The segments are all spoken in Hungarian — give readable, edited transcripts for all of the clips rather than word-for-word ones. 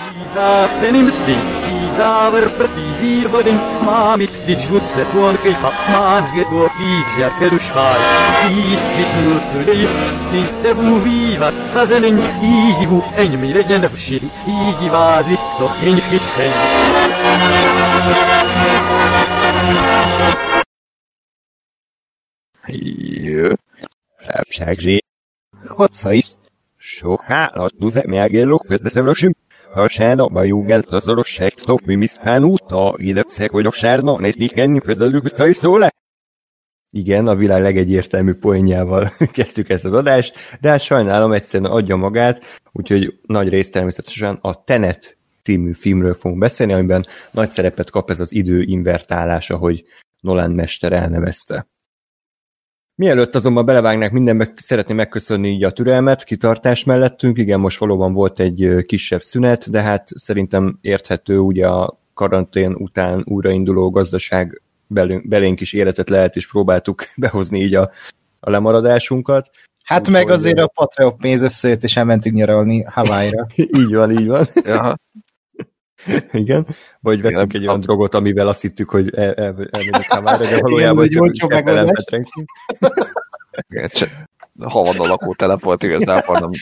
Rábságzsé. Hoca is. Sok hálat, duze megélok, köteszevősüm. Ha sárna, júgelt az orosság, top, mi miszpán úta, idegszeg vagyok sárna, ne tikenni, közelük, hogy szól-e? Igen, a világ legegyértelmű poénjával kezdjük ezt az adást, de hát sajnálom, egyszerűen adja magát, úgyhogy nagy részt természetesen a Tenet című filmről fogunk beszélni, amiben nagy szerepet kap ez az idő invertálása, hogy Nolan mester elnevezte. Mielőtt azonban belevágnák mindenbe, szeretném megköszönni így a türelmet, kitartás mellettünk. Igen, most valóban volt egy kisebb szünet, de hát szerintem érthető, ugye a karantén után újrainduló gazdaság belénk is életet lehet, és próbáltuk behozni így a lemaradásunkat. Hát úgy, meg azért a Patreon pénz összejött, és elmentünk nyaralni Hawaii-ra. Így van. Aha. Igen, vagy vettünk egy olyan drogot, amivel azt hittük, hogy elmegyünk Hawaii-ra, de valójában csak elfelelmetrenkünk. Havadon lakó telefont igazából nem...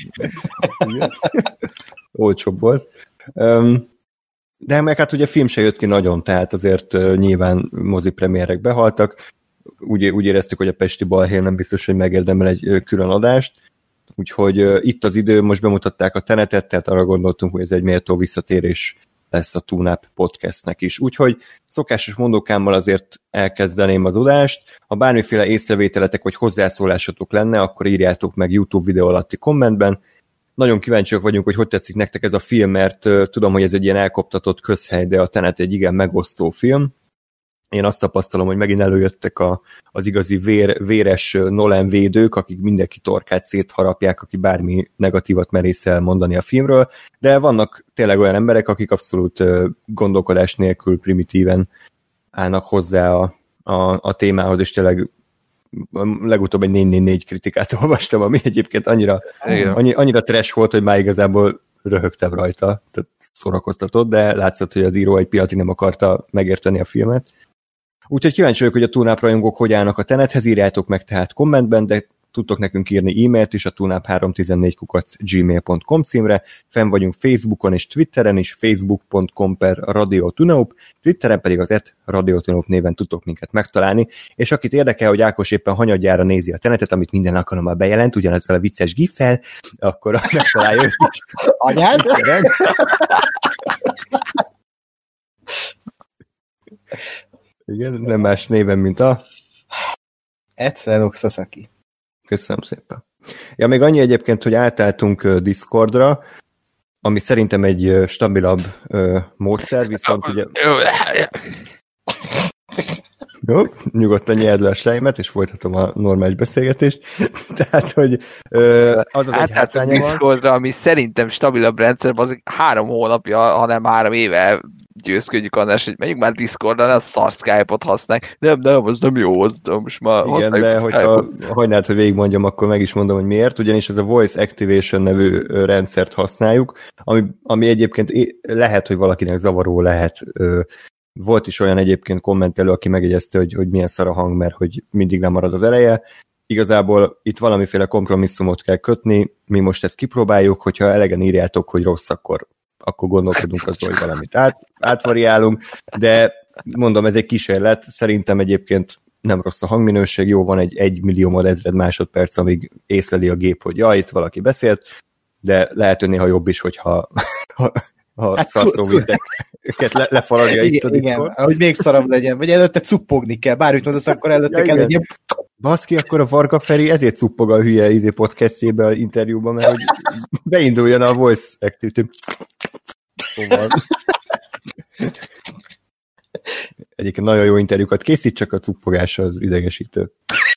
Olcsóbb volt. De meg hát ugye a film se jött ki nagyon, tehát azért nyilván mozipremiérek behaltak. Úgy éreztük, hogy a Pesti Balhé nem biztos, hogy megérdemel egy külön adást. Úgyhogy itt az idő, most bemutatták a Tenetet, tehát arra gondoltunk, hogy ez egy méltó visszatérés lesz a TuneUp podcastnek is. Úgyhogy szokásos mondókámmal azért elkezdeném az adást. Ha bármiféle észrevételetek vagy hozzászólásotok lenne, akkor írjátok meg YouTube videó alatti kommentben. Nagyon kíváncsiak vagyunk, hogy tetszik nektek ez a film, mert tudom, hogy ez egy ilyen elkoptatott közhely, de a Tenet egy igen megosztó film. Én azt tapasztalom, hogy megint előjöttek az igazi véres Nolan védők, akik mindenki torkát szétharapják, aki bármi negatívat merész elmondani a filmről, de vannak tényleg olyan emberek, akik abszolút gondolkodás nélkül primitíven állnak hozzá a témához, és tényleg legutóbb egy 444 kritikát olvastam, ami egyébként annyira trash volt, hogy már igazából röhögtem rajta, tehát szórakoztatott, de látszott, hogy az író egy pillanatig nem akarta megérteni a filmet. Úgyhogy kíváncsi vagyok, hogy a TuneUp rajongók hogy állnak a Tenethez, írjátok meg tehát kommentben, de tudtok nekünk írni e-mailt is a tuneup314@gmail.com címre, fenn vagyunk Facebookon és Twitteren is, facebook.com/radiotuneup, Twitteren pedig az @radiotuneup néven tudtok minket megtalálni, és akit érdekel, hogy Ákos éppen hanyadjára nézi a Tenetet, amit minden alkalommal bejelent, ugyanezzel a vicces giffel, akkor megtalálja őt is. Anyád? Igen, nem más néven, mint a... Etrenok Sasaki. Köszönöm szépen. Ja, még annyi egyébként, hogy átálltunk Discordra, ami szerintem egy stabilabb módszer, viszont ugye... Jó, nyugodtan nyerd le a slájmet, és folytatom a normális beszélgetést. Tehát, hogy az egy hátránya van. Discordra, ami szerintem stabilabb rendszer, az 3 hónapja, hanem 3 éve győzködjük annál, hogy menjünk már Discordra, ne a szar Skype-ot használják. Nem, az nem jó, az most már igen, de hogyha hagynád, hogy végigmondjam, akkor meg is mondom, hogy miért, ugyanis ez a Voice Activation nevű rendszert használjuk, ami egyébként lehet, hogy valakinek zavaró lehet. Volt is olyan egyébként kommentelő, aki megjegyezte, hogy milyen szar a hang, mert hogy mindig nem marad az eleje. Igazából itt valamiféle kompromisszumot kell kötni, mi most ezt kipróbáljuk, hogyha elegen írjátok, hogy rossz, akkor gondolkodunk azon, hogy valamit átvariálunk, de mondom, ez egy kísérlet, szerintem egyébként nem rossz a hangminőség, jó, van egy 1 millió ezred másodperc, amíg észleli a gép, hogy ja, itt valaki beszélt, de lehet, hogy néha jobb is, hogyha szarszóviteket lefaragja itt a igen, hogy még szarabb legyen, vagy előtte cuppogni kell, bármit mondasz, akkor előtte kell legyen. Baszki, akkor a Varga Feri ezért cuppog a hülye podcastjébe a interjúban, mert hogy beinduljon a Voice Activity. Szóval. Egyébként nagyon jó interjúkat készít, csak a cuppogás az idegesítő.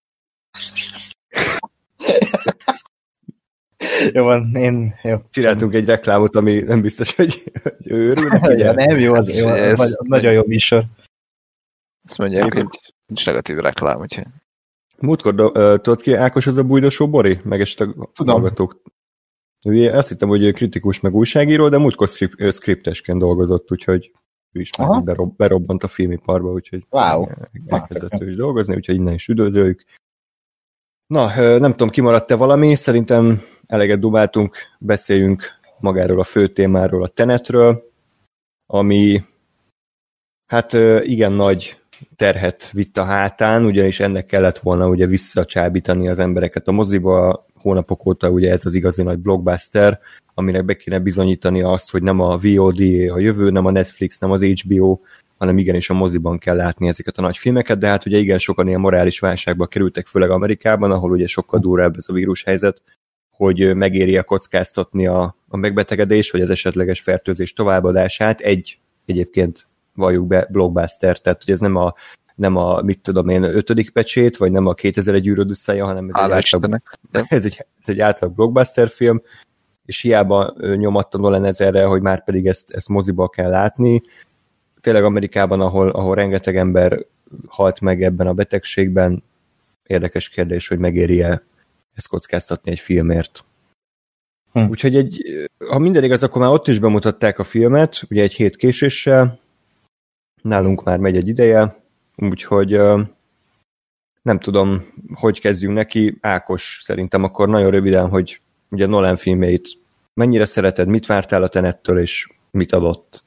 Jó van, jó. Csináltunk egy reklámot, ami nem biztos, hogy őrül. Ja, nem jó, az jó, nagyon jó műsor. Azt mondják, hogy nincs negatív reklám, úgyhogy... Múltkor tudod ki, Ákos, az a bújdosó Bori? Meg esetleg hallgatók Ő azt hittem, hogy ő kritikus meg újságíró, de múltkor skriptesként dolgozott, úgyhogy ő is már berobbant a filmiparba, úgyhogy elkezdett ő is dolgozni, úgyhogy innen is üdvözöljük. Na, nem tudom, kimaradt-e valami, szerintem eleget dumáltunk, beszéljünk magáról a fő témáról, a Tenetről, ami hát igen nagy terhet vitt a hátán, ugyanis ennek kellett volna ugye visszacsábítani az embereket a moziba, hónapok óta ugye ez az igazi nagy blockbuster, aminek be kéne bizonyítani azt, hogy nem a VOD a jövő, nem a Netflix, nem az HBO, hanem igenis a moziban kell látni ezeket a nagy filmeket, de hát ugye igen sokan ilyen morális válságba kerültek, főleg Amerikában, ahol ugye sokkal durvább ez a vírushelyzet, hogy megéri kockáztatni a megbetegedés, vagy az esetleges fertőzés továbbadását egyébként valljuk be blockbuster, tehát hogy ez nem a mit tudom én, 5. pecsét, vagy nem a 2001 űröd összeje, hanem ez egy átlag blockbuster film, és hiába nyomatta Nolan ezerre, hogy már pedig ezt moziba kell látni. Tényleg Amerikában, ahol rengeteg ember halt meg ebben a betegségben, érdekes kérdés, hogy megéri-e ezt kockáztatni egy filmért. Úgyhogy ha minden igaz, akkor már ott is bemutatták a filmet, ugye egy hét késéssel, nálunk már megy egy ideje, úgyhogy nem tudom, hogy kezdjünk neki. Ákos, szerintem akkor nagyon röviden, hogy ugye Nolan filmjeit mennyire szereted, mit vártál a Tenettől, és mit adott?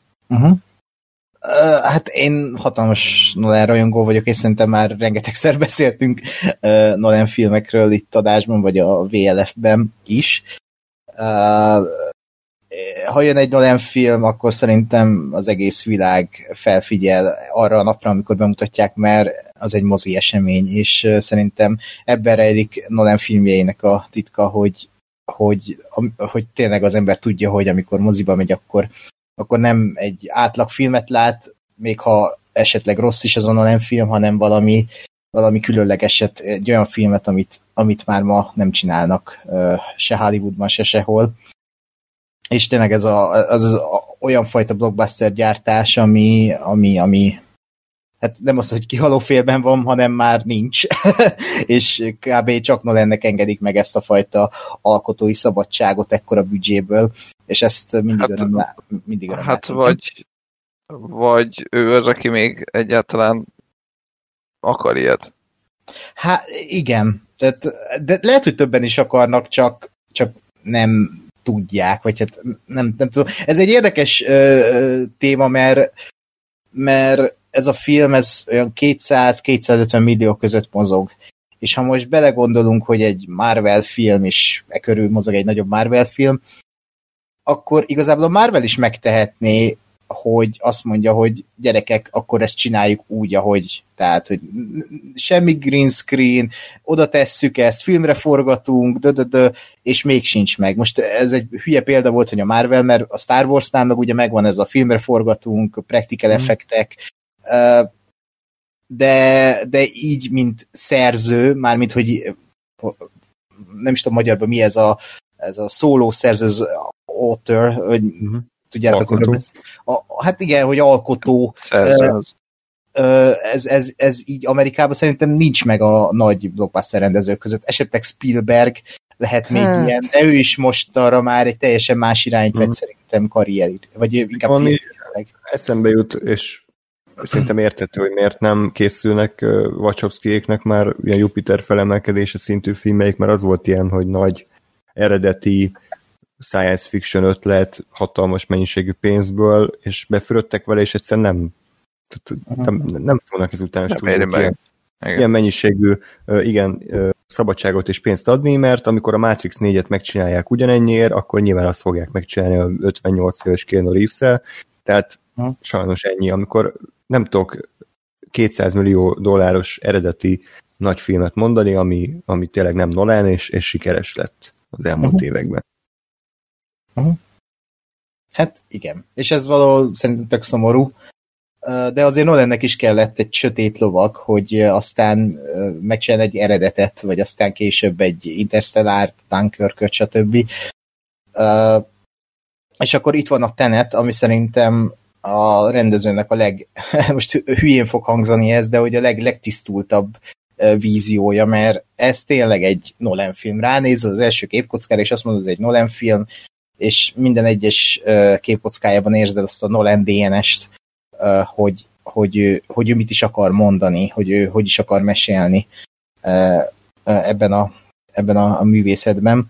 Hát én hatalmas Nolan rajongó vagyok, és szerintem már rengetegszer beszéltünk Nolan filmekről itt adásban, vagy a VLF-ben is. Ha jön egy Nolan film, akkor szerintem az egész világ felfigyel arra a napra, amikor bemutatják, mert az egy mozi esemény, és szerintem ebben rejlik Nolan filmjeinek a titka, hogy tényleg az ember tudja, hogy amikor moziba megy, akkor nem egy átlag filmet lát, még ha esetleg rossz is az a Nolan film, hanem valami különlegeset, egy olyan filmet, amit már ma nem csinálnak se Hollywoodban, se sehol. És tényleg ez az olyan fajta blockbuster gyártás, ami hát nem az, hogy kihaló félben van, hanem már nincs. És kb. Csak Nolannek engedik meg ezt a fajta alkotói szabadságot ekkora büdzséből, és ezt mindig öröm hát vagy ő az, aki még egyáltalán akar ilyet. Hát igen. De lehet, hogy többen is akarnak, csak nem tudják, vagy hát nem tudom. Ez egy érdekes téma, mert ez a film, ez olyan 200-250 millió között mozog. És ha most belegondolunk, hogy egy Marvel film is körül mozog egy nagyobb Marvel film, akkor igazából a Marvel is megtehetné, hogy azt mondja, hogy gyerekek, akkor ezt csináljuk úgy, ahogy, tehát, hogy semmi green screen, oda tesszük ezt, filmre forgatunk, és még sincs meg. Most ez egy hülye példa volt, hogy a Marvel, mert a Star Warsnál meg ugye megvan ez a filmre forgatunk, practical effektek, de így, mint szerző, mármint, hogy nem is tudom magyarban mi ez a szóló szerző, az author, hogy tudjátok, hogy hát igen, hogy alkotó. Ez így Amerikában szerintem nincs meg a nagy blockbuster rendezők között. Esetleg Spielberg lehet még ilyen, de ő is most arra már egy teljesen más irányt vett szerintem karrierig, vagy inkább filmjének. Eszembe jut, és szerintem érthető, hogy miért nem készülnek Wachowskiéknek már ilyen Jupiter felemelkedése szintű filmeik, mert az volt ilyen, hogy nagy eredeti science fiction ötlet, hatalmas mennyiségű pénzből, és befürödtek vele, és egyszerűen nem fognak ezután ilyen mennyiségű szabadságot és pénzt adni, mert amikor a Matrix 4-et megcsinálják ugyanennyiért, akkor nyilván azt fogják megcsinálni a 58 éves Keanu Reeves-el, tehát sajnos ennyi. Amikor nem tudok $200 millió eredeti nagy filmet mondani, ami tényleg nem Nolan, és sikeres lett az elmúlt években. Hát igen. És ez valahol szerintem tök szomorú, de azért Nolannek is kellett egy sötét lovag, hogy aztán megcsinál egy eredetet, vagy aztán később egy Interstellárt, Dunkirköt, stb. És akkor itt van a Tenet, ami szerintem a rendezőnek most hülyén fog hangzani ez, de hogy a legtisztultabb víziója, mert ez tényleg egy Nolan film. Ránézel az első képkockára, és azt mondod, ez egy Nolan film, és minden egyes képkockájában érzed azt a Nolan DNS-t, hogy ő mit is akar mondani, hogy ő hogy is akar mesélni ebben a művészetben.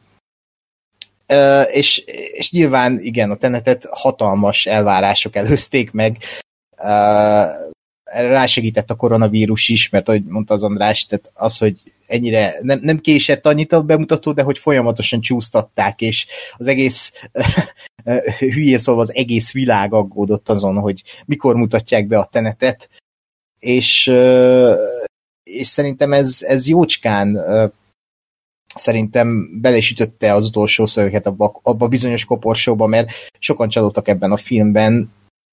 És nyilván igen, a Tenetet hatalmas elvárások előzték meg. Rásegített a koronavírus is, mert ahogy mondta az András, tehát az, hogy ennyire nem késett annyit a bemutató, de hogy folyamatosan csúsztatták, és az egész hülyén szólva az egész világ aggódott azon, hogy mikor mutatják be a Tenetet, és szerintem ez jócskán szerintem bele is ütötte az utolsó szöveget abba a bizonyos koporsóba, mert sokan csalódtak ebben a filmben.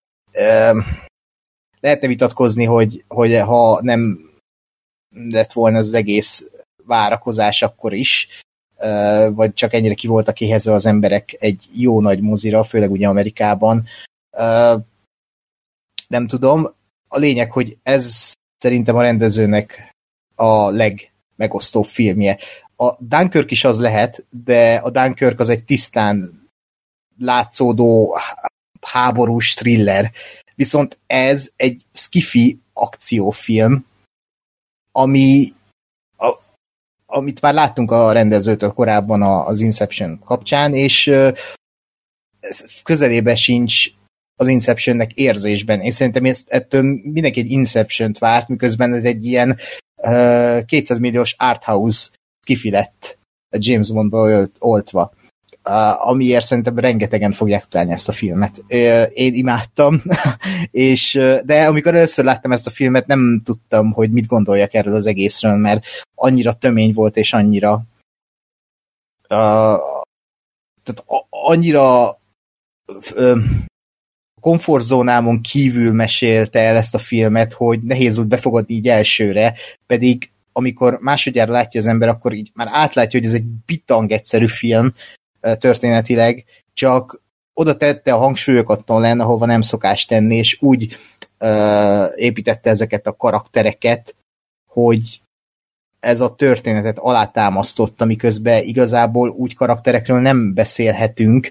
Lehetne vitatkozni, hogy ha nem lett volna az egész várakozás akkor is, vagy csak ennyire ki voltak éhezve az emberek egy jó nagy mozira, főleg ugye Amerikában. Nem tudom. A lényeg, hogy ez szerintem a rendezőnek a legmegosztóbb filmje. A Dunkirk is az lehet, de a Dunkirk az egy tisztán látszódó háborús thriller. Viszont ez egy sci-fi akciófilm, amit már láttunk a rendezőtől korábban az Inception kapcsán, és közelébe sincs az Inceptionnek érzésben. Én szerintem ettől mindenki egy Inception-t várt, miközben ez egy ilyen 200 milliós arthouse sci-fi lett James Bondba oltva. Amiért szerintem rengetegen fogják utálni ezt a filmet. Én imádtam, de amikor először láttam ezt a filmet, nem tudtam, hogy mit gondoljak erről az egészről, mert annyira tömény volt, és annyira tehát annyira komfortzónámon kívül mesélte el ezt a filmet, hogy nehéz úgy befogadni így elsőre, pedig amikor másodjára látja az ember, akkor így már átlátja, hogy ez egy bitang egyszerű film történetileg, csak oda tette a hangsúlyokat Nolan, ahova nem szokás tenni, és úgy építette ezeket a karaktereket, hogy ez a történetet alátámasztotta, miközben igazából úgy karakterekről nem beszélhetünk,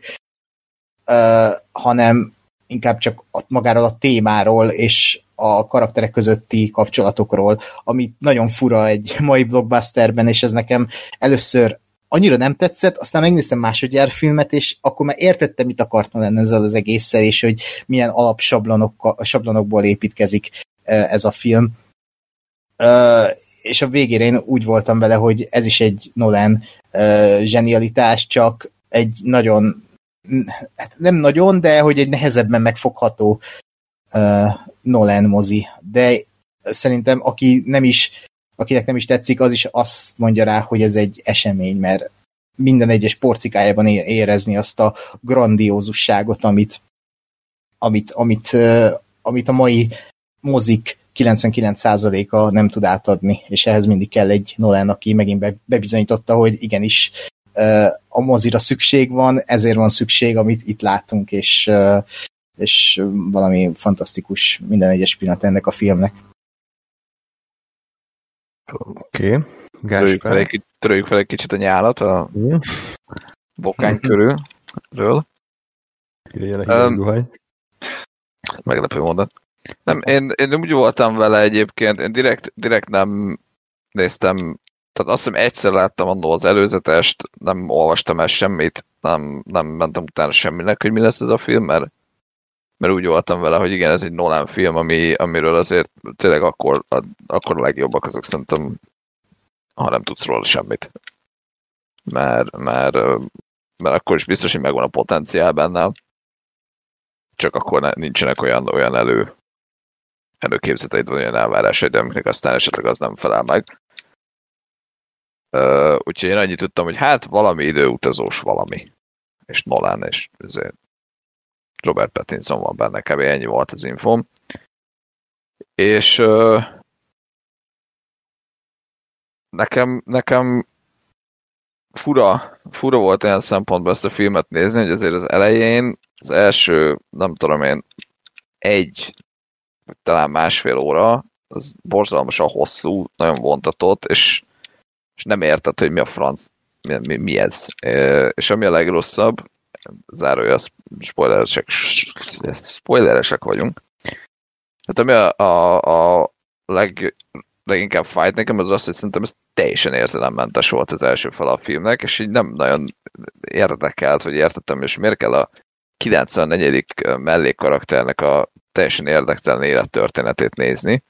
hanem inkább csak magáról a témáról és a karakterek közötti kapcsolatokról, ami nagyon fura egy mai blockbusterben, és ez nekem először annyira nem tetszett, aztán megnéztem másodjára filmet, és akkor már értettem, mit akartam lenni ezzel az egésszel, és hogy milyen alapsablonokból építkezik ez a film. És a végére én úgy voltam vele, hogy ez is egy Nolan zsenialitás, csak egy nagyon, nem nagyon, de hogy egy nehezebben megfogható Nolan mozi. De szerintem akinek nem is tetszik, az is azt mondja rá, hogy ez egy esemény, mert minden egyes porcikájában érezni azt a grandiózusságot, amit a mai mozik 99%-a nem tud átadni, és ehhez mindig kell egy Nolan, aki megint bebizonyította, hogy igenis a mozira szükség van, ezért van szükség, amit itt látunk, és valami fantasztikus minden egyes pillanat ennek a filmnek. Oké. Törőjük fel egy kicsit a nyálat a bokánk körülről. Jöjjön a híres zuhany. Meglepő mondat. Nem, én úgy voltam vele egyébként, én direkt nem néztem, tehát azt hiszem egyszer láttam annól az előzetest, nem olvastam el semmit, nem mentem utána semminek, hogy mi lesz ez a film, mert úgy voltam vele, hogy igen, ez egy Nolan film, amiről azért tényleg akkor a legjobbak azok szerintem, ha nem tudsz róla semmit. Mert akkor is biztos, hogy megvan a potenciál benne, csak akkor nincsenek olyan előképzeteid, olyan elvárásaid, amiknek aztán esetleg az nem felel meg. Úgyhogy én annyit tudtam, hogy hát valami időutazós valami. És Nolan, és ezért Robert Pattinson van benne, kb. Ennyi volt az infom. És nekem fura volt olyan szempontból ezt a filmet nézni, hogy azért az elején, az első, nem tudom én, talán másfél óra, az borzalmasan hosszú, nagyon vontatott, és nem érted, hogy mi a franc, mi ez. És ami a legrosszabb, zárója, spoileresek vagyunk. Hát ami a leginkább fájt nekem, az az, hogy szerintem ez teljesen érzelemmentes volt az első fel a filmnek, és így nem nagyon érdekelt, vagy értettem, és miért kell a 94. mellékkarakternek a teljesen érdektelen élettörténetét nézni.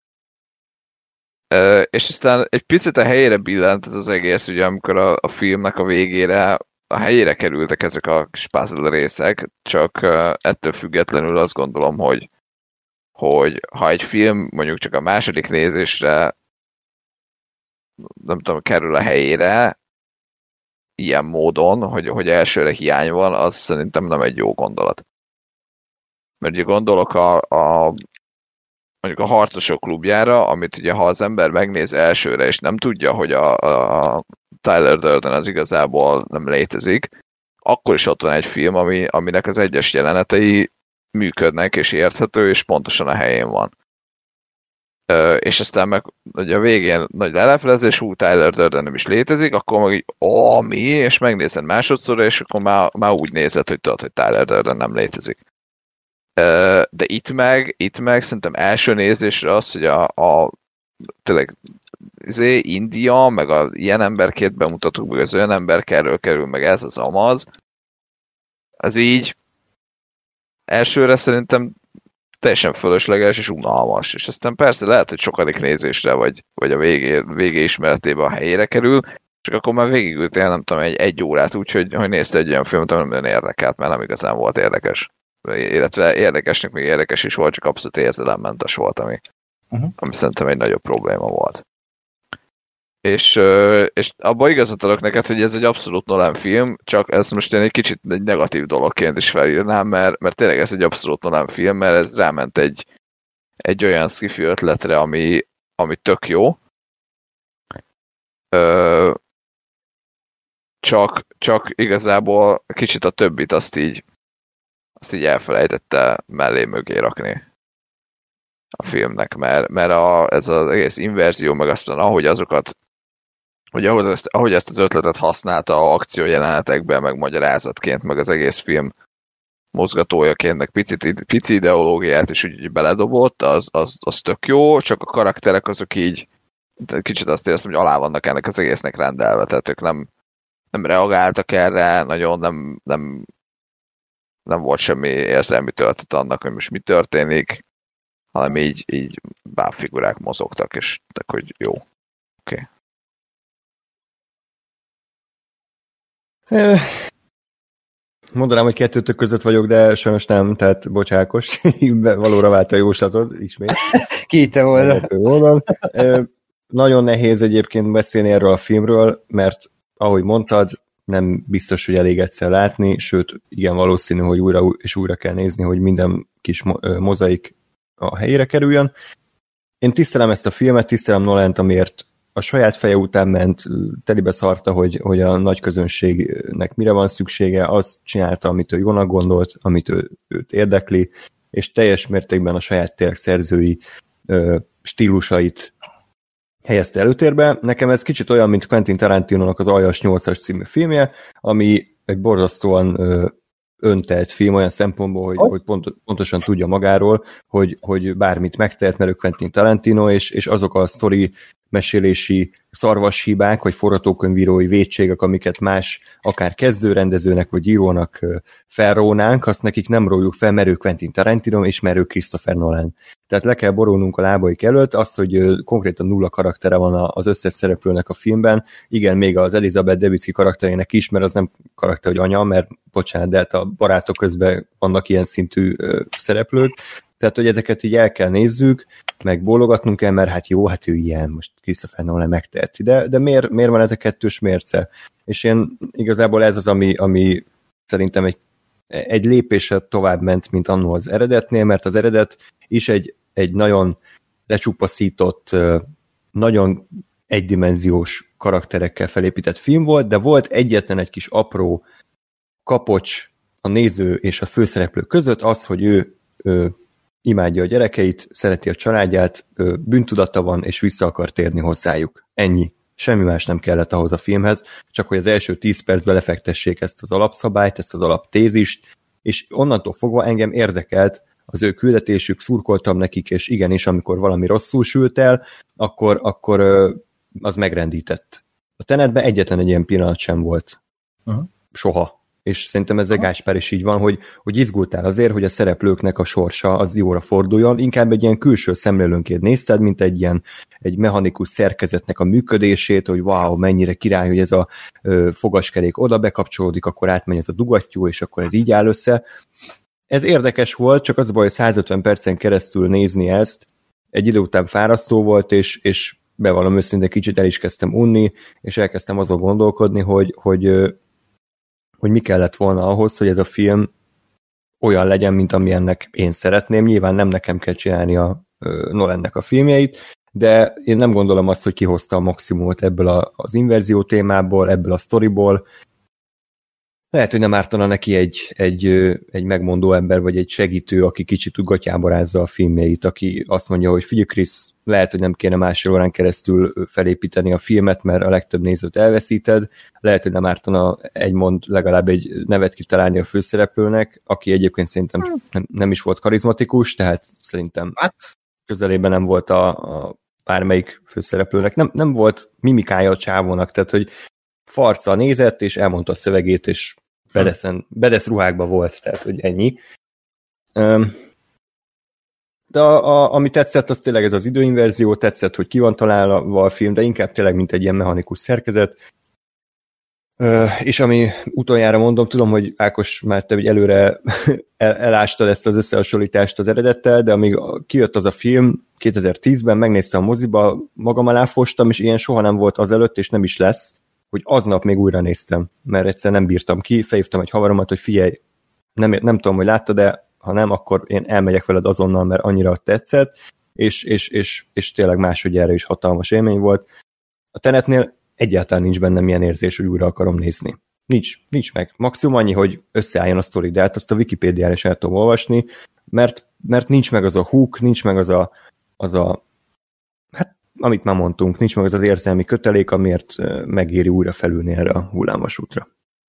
És aztán egy picit a helyére billent ez az egész, ugye amikor a filmnek a végére a helyére kerültek ezek a kis puzzle részek, csak ettől függetlenül azt gondolom, hogy ha egy film mondjuk csak a második nézésre nem tudom, kerül a helyére ilyen módon, hogy elsőre hiány van, az szerintem nem egy jó gondolat. Mert ugye gondolok mondjuk a Harcosok klubjára, amit ugye ha az ember megnéz elsőre, és nem tudja, hogy a Tyler Durden az igazából nem létezik, akkor is ott van egy film, aminek az egyes jelenetei működnek, és érthető, és pontosan a helyén van. És aztán meg ugye a végén nagy leleplezés, Tyler Durden nem is létezik, akkor meg így, mi? És megnézed másodszorra, és akkor már úgy nézed, hogy tudod, hogy Tyler Durden nem létezik. De itt meg szerintem első nézésre az, hogy tényleg India, meg ilyen emberkét bemutatuk, meg az olyan emberkerről kerül, meg ez az amaz, az így elsőre szerintem teljesen fölösleges és unalmas. És aztán persze lehet, hogy sokadik nézésre, vagy a végé ismeretében a helyére kerül, csak akkor már végigültél, nem tudom, egy órát úgy, hogy nézte egy olyan filmet, ami nem érdekelt, mert nem igazán volt érdekes. Illetve érdekesnek még érdekes is volt, csak abszolút érzelemmentes volt, ami szerintem egy nagyobb probléma volt. És abban igazat adok neked, hogy ez egy abszolút Nolan film, csak ezt most én egy kicsit egy negatív dologként is felírnám, mert tényleg ez egy abszolút Nolan film, mert ez ráment egy olyan sci-fi ötletre, ami tök jó. Csak igazából kicsit a többit azt így elfelejtette mellé-mögé rakni a filmnek, mert ez az egész inverzió, meg aztán ahogy ezt az ötletet használta akciójelenetekben, meg magyarázatként, meg az egész film mozgatójaként, meg pici ideológiát is úgy beledobott, az tök jó, csak a karakterek azok így kicsit azt éreztem, hogy alá vannak ennek az egésznek rendelve, tehát ők nem reagáltak erre, nagyon nem volt semmi érzelmi töltet annak, hogy most mi történik, hanem így bábfigurák mozogtak, és tök, hogy jó. Oké. Mondanám, hogy kettőtök között vagyok, de sajnos nem, tehát bocsákos, valóra vált a jóslatod, ismét. Kíte volna. Nagyon nehéz egyébként beszélni erről a filmről, mert ahogy mondtad, nem biztos, hogy elég egyszer látni, sőt, igen valószínű, hogy újra és újra kell nézni, hogy minden kis mozaik a helyére kerüljön. Én tisztelem ezt a filmet, tisztelem Nolent, amiért a saját feje után ment, telibe szarta, hogy a nagy közönségnek mire van szüksége, azt csinálta, amit ő jónak gondolt, amit őt érdekli, és teljes mértékben a saját tényleg szerzői stílusait helyezte előtérbe. Nekem ez kicsit olyan, mint Quentin Tarantinónak az Aljas 8-as című filmje, ami egy borzasztóan öntelt film olyan szempontból, hogy pontosan tudja magáról, hogy bármit megtehet, mert ő Quentin Tarantino, és azok a sztori mesélési szarvashibák, vagy forgatókönyvírói vétségek, amiket más, akár kezdőrendezőnek, vagy írónak felrónánk, azt nekik nem róljuk fel, mert ő Quentin Tarantino, és mert ő Christopher Nolan. Tehát le kell borulnunk a lábaik előtt, azt, hogy konkrétan nulla karaktere van az összes szereplőnek a filmben. Igen, még az Elizabeth Debicki karakterének is, mert az nem karakter, hogy anya, mert bocsánat, de hát a barátok közben vannak ilyen szintű szereplők. Tehát, hogy ezeket így el kell nézzük, meg bólogatnunk kell, mert hát jó, hát ő ilyen, most Christopher Nolan megteheti. De miért van ez a kettős mérce? És én igazából ez az, ami szerintem egy lépéssel tovább ment, mint annó az eredetnél, mert az eredet is egy nagyon lecsupaszított, nagyon egydimenziós karakterekkel felépített film volt, de volt egyetlen egy kis apró kapocs a néző és a főszereplő között, az, hogy ő imádja a gyerekeit, szereti a családját, bűntudata van, és vissza akar térni hozzájuk. Ennyi. Semmi más nem kellett ahhoz a filmhez, csak hogy az első 10 percben lefektessék ezt az alapszabályt, ezt az alaptézist, és onnantól fogva engem érdekelt az ő küldetésük, szurkoltam nekik, és igenis, amikor valami rosszul sült el, akkor az megrendített. A Tenetben egyetlen egy ilyen pillanat sem volt. Soha. És szerintem ezzel Gáspár is így van, hogy izgultál azért, hogy a szereplőknek a sorsa az jóra forduljon, inkább egy ilyen külső szemlélőnként nézted, mint egy mechanikus szerkezetnek a működését, hogy wow, mennyire király, hogy ez a fogaskerék oda bekapcsolódik, akkor átmegy ez a dugattyú, és akkor ez így áll össze. Ez érdekes volt, csak az a baj, hogy 150 percen keresztül nézni ezt, egy idő után fárasztó volt, és bevallom őszintén, kicsit el is kezdtem unni, és elkezdtem azon gondolkodni, hogy mi kellett volna ahhoz, hogy ez a film olyan legyen, mint amilyennek én szeretném. Nyilván nem nekem kell csinálni a Nolannek a filmjeit, de én nem gondolom azt, hogy kihozta a maximumot ebből az inverzió témából, ebből a sztoriból. Lehet, hogy nem ártana neki egy megmondó ember, vagy egy segítő, aki kicsit gatyába rázza a filmjeit, aki azt mondja, hogy figyelj Krisz, lehet, hogy nem kéne másfél órán keresztül felépíteni a filmet, mert a legtöbb nézőt elveszíted. Lehet, hogy nem ártana legalább egy nevet kitalálni a főszereplőnek, aki egyébként szerintem nem is volt karizmatikus, tehát szerintem közelében nem volt a bármelyik főszereplőnek. Nem volt mimikája a csávónak, tehát hogy farccal nézett, és elmondta a szövegét, és bedesz ruhákba volt, tehát hogy ennyi. De ami tetszett, az tényleg ez az időinverzió, tetszett, hogy ki van találva a film, de inkább tényleg, mint egy ilyen mechanikus szerkezet. És ami utoljára mondom, tudom, hogy Ákos már te előre elástad ezt az összehasonlítást az eredettel, de amíg kijött az a film 2010-ben, megnéztem a moziba, magam alá fostam, és ilyen soha nem volt azelőtt, és nem is lesz, hogy aznap még újra néztem, mert egyszer nem bírtam ki, felhívtam egy haveromat, hogy figyelj, nem tudom, hogy láttad, de ha nem, akkor én elmegyek veled azonnal, mert annyira tetszett, és tényleg másodjára is hatalmas élmény volt. A Tenetnél egyáltalán nincs bennem ilyen érzés, hogy újra akarom nézni. Nincs meg. Maximum annyi, hogy összeálljon a sztori, de hát azt a Wikipédiára is el tudom olvasni, mert nincs meg az a hook, nincs meg az a hát amit már mondtunk, nincs meg az érzelmi kötelék, amiért megéri újra felülni erre a hullámvasútra.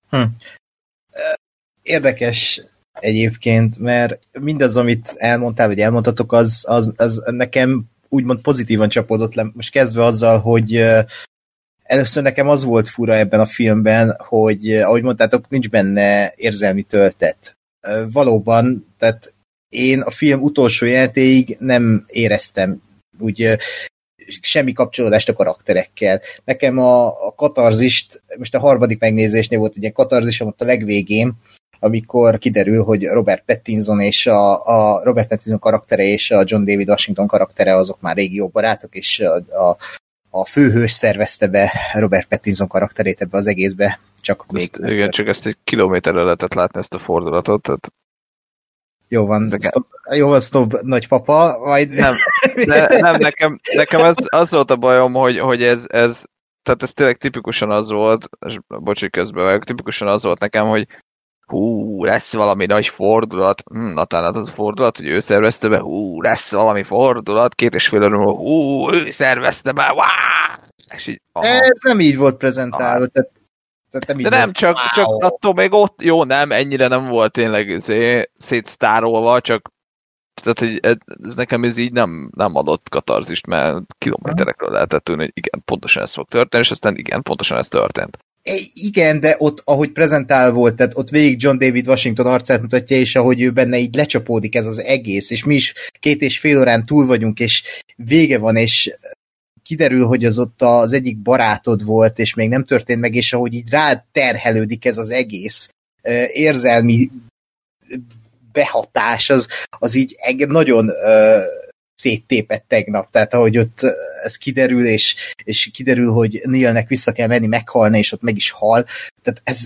Érdekes egyébként, mert mindaz, amit elmondtál, vagy elmondhatok, az nekem úgymond pozitívan csapódott le. Most kezdve azzal, hogy először nekem az volt fura ebben a filmben, hogy ahogy mondtátok, nincs benne érzelmi töltet. Valóban, tehát én a film utolsó jelenetéig nem éreztem úgy semmi kapcsolódást a karakterekkel. Nekem a katarzist, most a harmadik megnézésnél volt egy ilyen katarzisom ott a legvégén, amikor kiderül, hogy Robert Pattinson és a Robert Pattinson karaktere és a John David Washington karaktere azok már régi jó barátok, és a főhős szervezte be Robert Pattinson karakterét ebbe az egészbe. Csak ezt egy kilométerre lehetett látni, ezt a fordulatot, tehát jó van, stop, nagypapa, majd... Nem, nekem az volt a bajom, hogy ez tehát ez tényleg tipikusan az volt, és bocsi, közben vagyok, tipikusan az volt nekem, hogy lesz valami nagy fordulat, talán az a fordulat, hogy ő szervezte be, lesz valami fordulat, 2,5 óra, ő szervezte be, és így, ez nem így volt prezentálva, tehát nem így. De nem, csak attól még ott, jó, nem, ennyire nem volt tényleg szétsztárolva, csak tehát, hogy ez nekem így nem adott katarzist, mert kilométerekről lehetett tűnni, hogy igen, pontosan ez fog történni, és aztán igen, pontosan ez történt. Igen, de ott, ahogy prezentál volt, tehát ott végig John David Washington arcát mutatja, és ahogy ő benne így lecsapódik ez az egész, és mi is 2,5 órán túl vagyunk, és vége van, és kiderül, hogy az ott az egyik barátod volt, és még nem történt meg, és ahogy így rád terhelődik ez az egész érzelmi behatás, az így engem nagyon széttépett tegnap, tehát ahogy ott ez kiderül, és kiderül, hogy Neilnek vissza kell menni meghalni, és ott meg is hal. Tehát ez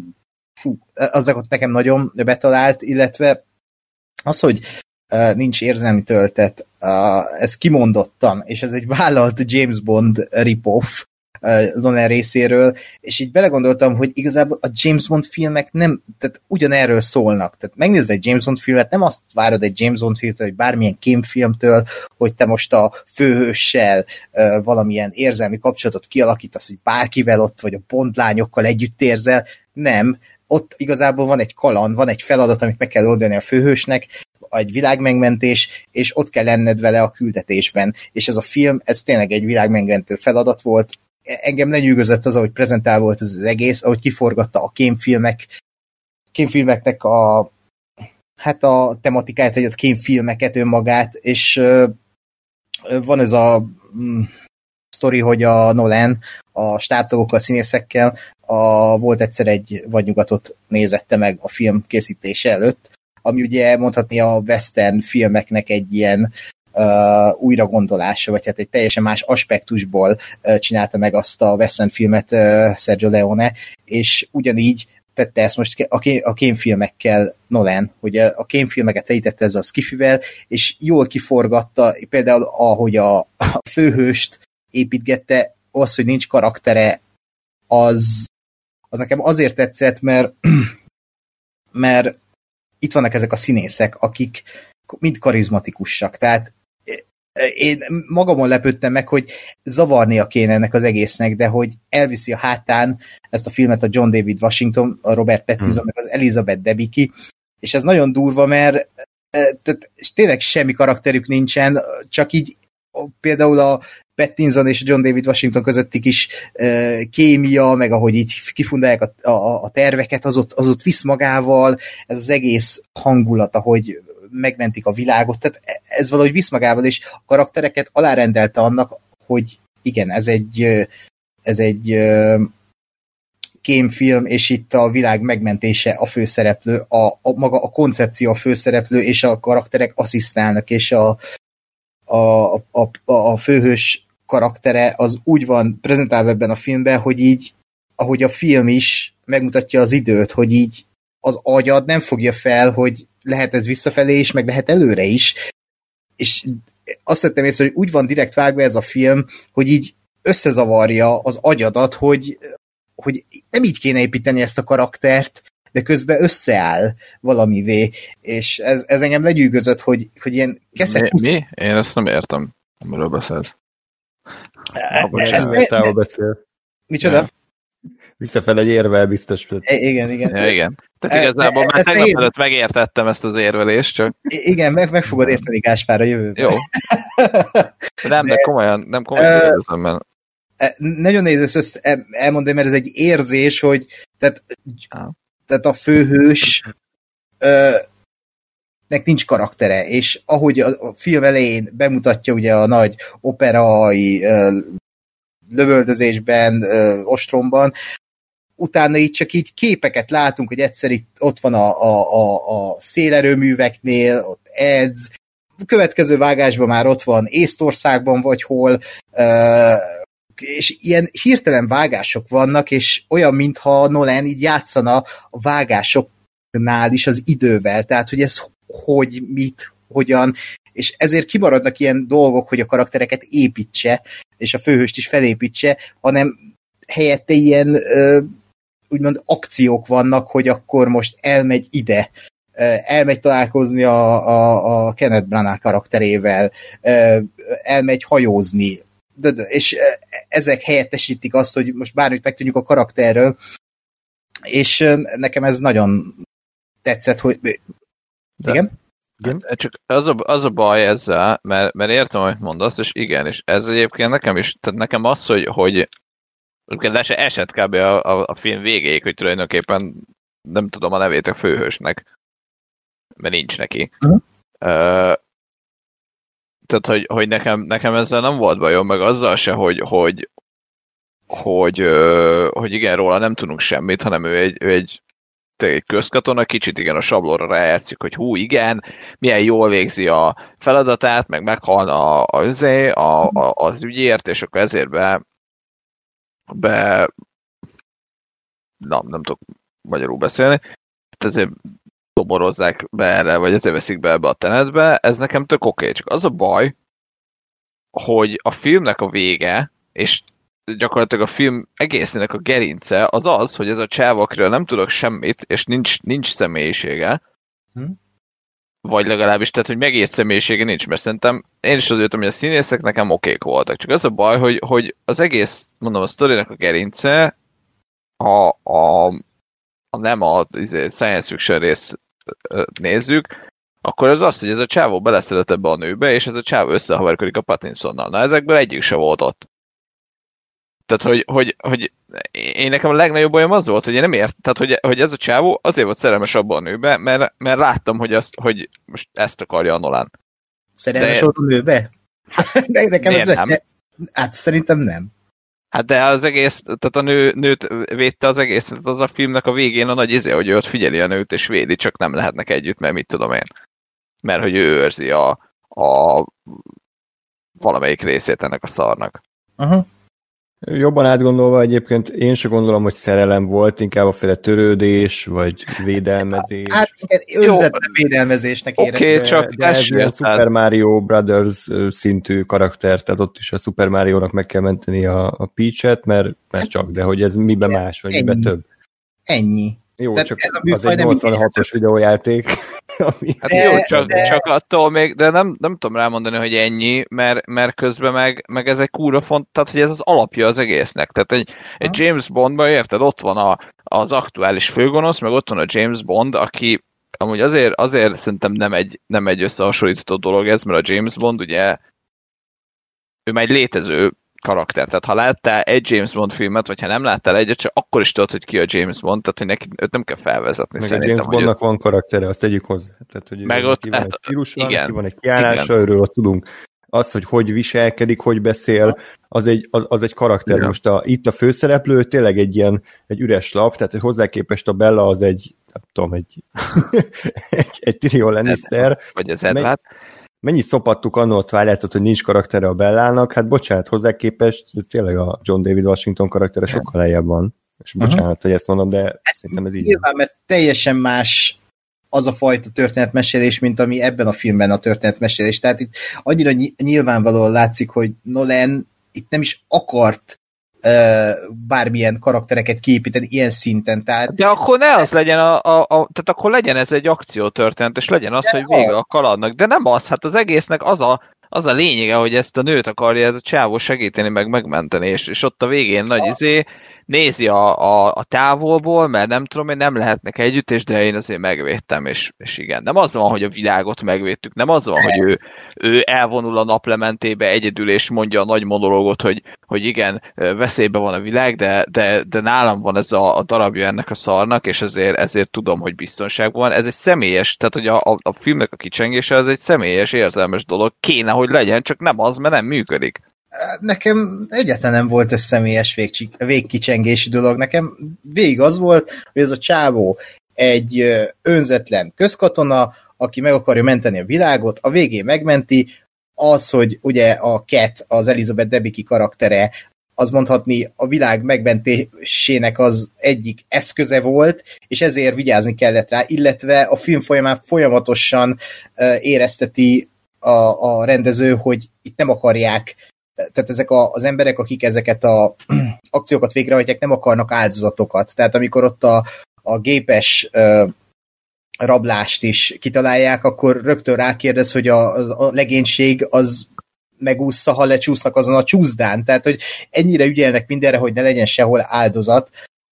azok ott nekem nagyon betalált, illetve az, hogy nincs érzelmi töltet, ez kimondottan, és ez egy vállalt James Bond rip-off, Nolan részéről, és így belegondoltam, hogy igazából a James Bond filmek nem, tehát ugyanerről szólnak. Tehát megnézd egy James Bond filmet, nem azt várod egy James Bond filmtől, vagy bármilyen kémfilmtől, hogy te most a főhőssel valamilyen érzelmi kapcsolatot kialakítasz, hogy bárkivel ott, vagy a Bond lányokkal együtt érzel. Nem. Ott igazából van egy kaland, van egy feladat, amit meg kell oldani a főhősnek, egy világmegmentés, és ott kell lenned vele a küldetésben. És ez a film, ez tényleg egy világmegmentő feladat volt. Engem lenyűgözött az, ahogy prezentál volt ez az egész, ahogy kiforgatta a kémfilmeknek a tematikáját, vagy a kémfilmeket önmagát, és van ez a sztori, hogy a Nolan a stábtagokkal, színészekkel volt egyszer egy vadnyugatot nézette meg a film készítése előtt, ami ugye mondhatni a western filmeknek egy ilyen újragondolása, vagy hát egy teljesen más aspektusból csinálta meg azt a western filmet Sergio Leone, és ugyanígy tette ezt most a kémfilmekkel Nolan, hogy a kémfilmeket felítette ezzel a skifivel, és jól kiforgatta, például ahogy a főhőst építgette, az, hogy nincs karaktere, az nekem azért tetszett, mert itt vannak ezek a színészek, akik mind karizmatikusak, tehát én magamon lepődtem meg, hogy zavarnia kéne ennek az egésznek, de hogy elviszi a hátán ezt a filmet a John David Washington, a Robert Pattinson, meg az Elizabeth Debicki, és ez nagyon durva, mert tehát tényleg semmi karakterük nincsen, csak így például a Pattinson és John David Washington közötti kis kémia, meg ahogy így kifundálják a terveket, az ott visz magával, ez az egész hangulat, ahogy megmentik a világot, tehát ez valahogy visz magával, és a karaktereket alárendelte annak, hogy igen, ez egy kémfilm, és itt a világ megmentése a főszereplő, maga a koncepció a főszereplő, és a karakterek asszisztálnak, és a főhős karaktere az úgy van prezentálva ebben a filmben, hogy így, ahogy a film is megmutatja az időt, hogy így az agyad nem fogja fel, hogy lehet ez visszafelé is, meg lehet előre is. És azt vettem észre, hogy úgy van direkt vágva ez a film, hogy így összezavarja az agyadat, hogy nem így kéne építeni ezt a karaktert, de közben összeáll valamivé. És ez engem legyűgözött, hogy ilyen keszek... Mi? Én ezt nem értem, amiről beszélsz. Ezt beszél. Micsoda? Visszafele egy érvel biztos. Igen. Ja, igen. Tehát igazából már tegnap előtt megértettem ezt az érvelést, csak... Igen, meg fogod érteni Gáspár a jövőben. Jó. Nem komolyan kérdezem, mert... Nagyon nehéz ezt elmondani, mert ez egy érzés, hogy tehát a főhős nek nincs karaktere, és ahogy a film elején bemutatja ugye a nagy operai lövöldözésben, ostromban, utána így csak így képeket látunk, hogy egyszer itt ott van a szélerőműveknél, ott edz, a következő vágásban már ott van Észtországban vagy hol, és ilyen hirtelen vágások vannak, és olyan, mintha Nolan így játszana a vágásoknál is az idővel, tehát, hogy ez hogy, mit, hogyan, és ezért kimaradnak ilyen dolgok, hogy a karaktereket építse, és a főhőst is felépítse, hanem helyette ilyen úgymond akciók vannak, hogy akkor most elmegy ide, elmegy találkozni a Kenneth Branagh karakterével, elmegy hajózni, és ezek helyettesítik azt, hogy most bármit megtudjuk a karakterről, és nekem ez nagyon tetszett, hogy... Igen? Csak az a baj ezzel, mert értem, amit mondasz, és igen, és ez egyébként nekem is, tehát nekem az, hogy esett kb. A film végéig, hogy tulajdonképpen nem tudom a nevét a főhősnek, mert nincs neki. Tehát, hogy nekem ezzel nem volt bajom, meg azzal se, hogy igen, róla nem tudunk semmit, hanem ő egy közkatona, kicsit igen a sablonra rájátszik, hogy hú, igen, milyen jól végzi a feladatát, meg meghalna az ügyért, és akkor ezért nem tudok magyarul beszélni, ezért toborozzák be erre, vagy ezért veszik be ebbe a tenetbe, ez nekem tök oké. Csak az a baj, hogy a filmnek a vége, és gyakorlatilag a film egészének a gerince az az, hogy ez a csáv, akiről nem tudok semmit, és nincs személyisége, vagy legalábbis, tehát, hogy megért személyisége nincs, mert szerintem én is az jöttem, hogy a színészek nekem okék voltak. Csak az a baj, hogy az egész, mondom, a sztorinak a gerince, nem a science fiction részt nézzük, akkor az az, hogy ez a csávó beleszeret ebbe a nőbe, és ez a csávó összehaverkodik a Pattinsonnal. Na, ezekből egyik se volt ott. Tehát, hogy én nekem a legnagyobb bajom az volt, hogy én nem tehát, hogy ez a csávó azért volt szerelmes abban a nőbe, mert láttam, hogy most ezt akarja a Nolan. Szerelmes volt a nőbe? De nekem ez nem? Hát szerintem nem. Hát de az egész, tehát a nőt védte az egész, az a filmnek a végén a nagy hogy ő ott figyeli a nőt és védi, csak nem lehetnek együtt, mert mit tudom én. Mert hogy ő őrzi a valamelyik részét ennek a szarnak. Aha. Jobban átgondolva egyébként én sem gondolom, hogy szerelem volt, inkább a féle törődés, vagy védelmezés. Hát önzetlen védelmezésnek éreztem. Oké, csak de ez ilyen Super Mario Brothers szintű karakter, tehát ott is a Super Mario-nak meg kell menteni a Peach-et, mert csak, de hogy ez miben más, vagy miben több. Ennyi. Jó, tehát csak az egy 86-os videójáték. Hát jó, csak attól még, de nem tudom rámondani, hogy ennyi, mert közben meg ez egy kúra font, tehát hogy ez az alapja az egésznek. Tehát egy James Bondban, érted, ott van az aktuális főgonosz, meg ott van a James Bond, aki amúgy azért szerintem nem egy összehasonlítható dolog ez, mert a James Bond ugye ő már egy létező karakter. Tehát ha láttál egy James Bond filmet, vagy ha nem láttál egyet, csak akkor is tudod, hogy ki a James Bond, tehát hogy neki őt nem kell felvezetni. Meg a James Bondnak van karaktere, azt tegyük hozzá. Tehát, hogy meg ott, ki van egy stílusa, igen, ki van egy kiállása, őről ott tudunk. Az, hogy viselkedik, hogy beszél, az egy karakter. Igen. Most itt a főszereplő tényleg egy üres lap, tehát hozzá képest a Bella az egy, nem tudom, egy Tyrion Lannister. Vagy az Edward. Mennyit szopattuk annól a Twilight-ot, hogy nincs karaktere a Bellának, hát bocsánat, hozzá képest tényleg a John David Washington karaktere sokkal lejjebb van. És bocsánat, hogy ezt mondom, de szerintem ez így. Nyilván, mert teljesen más az a fajta történetmesélés, mint ami ebben a filmben a történetmesélés. Tehát itt annyira nyilvánvalóan látszik, hogy Nolan itt nem is akart bármilyen karaktereket kiépíteni ilyen szinten. Tehát... De akkor ne az legyen tehát akkor legyen ez egy akciótörténet, és legyen az, hogy vége a kalandnak. De nem az, hát az egésznek az a lényege, hogy ezt a nőt akarja ez a csávó segíteni, meg megmenteni, és ott a végén nagy nézi a távolból, mert nem tudom, hogy nem lehetnek együtt, és de én azért megvédtem, és igen. Nem az van, hogy a világot megvédtük, nem az van, hogy ő elvonul a naplementébe egyedül, és mondja a nagy monológot, hogy igen, veszélyben van a világ, de nálam van ez a darabja ennek a szarnak, és ezért tudom, hogy biztonságban van. Ez egy személyes, tehát hogy a filmnek a kicsengése az egy személyes, érzelmes dolog, kéne, hogy legyen, csak nem az, mert nem működik. Nekem egyáltalán nem volt ez személyes végkicsengési dolog. Nekem végig az volt, hogy ez a csávó egy önzetlen közkatona, aki meg akarja menteni a világot, a végén megmenti, az, hogy ugye a Cat, az Elizabeth Debicki karaktere, az mondhatni a világ megmentésének az egyik eszköze volt, és ezért vigyázni kellett rá, illetve a film folyamán folyamatosan érezteti a rendező, hogy itt nem akarják, tehát ezek az emberek, akik ezeket az akciókat végrehajtják, nem akarnak áldozatokat. Tehát amikor ott a gépes rablást is kitalálják, akkor rögtön rákérdez, hogy a legénység az megúszza, ha lecsúsznak azon a csúszdán. Tehát, hogy ennyire ügyelnek mindenre, hogy ne legyen sehol áldozat.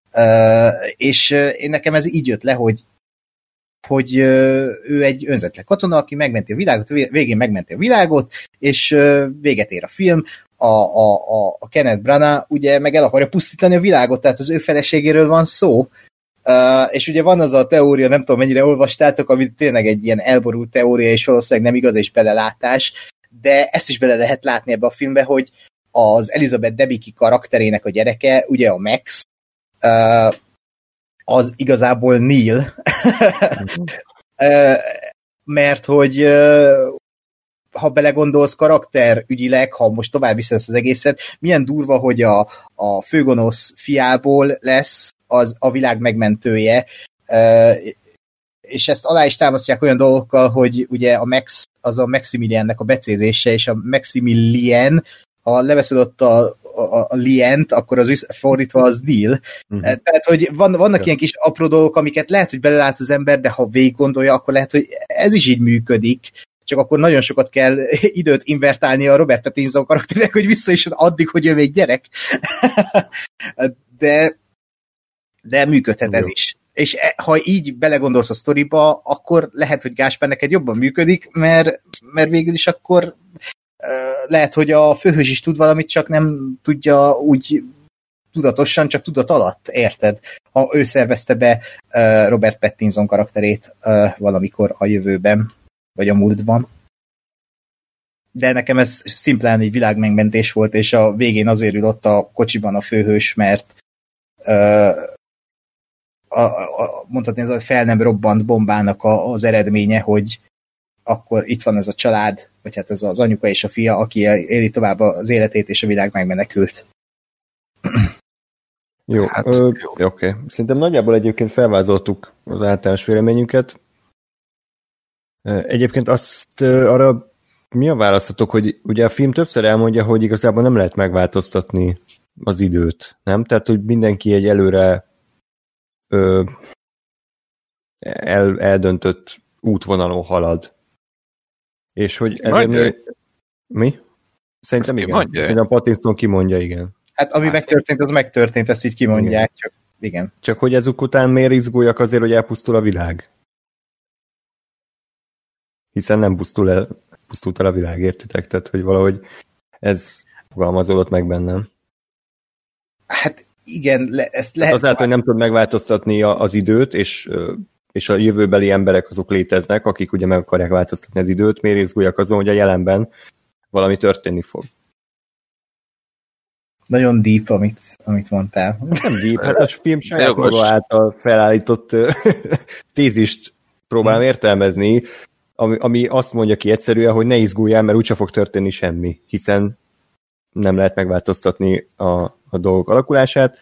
És én nekem ez így jött le, hogy ő egy önzetlen katona, aki megmenti a világot, végén megmenti a világot, és véget ér a film. A Kenneth Branagh ugye meg el akarja pusztítani a világot, tehát az ő feleségéről van szó. És ugye van az a teória, nem tudom mennyire olvastátok, ami tényleg egy ilyen elborult teória, és valószínűleg nem igaz és belelátás, de ezt is bele lehet látni ebbe a filmbe, hogy az Elizabeth Debicki karakterének a gyereke, ugye a Max, az igazából Neil. Mert hogy ha belegondolsz karakterügyileg, ha most tovább viszesz az egészet, milyen durva, hogy a főgonosz fiából lesz az a világ megmentője, és ezt alá is támasztják olyan dolgokkal, hogy ugye a Max az a Maximiliannek a becézése, és a Maximilian, ha leveszed ott a lient, akkor az fordítva az deal. Tehát, hogy vannak ilyen kis apró dolgok, amiket lehet, hogy belelát az ember, de ha végig gondolja, akkor lehet, hogy ez is így működik. Csak akkor nagyon sokat kell időt invertálni a Robert Pattinson karakternek, hogy visszajusson addig, hogy ő még gyerek. De működhet ez is. És ha így belegondolsz a sztoriba, akkor lehet, hogy Gáspár neked jobban működik, mert végül is akkor lehet, hogy a főhős is tud valamit, csak nem tudja úgy tudatosan, csak tudat alatt, érted? Ha ő szervezte be Robert Pattinson karakterét valamikor a jövőben, vagy a múltban. De nekem ez szimplán egy világmegmentés volt, és a végén azért ül ott a kocsiban a főhős, mert mondhatni, ez a fel nem robbant bombának az eredménye, hogy akkor itt van ez a család, vagy hát ez az anyuka és a fia, aki éli tovább az életét, és a világ megmenekült. Jó, hát, oké. Szerintem nagyjából egyébként felvázoltuk az általános véleményünket. Egyébként azt arra mi a válaszotok, hogy ugye a film többször elmondja, hogy igazából nem lehet megváltoztatni az időt, nem? Tehát, hogy mindenki egy előre eldöntött útvonalon halad. És hogy ezért mi? Szerintem igen. Mondja? Szerintem Pattinson kimondja, igen. Hát ami megtörtént, az megtörtént, ezt így kimondják, igen. Csak igen. Csak hogy ezek után miért izguljak azért, hogy elpusztul a világ? Hiszen nem pusztult el a világ, értitek? Tehát, hogy valahogy ez fogalmazódott meg bennem. Hát igen, ezt lehet... Azáltal, hogy nem tud megváltoztatni az időt, és a jövőbeli emberek azok léteznek, akik ugye meg akarják változtatni az időt, miért izguljak azon, hogy a jelenben valami történni fog. Nagyon deep, amit mondtál. Nem deep, hát a film saját maga által felállított tézist próbálom értelmezni, ami azt mondja ki egyszerűen, hogy ne izguljál, mert úgyse fog történni semmi, hiszen nem lehet megváltoztatni a dolgok alakulását.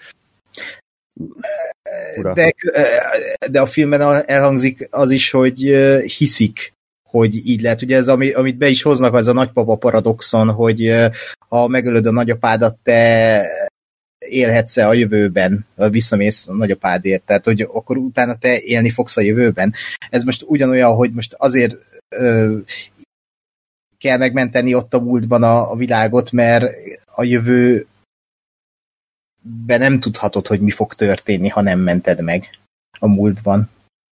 De a filmben elhangzik az is, hogy hiszik, hogy így lehet. Ugye ez, amit be is hoznak, az a nagypapa paradoxon, hogy ha megölöd a nagyapádat, te élhetsz-e a jövőben, visszamész a nagyapádért, tehát hogy akkor utána te élni fogsz a jövőben. Ez most ugyanolyan, hogy most azért kell megmenteni ott a múltban a világot, mert a jövőben nem tudhatod, hogy mi fog történni, ha nem mented meg a múltban.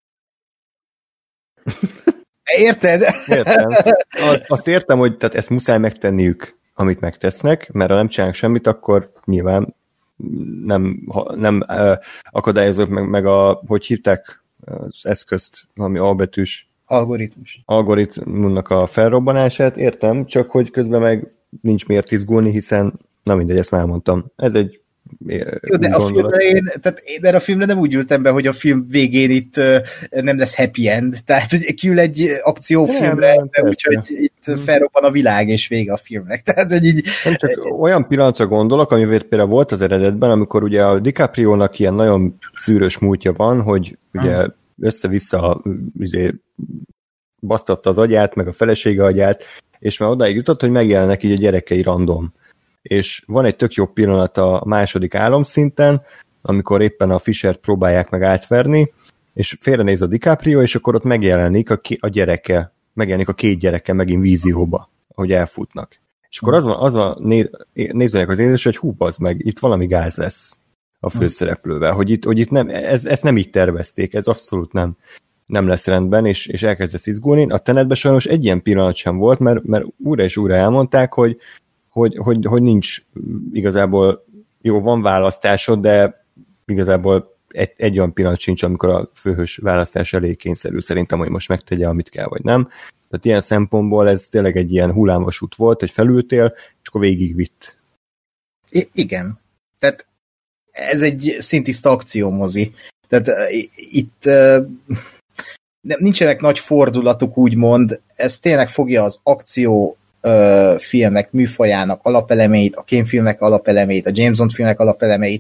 Érted? Értem. Azt értem, hogy tehát ezt muszáj megtenniük, amit megtesznek, mert ha nem csinálnak semmit, akkor nyilván nem akadályozok meg hogy hívták az eszközt, valami albetűs algoritmusnak a felrobbanását, értem, csak hogy közben meg nincs miért izgulni, hiszen na mindegy, ezt már mondtam. Ez egy jó, de erre a filmre nem úgy ültem be, hogy a film végén itt nem lesz happy end, tehát hogy kiül egy akciófilmre, úgyhogy itt felrobban a világ, és vége a filmnek. Tehát, hogy így... Nem csak olyan pillanatra gondolok, amivel például volt az eredetben, amikor ugye a DiCaprio-nak ilyen nagyon szűrös múltja van, hogy ugye össze-vissza basztatta az agyát, meg a felesége agyát, és már odáig jutott, hogy megjelennek így a gyerekei random. És van egy tök jó pillanat a második álomszinten, amikor éppen a Fishert próbálják meg átverni, és félrenéz a DiCaprio, és akkor ott megjelenik a gyereke, megjelenik a két gyereke megint vízióba, ahogy elfutnak. És akkor az van nézzenek az nézés, hogy hú, bazd meg, itt valami gáz lesz a főszereplővel, hogy itt nem, ezt nem így tervezték, ez abszolút nem lesz rendben, és elkezdesz izgulni. A Tenetben sajnos egy ilyen pillanat sem volt, mert újra és újra elmondták, hogy nincs igazából, jó, van választásod, de igazából egy olyan pillanat sincs, amikor a főhős választás elé kényszerül szerintem, hogy most megtegye, amit kell, vagy nem. Tehát ilyen szempontból ez tényleg egy ilyen hullámvasút volt, hogy felültél, és akkor végigvitt. Igen. Tehát ez egy szintiszta akciómozi. Tehát itt nincsenek nagy fordulatok, úgymond. Ez tényleg fogja az akció filmek műfajának alapelemeit, a kémfilmek alapelemeit, a James Bond filmek alapelemeit,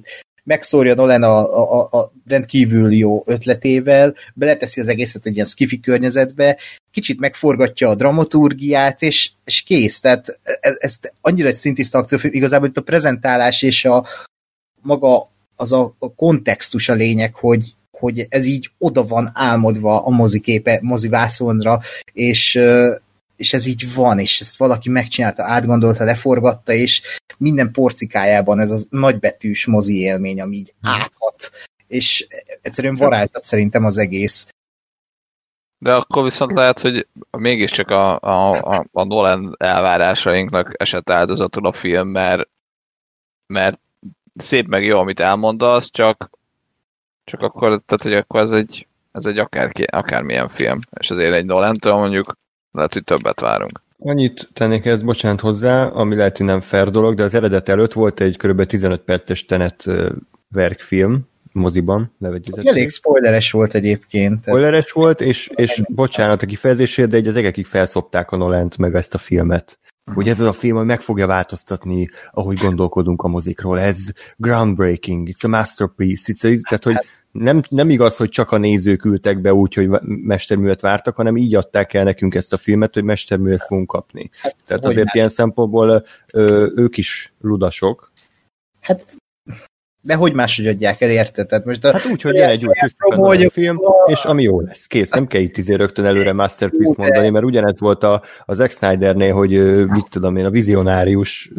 megszórja Nolan a rendkívül jó ötletével, beleteszi az egészet egy ilyen sci-fi környezetbe, kicsit megforgatja a dramaturgiát, és kész. Tehát ez annyira egy szintiszta akciófilm, igazából itt a prezentálás és maga az a kontextus a lényeg, hogy ez így oda van álmodva a mozivászonra, és ez így van, és ezt valaki megcsinálta, átgondolta, leforgatta, és minden porcikájában ez a nagybetűs mozi élmény, ami így áthat, és egyszerűen varázslat szerintem az egész. De akkor viszont lehet, hogy mégiscsak a Nolan elvárásainknak esett áldozatul a film, mert szép meg jó, amit elmondasz, csak akkor, tehát, hogy akkor ez egy akármilyen film, és azért egy Nolan-től mondjuk lehet, hogy többet várunk. Annyit tennék ezt, bocsánat hozzá, ami lehet, hogy nem fair dolog, de az eredet előtt volt egy kb. 15 perces Tenet verkfilm moziban. Elég spoileres volt egyébként. Spoileres volt, és bocsánat a kifejezésért, de egy az egekig felszopták a Nolant meg ezt a filmet. Hogy ez az a film, hogy meg fogja változtatni, ahogy gondolkodunk a mozikról. Ez groundbreaking, it's a masterpiece. Tehát, hogy nem igaz, hogy csak a nézők ültek be úgy, hogy mesterművet vártak, hanem így adták el nekünk ezt a filmet, hogy mesterművet fogunk kapni. Tehát azért ilyen szempontból ők is ludasok. Hát, de hogy máshogy adják el, érted? Tehát most hát úgy, hogy jön egy új Christopher film, és ami jó lesz. Kész, nem kell itt rögtön előre masterpiece mondani, mert ugyanez volt a Zack Snydernél, hogy mit tudom én, a vizionárius.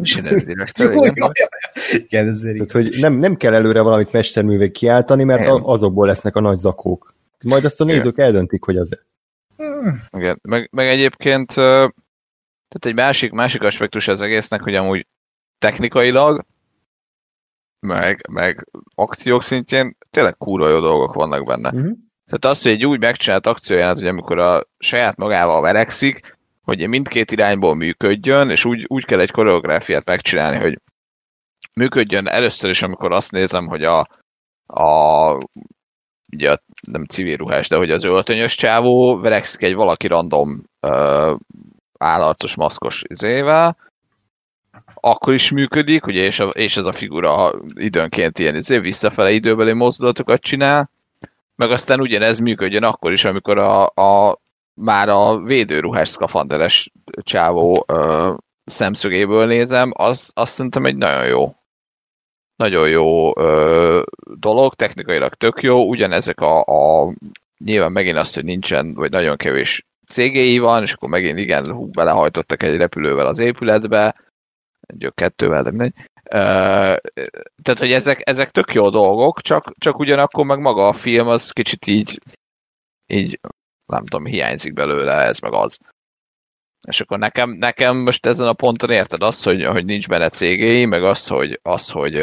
Tehát, hogy nem kell előre valamit mesterművek kiáltani, mert azokból lesznek a nagy zakók. Majd azt a nézők eldöntik, hogy az-e. Igen. Meg egyébként tehát egy másik aspektus az egésznek, hogy amúgy technikailag meg akciók szintjén tényleg kurva jó dolgok vannak benne. Tehát az, hogy egy úgy megcsinált akciójánat, hogy amikor a saját magával verekszik, hogy mindkét irányból működjön, és úgy kell egy koreográfiát megcsinálni, hogy működjön először is, amikor azt nézem, hogy ugye nem civil ruhás, de hogy az öltönyös csávó verekszik egy valaki random állarcos maszkos izével, akkor is működik, ugye, és ez a figura időnként ilyen visszafele időbeli mozdulatokat csinál, meg aztán ugyanez működjön akkor is, amikor már a védőruhás szkafanderes csávó szemszögéből nézem, azt szerintem egy nagyon jó dolog, technikailag tök jó, ugyanezek nyilván megint azt, hogy nincsen, vagy nagyon kevés CGI van, és akkor megint igen, belehajtottak egy repülővel az épületbe, kettővel, de mindegy. Tehát, hogy ezek tök jó dolgok, csak ugyanakkor meg maga a film az kicsit így nem tudom, hiányzik belőle ez meg az. És akkor nekem most ezen a ponton érted azt, hogy nincs benne CGI, meg hogy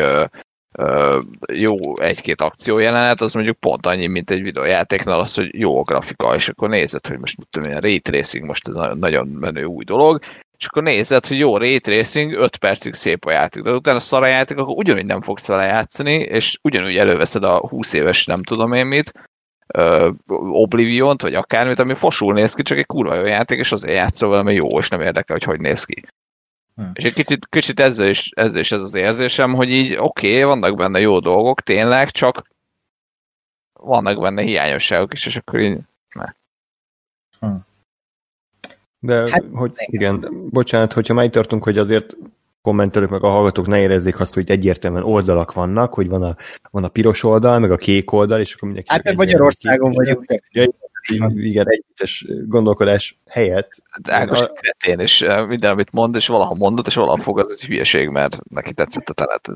jó egy-két akciójelenet, az mondjuk pont annyi, mint egy videójátéknál az, hogy jó a grafika, és akkor nézed, hogy most tudom, a ray tracing most ez nagyon menő új dolog, és akkor nézed, hogy jó ray tracing, 5 percig szép a játék, de utána szar a játék, akkor ugyanúgy nem fogsz vele játszani, és ugyanúgy előveszed a 20 éves nem tudom én mit, Oblivion-t, vagy akármit, ami fosul néz ki, csak egy kurva jó játék, és azért játszol vele, mert jó, és nem érdekel, hogy néz ki. És egy kicsit ezzel is ez az érzésem, hogy így oké, vannak benne jó dolgok, tényleg, csak vannak benne hiányosságok is, és akkor így ne. De, hát, hogy igen, bocsánat, hogyha már itt tartunk, hogy azért kommentelők meg a hallgatók ne érezzék azt, hogy egyértelműen oldalak vannak, hogy van a piros oldal, meg a kék oldal, és akkor mindenki... Hát Magyarországon vagyunk. Igen, együttes gondolkodás helyett. Ágos kretén, és minden, amit mond, és valaha mondott, és valaha fog, az egy hülyeség, mert neki tetszett a talált.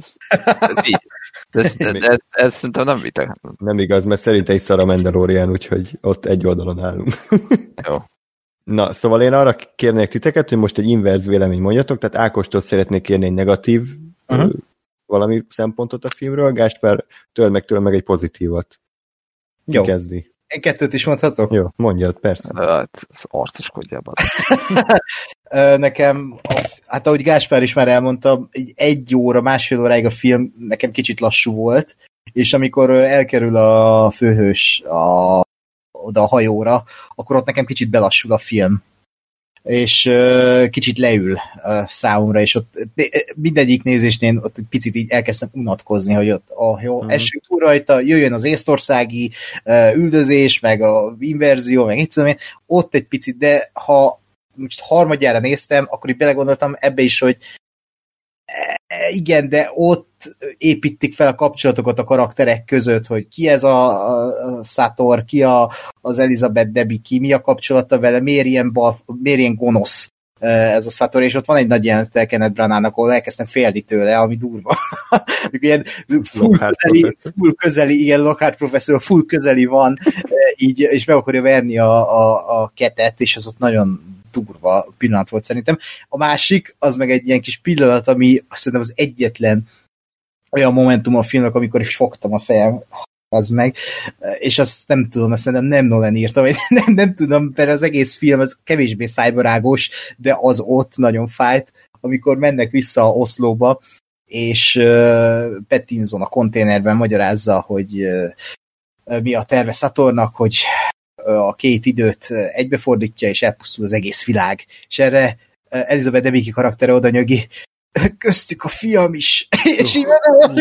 Ez szerintem nem vita. Nem igaz, mert szerintem is szar a Mandalorian, úgyhogy ott egy oldalon állunk. Jó. Na, szóval én arra kérnék titeket, hogy most egy inverz vélemény mondjatok, tehát Ákostól szeretnék kérni egy negatív valami szempontot a filmről, Gáspár tőle meg egy pozitívat. Jó. Kezdi. Én kettőt is mondhatok? Jó, mondjad, persze. Hát, arcoskodjában. Nekem, hát ahogy Gáspár is már elmondta, egy óra, másfél óráig a film nekem kicsit lassú volt, és amikor elkerül a főhős oda a hajóra, akkor ott nekem kicsit belassul a film. és kicsit leül számomra, és ott mindegyik nézésnél ott egy picit így elkezdtem unatkozni, hogy ott jó, essünk túl rajta, jöjjön az észtországi üldözés, meg a inverzió, meg így tudom én, ott egy picit, de ha most harmadjára néztem, akkor így belegondoltam ebbe is, hogy igen, de ott építik fel a kapcsolatokat a karakterek között, hogy ki ez a Sator, ki az Elizabeth Debicki, mi a kapcsolata vele, miért ilyen gonosz ez a Sator, és ott van egy nagy jelenet Kenneth Branagh-nak, ahol elkezdtem félni tőle, ami durva. Ilyen full közeli, igen, Lockhart professzor, full közeli van, így, és meg akarja verni a ketet, és ez ott nagyon durva pillanat volt szerintem. A másik, az meg egy ilyen kis pillanat, ami azt szerintem az egyetlen olyan momentum a filmnek, amikor is fogtam a fejem, az meg, és azt nem tudom, azt szerintem nem Nolan írta, vagy nem tudom, mert az egész film az kevésbé szájbarágos, de az ott nagyon fájt, amikor mennek vissza Oszlóba, és Pattinson a konténerben magyarázza, hogy mi a terve Satornak, hogy a két időt egybefordítja, és elpusztul az egész világ. És erre Elizabeth Debicki karaktere oda nyögi, köztük a fiam is. És így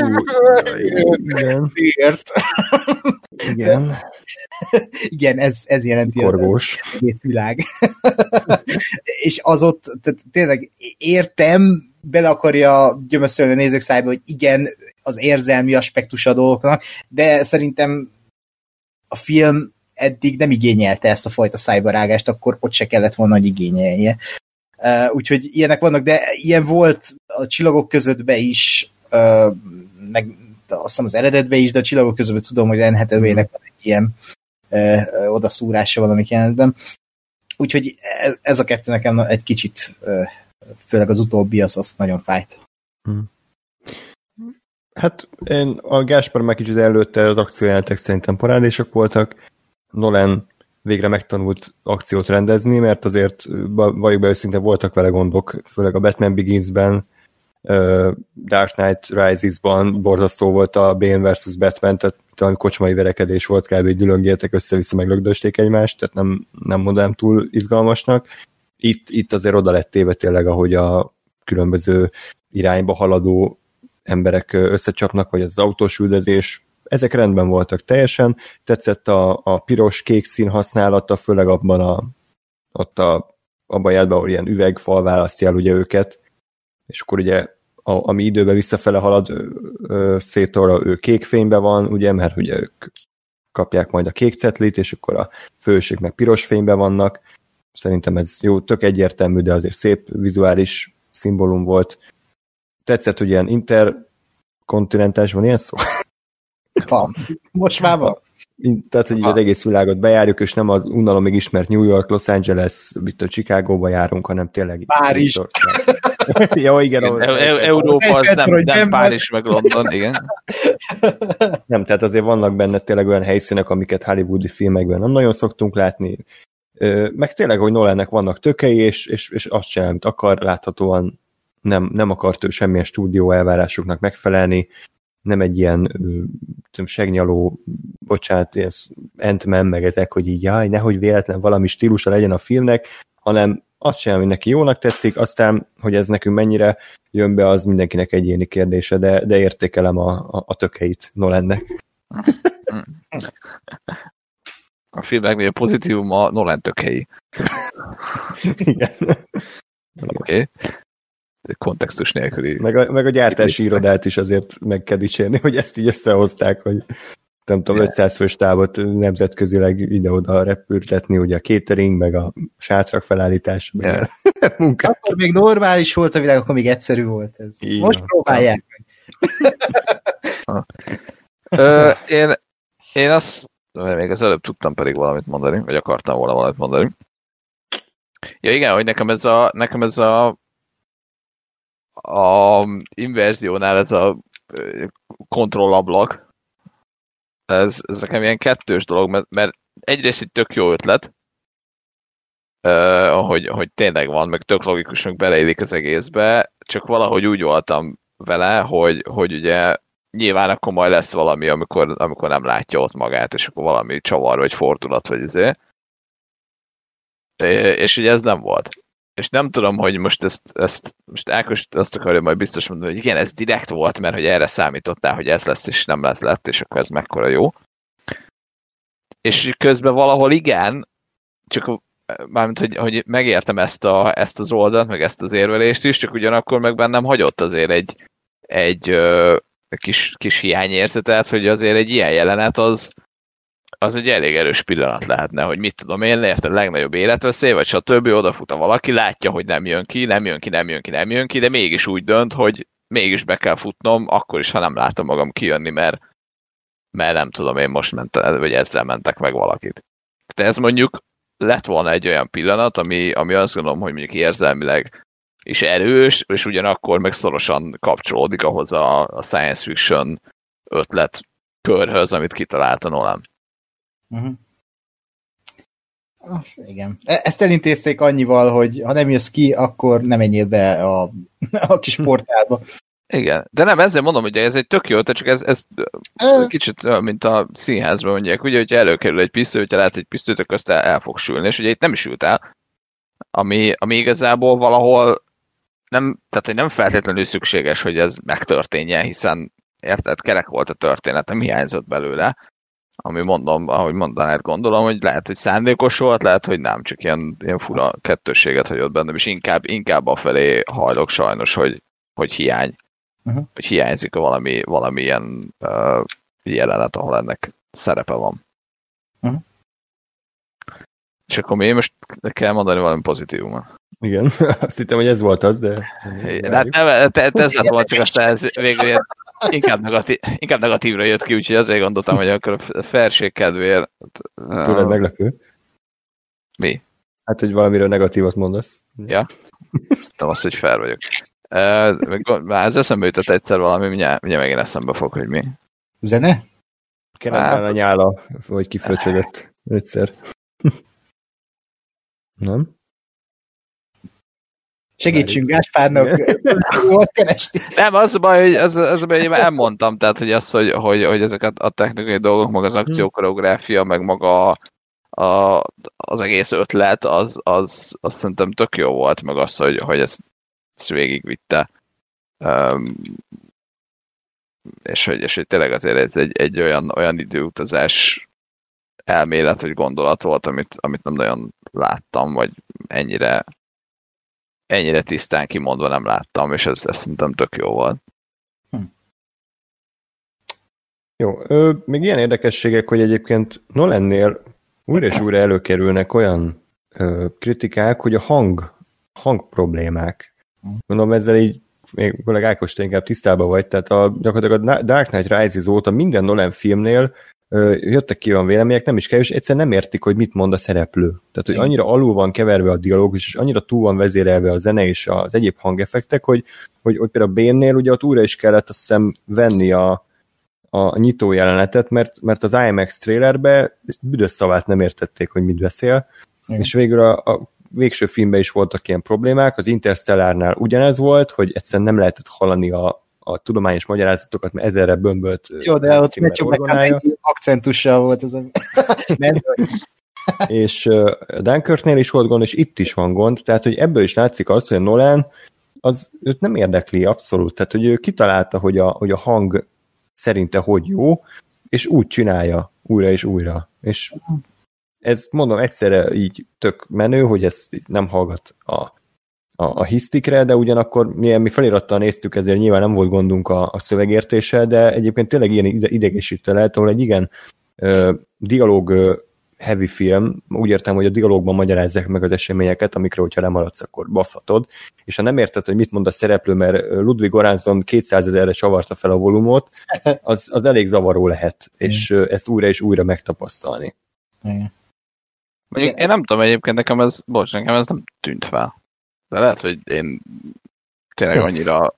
miért? Igen. Igen, ez jelenti Korgós. az egész világ. És az ott, tehát tényleg értem, bele akarja gyömöszölni a nézők szájba, hogy igen, az érzelmi aspektus a dolgoknak, de szerintem a film eddig nem igényelte ezt a fajta szájbarágást, akkor ott se kellett volna, hogy igényelje. Úgyhogy ilyenek vannak, de ilyen volt a Csillagok közöttbe is, meg azt hiszem az eredetbe is, de a Csillagok közöttben tudom, hogy Anne Hathaway-nek van egy ilyen odaszúrása valamik jelentben. Úgyhogy ez a kettő nekem egy kicsit, főleg az utóbbi, az nagyon fájt. Hát a Gáspár már kicsit előtte az akciójelentek szerintem parádésok voltak. Nolan végre megtanult akciót rendezni, mert azért valljuk be őszintén voltak vele gondok, főleg a Batman Begins-ben, Dark Knight Rises-ban borzasztó volt a Bane versus Batman, tehát talán kocsmai verekedés volt, kb. Dülöngéltek össze-vissza, meg lögdösték egymást, tehát nem mondanám túl izgalmasnak. Itt azért oda lett téve tényleg, ahogy a különböző irányba haladó emberek összecsapnak, vagy az autós üldözés, ezek rendben voltak teljesen. Tetszett a piros-kék szín használata, főleg abban a játban, ahol ilyen üvegfal választja el ugye őket, és akkor ugye ami időben visszafele halad Sator, ő kék fényben van, ugye, mert ugye ők kapják majd a kék cetlit, és akkor a fősök meg piros fényben vannak. Szerintem ez jó, tök egyértelmű, de azért szép vizuális szimbólum volt. Tetszett, hogy ilyen interkontinentális, van ilyen szó? Van. Most már van. Tehát, hogy az egész világot bejárjuk, és nem az unalomig ismert New York, Los Angeles, itt a Chicagóba járunk, hanem tényleg... Párizs. Jó, igen. Európa az nem Párizs meg London, igen. Nem, tehát azért vannak benne tényleg olyan helyszínek, amiket hollywoodi filmekben nem nagyon szoktunk látni. Meg tényleg, hogy Nolannek vannak tökei, és azt csinál, amit akar, láthatóan nem akart ő semmilyen stúdió elvárásoknak megfelelni, nem egy ilyen segnyaló, bocsánat, ez Ant-Man, meg ezek, hogy így jaj, nehogy véletlen valami stílusa legyen a filmnek, hanem azt csinál, hogy neki jónak tetszik, aztán, hogy ez nekünk mennyire jön be, az mindenkinek egyéni kérdése, de értékelem a tökeit Nolannek. A filmnek a pozitívum a Nolan tökei. Igen. Oké. Kontextus nélküli. Meg a gyártási irodát is azért meg kell dicsérni, hogy ezt így összehozták, hogy nem tudom, 500 fős távot nemzetközileg ide-oda repültetni, ugye a catering, meg a sátrak felállítás, meg a munkák. Akkor még normális volt a világ, akkor még egyszerű volt ez. Igen. Most próbálják meg. Én azt még az előbb tudtam pedig valamit mondani, vagy akartam volna valamit mondani. Ja igen, hogy nekem ez a inverziónál ez a kontrollablak, ez nekem ilyen kettős dolog, mert egyrészt egy tök jó ötlet, hogy tényleg van, meg tök logikus, meg beleillik az egészbe, csak valahogy úgy voltam vele, hogy ugye nyilván akkor majd lesz valami, amikor nem látja ott magát, és akkor valami csavar, vagy fordulat, vagy ezért. És ugye ez nem volt. és nem tudom, hogy most ezt most Ákos azt akarja majd biztos mondani, hogy igen, ez direkt volt, mert hogy erre számítottál, hogy ez lesz, és nem lesz lett, és akkor ez mekkora jó. És közben valahol igen, csak mármint, hogy megértem ezt az oldalt, meg ezt az érvelést is, csak ugyanakkor meg bennem hagyott azért egy kis hiányérzetet, hogy azért egy ilyen jelenet az egy elég erős pillanat lehetne, hogy mit tudom én, érted, legnagyobb életveszély, vagy stb. Odafut a valaki, látja, hogy nem jön ki, de mégis úgy dönt, hogy mégis be kell futnom, akkor is, ha nem látom magam kijönni, mert nem tudom én most vagy ezzel mentek meg valakit. De ez mondjuk lett volna egy olyan pillanat, ami azt gondolom, hogy mondjuk érzelmileg is erős, és ugyanakkor meg szorosan kapcsolódik ahhoz a science fiction ötlet körhöz, amit kitalálta Nolan. Uh-huh. Igen. Ezt elintézték annyival, hogy ha nem jössz ki, akkor nem menjél be a kis portálba. Igen, de nem, ezzel mondom, hogy ez egy tök jó, csak ez kicsit, mint a színházban mondják, ugye, hogyha előkerül egy pisztoly, hogyha látsz egy pisztolyt, akkor azt el fog sülni, és ugye itt nem is ült el, ami igazából valahol tehát hogy nem feltétlenül szükséges, hogy ez megtörténjen, hiszen érted, kerek volt a történetem, hiányzott belőle, ami mondom, ahogy mondanád, gondolom, hogy lehet, hogy szándékos volt, lehet, hogy nem, csak ilyen fura kettősséget hagyott bennem, és inkább afelé hajlok sajnos, hogy hiány. Uh-huh. Hogy hiányzik valamilyen jelenet, ahol ennek szerepe van. Uh-huh. És akkor én most kell mondani valami pozitívumot. Igen, azt hittem, hogy ez volt az, de... Ez lett volna, csak aztán ez végül inkább negatívra jött ki, úgyhogy azért gondoltam, hogy akkor a felség kedvéért... Tőled meglepő. Mi? Hát, hogy valamiről negatívat mondasz. Ja? Szerintem azt, hogy fair vagyok. Már ez eszembe jutott egyszer valami, mindjárt megint eszembe fog, hogy mi. Zene? Keretben a nyála, vagy kifröcsögött egyszer. Nem? Segítsünk Gáspárnak, volt keresni. Nem, az a baj, hogy már elmondtam, tehát hogy az, hogy ezeket a technikai dolgok, maga az akciókoreográfia, meg maga az egész ötlet, az szerintem tök jó volt, meg az, hogy ezt végigvitte. És hogy tényleg azért ez egy olyan időutazás elmélet, vagy gondolat volt, amit nem nagyon láttam, vagy ennyire tisztán kimondva nem láttam, és ez szerintem tök jó volt. Jó, még ilyen érdekességek, hogy egyébként Nolannél újra és újra előkerülnek olyan kritikák, hogy a hang problémák. Mondom, ezzel így még főleg Ákos, te inkább tisztában vagy, tehát gyakorlatilag a Dark Knight Rises óta minden Nolan filmnél jöttek ki olyan vélemények, nem is kell, és egyszerűen nem értik, hogy mit mond a szereplő. Tehát, hogy annyira alul van keverve a dialógus, és annyira túl van vezérelve a zene és az egyéb hangeffektek, hogy például a Bane-nél ugye ott újra is kellett azt hiszem venni a nyitó jelenetet, mert az IMAX trailerbe büdös szavát nem értették, hogy mit beszél, és végül a végső filmben is voltak ilyen problémák, az Interstellárnál ugyanez volt, hogy egyszerűen nem lehetett hallani a tudományos magyarázatokat, mert ezerre bömbölt. Jó, de ott egy akcentussal volt az a... És a Dunkirknél is volt gond, és itt is van gond, tehát hogy ebből is látszik az, hogy a Nolan őt nem érdekli abszolút, tehát hogy ő kitalálta, hogy a hang szerinte hogy jó, és úgy csinálja újra és újra. És ez mondom egyszerre így tök menő, hogy ez nem hallgat a hisztikre, de ugyanakkor mi felirattal néztük, ezért nyilván nem volt gondunk a szövegértéssel, de egyébként tényleg ilyen idegesítő lehet, ahol egy igen dialóg heavy film, úgy értem, hogy a dialógban magyarázzák meg az eseményeket, amikre, hogyha lemaradsz, akkor baszhatod, és ha nem érted, hogy mit mond a szereplő, mert Ludwig Göransson 200 000-re csavarta fel a volumot, az elég zavaró lehet, és ezt újra és újra megtapasztalni. Mondjuk én nem tudom, egyébként nekem ez nem tűnt fel. De lehet, hogy én tényleg annyira...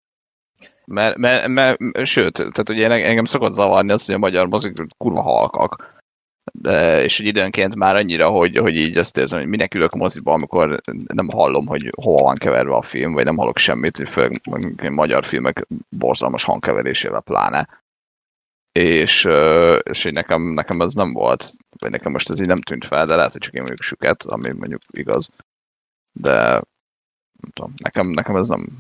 Mert sőt, tehát ugye engem szokott zavarni az, hogy a magyar mozik kurva halkak. És hogy időnként már annyira, hogy így azt érzem, hogy minek ülök a moziba, amikor nem hallom, hogy hova van keverve a film, vagy nem hallok semmit, hogy főleg magyar filmek borzalmas hangkeverésével pláne. És hogy nekem ez nem volt, vagy nekem most ez így nem tűnt fel, de lehet, hogy csak én vagyok süket, ami mondjuk igaz. De nem tudom, nekem ez nem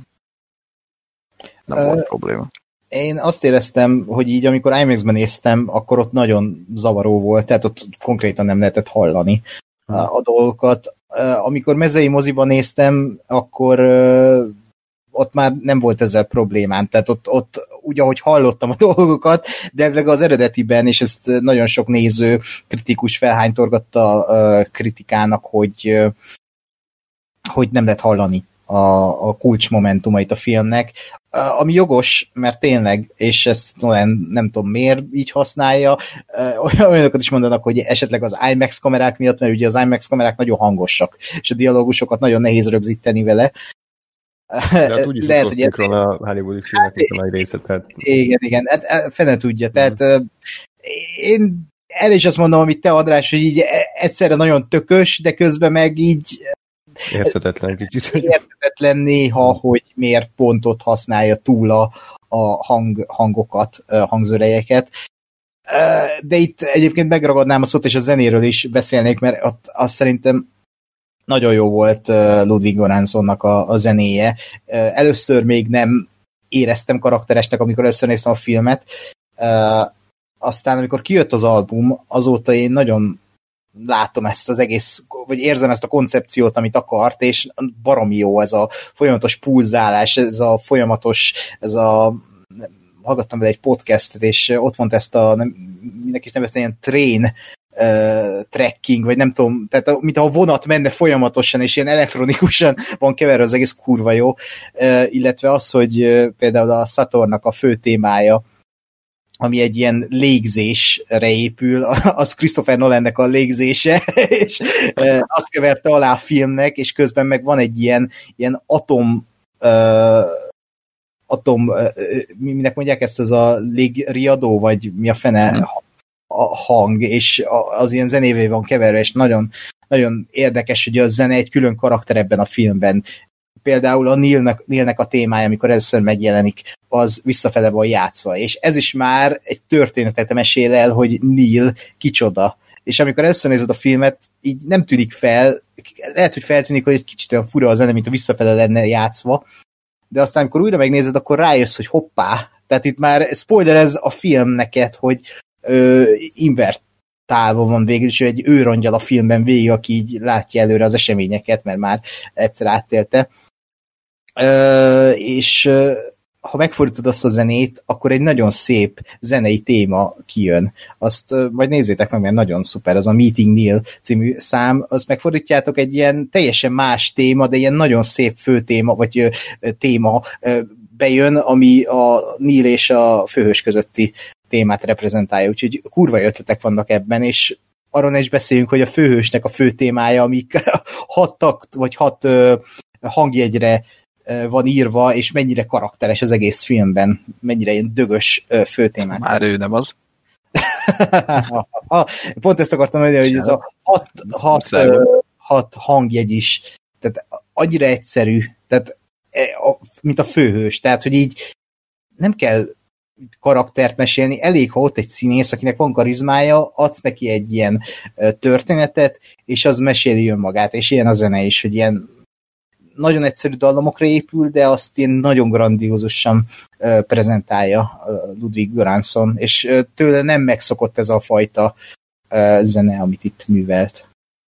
volt probléma. Én azt éreztem, hogy így amikor IMAX-ben néztem, akkor ott nagyon zavaró volt, tehát ott konkrétan nem lehetett hallani a dolgokat. Amikor mezei moziban néztem, akkor ott már nem volt ezzel problémám, tehát ott úgy, ahogy hallottam a dolgokat, de az eredetiben, és ezt nagyon sok néző, kritikus felhánytorgatta kritikának, hogy nem lehet hallani a kulcsmomentumait a filmnek, ami jogos, mert tényleg, és ezt nem tudom miért így használja, olyanokat is mondanak, hogy esetleg az IMAX kamerák miatt, mert ugye az IMAX kamerák nagyon hangosak, és a dialógusokat nagyon nehéz rögzíteni vele. De hát úgyis lehet, hogy a hollywoodi filmeknek a nagy része. Tehát... Igen, hát fene tudja, tehát én el is azt mondom, amit te, András, hogy így egyszerre nagyon tökös, de közben meg így érthetetlen kicsit. Érthetetlen néha, hogy miért pont ott használja túl a hangokat, hangzörejeket. De itt egyébként megragadnám a szót, és a zenéről is beszélnék, mert ott azt szerintem nagyon jó volt Ludwig Göranssonnak a zenéje. Először még nem éreztem karakteresnek, amikor először néztem a filmet. Aztán, amikor kijött az album, azóta én nagyon látom ezt az egész, vagy érzem ezt a koncepciót, amit akart, és baromi jó ez a folyamatos pulzálás, hallgattam vele egy podcastet, és ott mondta ezt mindenki is nevezte ilyen train tracking, vagy nem tudom, tehát mint a vonat menne folyamatosan, és ilyen elektronikusan van keverve, az egész kurva jó, illetve az, hogy például a Saturnnak a fő témája, ami egy ilyen légzésre épül, az Christopher Nolannek a légzése, és azt keverte alá a filmnek, és közben meg van egy ilyen minek mondják ezt, az a légriadó, vagy mi a fene a hang, és az ilyen zenévé van keverve, és nagyon, nagyon érdekes, hogy a zene egy külön karakter ebben a filmben. Például a Neilnek a témája, amikor először megjelenik, az visszafele van játszva, és ez is már egy történetet mesél el, hogy Neil kicsoda. És amikor először nézed a filmet, így nem tűnik fel, lehet, hogy feltűnik, hogy egy kicsit olyan fura a zene, mint a visszafele lenne játszva, de aztán, amikor újra megnézed, akkor rájössz, hogy hoppá, tehát itt már spoiler ez a film neked, hogy invertálva van végül, és egy őrangyal a filmben végig, aki így látja előre az eseményeket, mert már egyszer átélte. És ha megfordítod azt a zenét, akkor egy nagyon szép zenei téma kijön. Azt majd nézzétek meg, mert nagyon szuper, az a Meeting Neil című szám, azt megfordítjátok, egy ilyen teljesen más téma, de ilyen nagyon szép főtéma, vagy téma bejön, ami a Neil és a főhős közötti témát reprezentálja, úgyhogy kurva ötletek vannak ebben, és arról ne is beszéljünk, hogy a főhősnek a fő témája, amik 6 takt, vagy 6 hangjegyre van írva, és mennyire karakteres az egész filmben, mennyire ilyen dögös főtémák. Már ő nem az. Pont ezt akartam mondani, hogy ez a 6 hangjegy is, tehát annyira egyszerű, tehát, mint a főhős, tehát, hogy így nem kell karaktert mesélni, elég, ha ott egy színész, akinek van karizmája, adsz neki egy ilyen történetet, és az meséli önmagát, és ilyen a zene is, hogy ilyen nagyon egyszerű dallamokra épül, de azt ilyen nagyon grandiózusan prezentálja Ludwig Göransson, és tőle nem megszokott ez a fajta zene, amit itt művelt.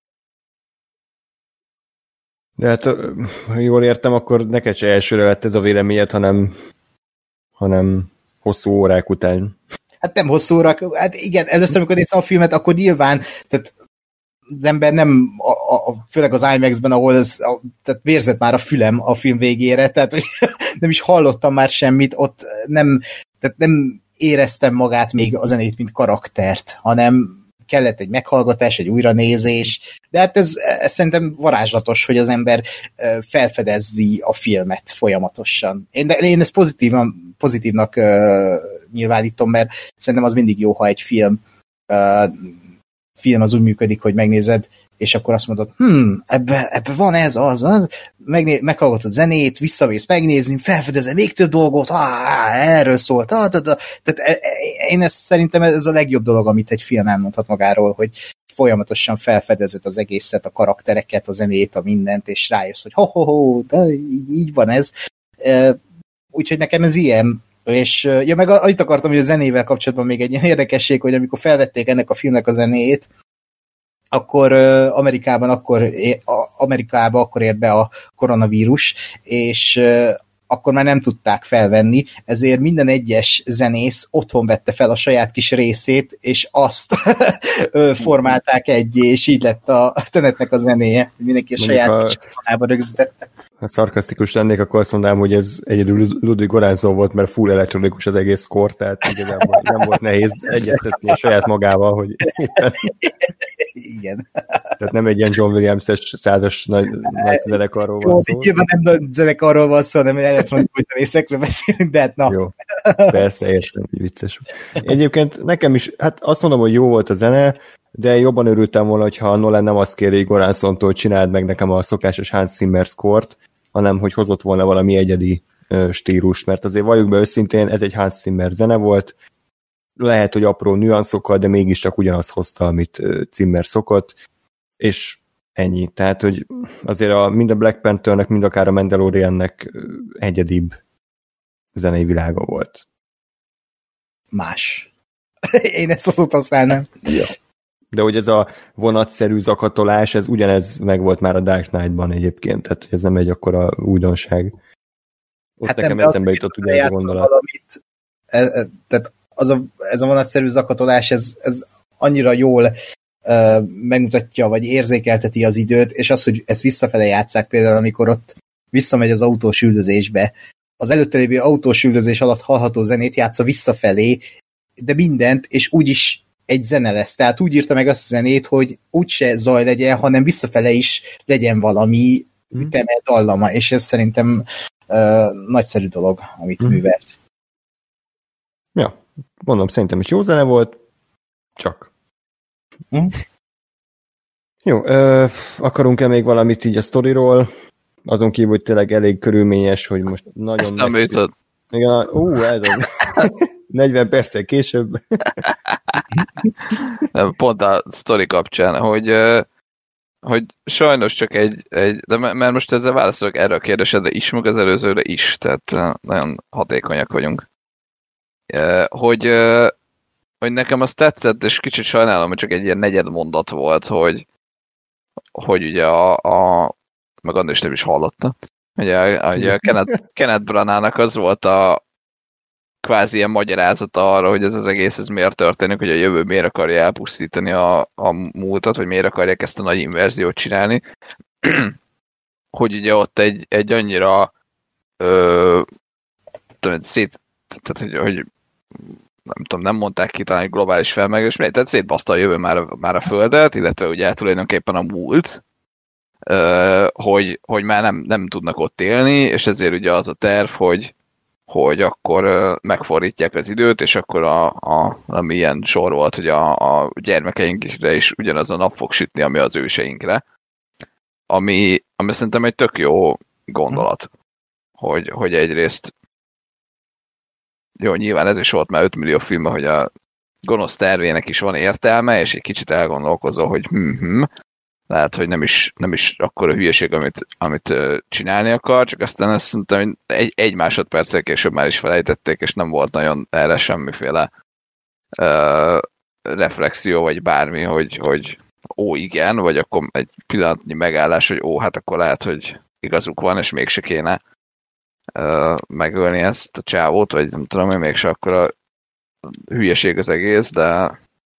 De hát, ha jól értem, akkor neked se elsőre lett ez a véleményed, hanem hosszú órák után. Hát nem hosszú órák, hát igen, először, amikor néztem a filmet, akkor nyilván, tehát az ember nem, főleg az IMAX-ben, ahol tehát vérzett már a fülem a film végére, tehát hogy nem is hallottam már semmit, ott tehát nem éreztem magát még a zenét, mint karaktert, hanem kellett egy meghallgatás, egy újranézés, de hát ez szerintem varázslatos, hogy az ember felfedezzi a filmet folyamatosan. Én ezt pozitívnak nyilvánítom, az szerintem az mindig jó, ha egy film az úgy működik, hogy megnézed, és akkor azt mondod, ebbe van ez, az, meghallgatod zenét, visszavész megnézni, felfedezem még több dolgot, erről szólt, tehát én ezt szerintem ez a legjobb dolog, amit egy film elmondhat magáról, hogy folyamatosan felfedezed az egészet, a karaktereket, a zenét, a mindent, és rájössz, hogy ho-ho-ho, de így van ez. Úgyhogy nekem ez ilyen. És ja, meg itt akartam, hogy a zenével kapcsolatban még egy ilyen érdekesség, hogy amikor felvették ennek a filmnek a zenéjét, akkor Amerikában akkor ért be a koronavírus, és akkor már nem tudták felvenni, ezért minden egyes zenész otthon vette fel a saját kis részét, és azt formálták egyé, és így lett a Tenetnek a zenéje. Mindenki a saját kis otthonában rögzítette. Ha szarkasztikus lennék, akkor azt mondanám, hogy ez egyedül Ludwig Göransson volt, mert full elektronikus az egész kor, tehát igazából nem volt nehéz egyeztetni a saját magával, hogy igen. Tehát nem egy ilyen John Williams-es százas nagy zenekarról van szó. Nyilván nem nagy zenekarról van szó, hanem elektronikus zenészekről beszélünk, de hát na. Jó, persze, értem, hogy vicces. Egyébként nekem is, hát azt mondom, hogy jó volt a zene, de jobban örültem volna, hogyha Nolan nem azt kéri Göransszontól, hogy csináld meg nekem a szokásos Hans Zimmer score-t, hanem hogy hozott volna valami egyedi stílus, mert azért valljuk be őszintén, ez egy Hans Zimmer zene volt, lehet, hogy apró nüanszokkal, de mégiscsak ugyanazt hozta, amit Zimmer szokott, és ennyi. Tehát, hogy azért mind a Black Panthernek, mind akár a Mandaloriannek egyedibb zenei világa volt. Más. Én ezt a szót használnám. Ja. De hogy ez a vonatszerű zakatolás, ez ugyanez megvolt már a Dark Knight-ban egyébként, tehát ez nem egy akkora újdonság. Ott hát nekem eszembe jutott ugye ez a gondolat. Tehát ez a vonatszerű zakatolás, ez annyira jól megmutatja, vagy érzékelteti az időt, és az, hogy ezt visszafele játsszák például, amikor ott visszamegy az autós üldözésbe, az előtte lévő autós üldözés alatt hallható zenét játsza visszafelé, de mindent, és úgyis egy zene lesz. Tehát úgy írta meg azt a zenét, hogy úgyse zaj legyen, hanem visszafele is legyen valami üteme, dallama, és ez szerintem nagyszerű dolog, amit művelt. Ja, mondom, szerintem is jó zene volt, csak. Jó, akarunk-e még valamit így a sztoriról? Azon kívül, hogy tényleg elég körülményes, hogy most nagyon ezt nem ütött. Igen, ez az. 40 perccel később. Nem, pont a sztori kapcsán, hogy sajnos csak de mert most ezzel válaszolok erre a kérdésedre is, meg az előzőre is, tehát nagyon hatékonyak vagyunk. Hogy nekem az tetszett, és kicsit sajnálom, hogy csak egy ilyen negyed mondat volt, hogy ugye meg András nem is hallotta, ugye a Kenneth Branagh-nak az volt a kvázi ilyen magyarázata arra, hogy ez az egész ez miért történik, hogy a jövő miért akarja elpusztítani a múltat, vagy miért akarják ezt a nagy inverziót csinálni. Hogy ugye ott egy annyira tehát, hogy nem tudom, nem mondták ki talán egy globális felmelegedés, tehát szétbaszta a jövő már a Földet, illetve ugye tulajdonképpen a múlt, hogy már nem tudnak ott élni, és ezért ugye az a terv, hogy akkor megfordítják az időt, és akkor ami ilyen sor volt, hogy a gyermekeinkre is ugyanaz a nap fog sütni, ami az őseinkre. Ami szerintem egy tök jó gondolat, hogy egyrészt jó, nyilván ez is volt már 5 millió film, hogy a gonosz tervének is van értelme, és egy kicsit elgondolkozol, hogy lehet, hogy nem is akkor a hülyeség, amit csinálni akar, csak aztán azt szerintem, hogy egy másodperccel később már is felejtették, és nem volt nagyon erre semmiféle reflexió, vagy bármi, hogy igen, vagy akkor egy pillanatnyi megállás, hogy hát akkor lehet, hogy igazuk van, és mégse kéne megölni ezt a csávót, vagy nem tudom, hogy mégse akkor a hülyeség az egész, de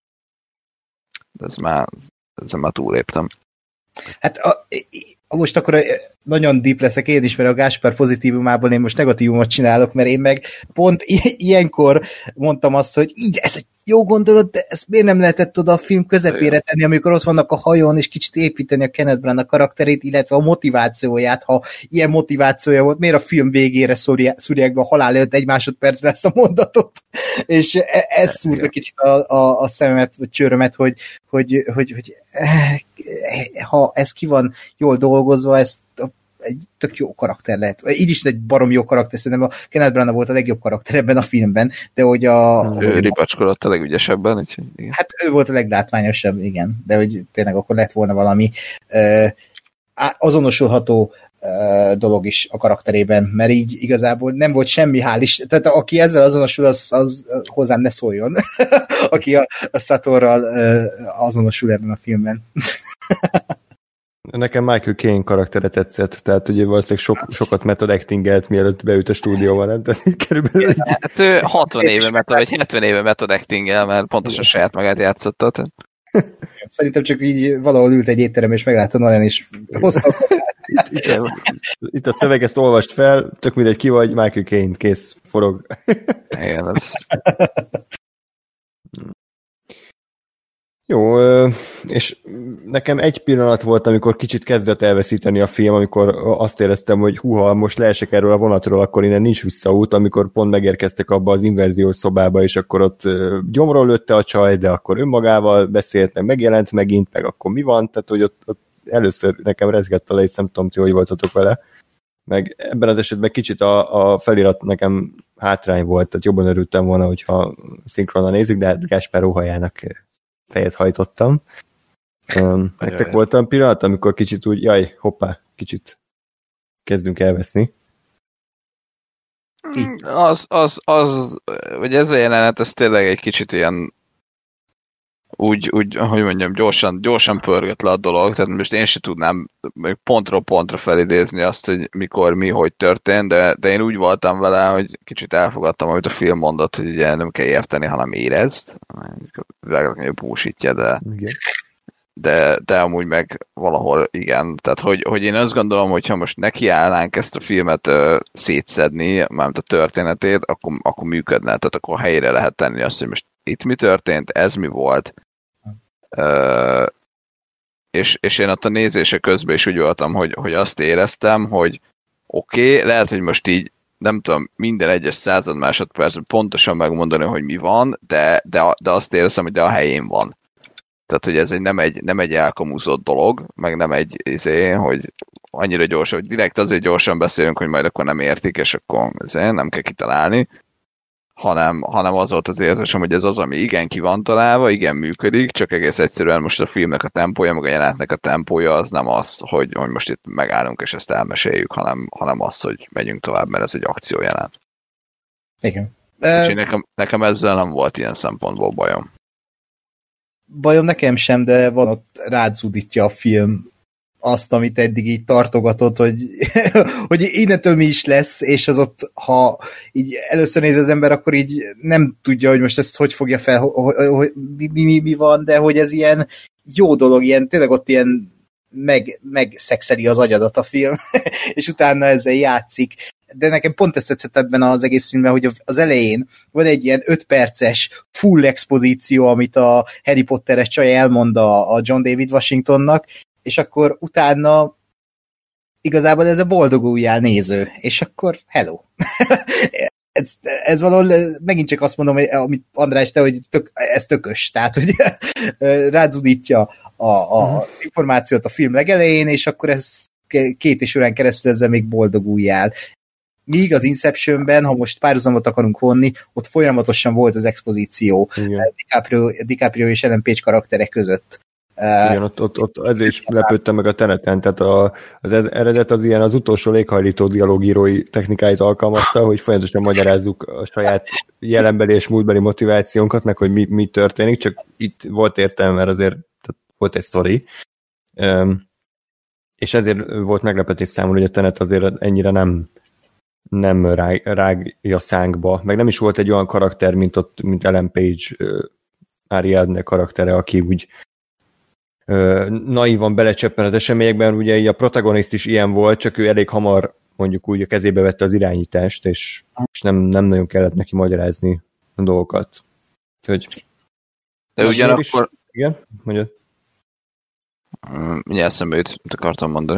ezzel már túléptem. Hát most akkor nagyon deep leszek én is, mert a Gáspár pozitívumából én most negatívumot csinálok, mert én meg pont ilyenkor mondtam azt, hogy így, ez egy jó gondolat, de ezt miért nem lehetett oda a film közepére tenni, amikor ott vannak a hajón, és kicsit építeni a Kenneth Branagh karakterét, illetve a motivációját, ha ilyen motivációja volt, miért a film végére szúrják be a halál előtt egy másodpercre ezt a mondatot, és ez szúrta kicsit a szememet, vagy csőrömet, hogy ha ez ki van jól dolgozva, egy tök jó karakter lehet. Így is egy barom jó karakter, szerintem a Kenneth Branagh volt a legjobb karakter ebben a filmben, de hogy ő ripacskodott a legügyesebben, úgyhogy igen. Hát ő volt a leglátványosabb, igen, de hogy tényleg akkor lett volna valami azonosulható dolog is a karakterében, mert így igazából nem volt semmi, hál' is. Tehát aki ezzel azonosul, az hozzám ne szóljon. Aki a Satorral azonosul ebben a filmben. Nekem Michael Caine karaktere tetszett, tehát ugye valószínűleg sokat method actingelt, mielőtt beült a stúdióba, nem? Tehát körülbelül... Hát ő 60 éve method, vagy 70 éve method actingel, mert pontosan saját magát játszotta. Szerintem csak így valahol ült egy étterem, és meglátta Nolan, és hozta. Itt a szöveg, ezt olvast fel, tök mindegy ki vagy, Michael Caine, kész, forog. Igen, ez... Jó, és nekem egy pillanat volt, amikor kicsit kezdett elveszíteni a film, amikor azt éreztem, hogy húha, most leesek erről a vonatról, akkor innen nincs visszaút, amikor pont megérkeztek abba az inverziós szobába, és akkor ott gyomról lőtte a csaj, de akkor önmagával beszélt, meg megjelent megint, meg akkor mi van, tehát hogy ott először nekem rezgett a le, és nem tudom, hogy voltatok vele. Meg ebben az esetben kicsit a felirat nekem hátrány volt, tehát jobban örültem volna, hogyha szinkronan nézzük, de hát Gáspár óhajának fejet hajtottam. Nektek volt olyan pillanat, amikor kicsit úgy, hoppá, kicsit kezdünk elveszni. Vagy ez a jelenet, ez tényleg egy kicsit ilyen úgy hogy mondjam, gyorsan pörgött le a dolog, tehát most én sem tudnám pontról pontra felidézni azt, hogy mikor, mi, hogy történt, de én úgy voltam vele, hogy kicsit elfogadtam, amit a film mondott, hogy ugye nem kell érteni, hanem érezd. Legalább búsítja, de amúgy meg valahol igen. Tehát, hogy én azt gondolom, hogy ha most nekiállnánk ezt a filmet szétszedni, mármint a történetét, akkor működne. Tehát akkor helyére lehet tenni azt, hogy most itt mi történt, ez mi volt. És én ott a nézése közben is úgy voltam, hogy azt éreztem, hogy oké, lehet, hogy most így nem tudom, minden egyes század másodpercben pontosan megmondani, hogy mi van, de azt éreztem, hogy de a helyén van. Tehát, hogy ez nem egy elkamúzott dolog, meg nem egy hogy annyira gyorsan, hogy direkt azért gyorsan beszélünk, hogy majd akkor nem értik, és akkor nem kell kitalálni, hanem az volt az érzésem, hogy ez az, ami igen ki van találva, igen működik, csak egész egyszerűen most a filmnek a tempója, meg a jelenetnek a tempója az nem az, hogy most itt megállunk és ezt elmeséljük, hanem az, hogy megyünk tovább, mert ez egy akciójelenet. Igen. És nekem ezzel nem volt ilyen szempontból bajom. Bajom nekem sem, de van ott rázudítja a film azt, amit eddig így tartogatott, hogy innentől mi is lesz, és az ott, ha így először néz az ember, akkor így nem tudja, hogy most ezt hogy fogja fel, hogy mi van, de hogy ez ilyen jó dolog, ilyen, tényleg ott ilyen megszexeli az agyadat a film, és utána ezzel játszik. De nekem pont ezt tetszett ebben az egész filmben, hogy az elején van egy ilyen 5 perces full expozíció, amit a Harry Potteres csaj elmond a John David Washingtonnak, és akkor utána igazából ez a boldogulljál néző, és akkor hello. ez valahol megint csak azt mondom, hogy, amit András, te, hogy ez tökös, tehát hogy rázudítja az információt a film legelején, és akkor ez 2 órán keresztül ezzel még boldoguljál. Míg az Inceptionben, ha most párhuzamot akarunk vonni, ott folyamatosan volt az expozíció DiCaprio és Ellen Page karakterek között. Igen, ott ezért is lepődtem meg a Teneten, tehát az eredet az ilyen az utolsó léghajlító dialógírói technikáit alkalmazta, hogy folyamatosan magyarázzuk a saját jelenbeli és múltbeli motivációnkat, meg hogy mi történik, csak itt volt értelme, mert azért volt egy sztori. És ezért volt meglepetés számomra, hogy a Tenet azért ennyire nem rágja szánkba, meg nem is volt egy olyan karakter, mint Ellen Page Ariadne karaktere, aki úgy naívan belecseppen az eseményekben, ugye így a protagonist is ilyen volt, csak ő elég hamar mondjuk úgy a kezébe vette az irányítást, és nem nagyon kellett neki magyarázni a dolgokat. Úgyhogy de ugyanakkor... Igen? Mondjad. Mindjárt eszembe jut, mit akartam mondani.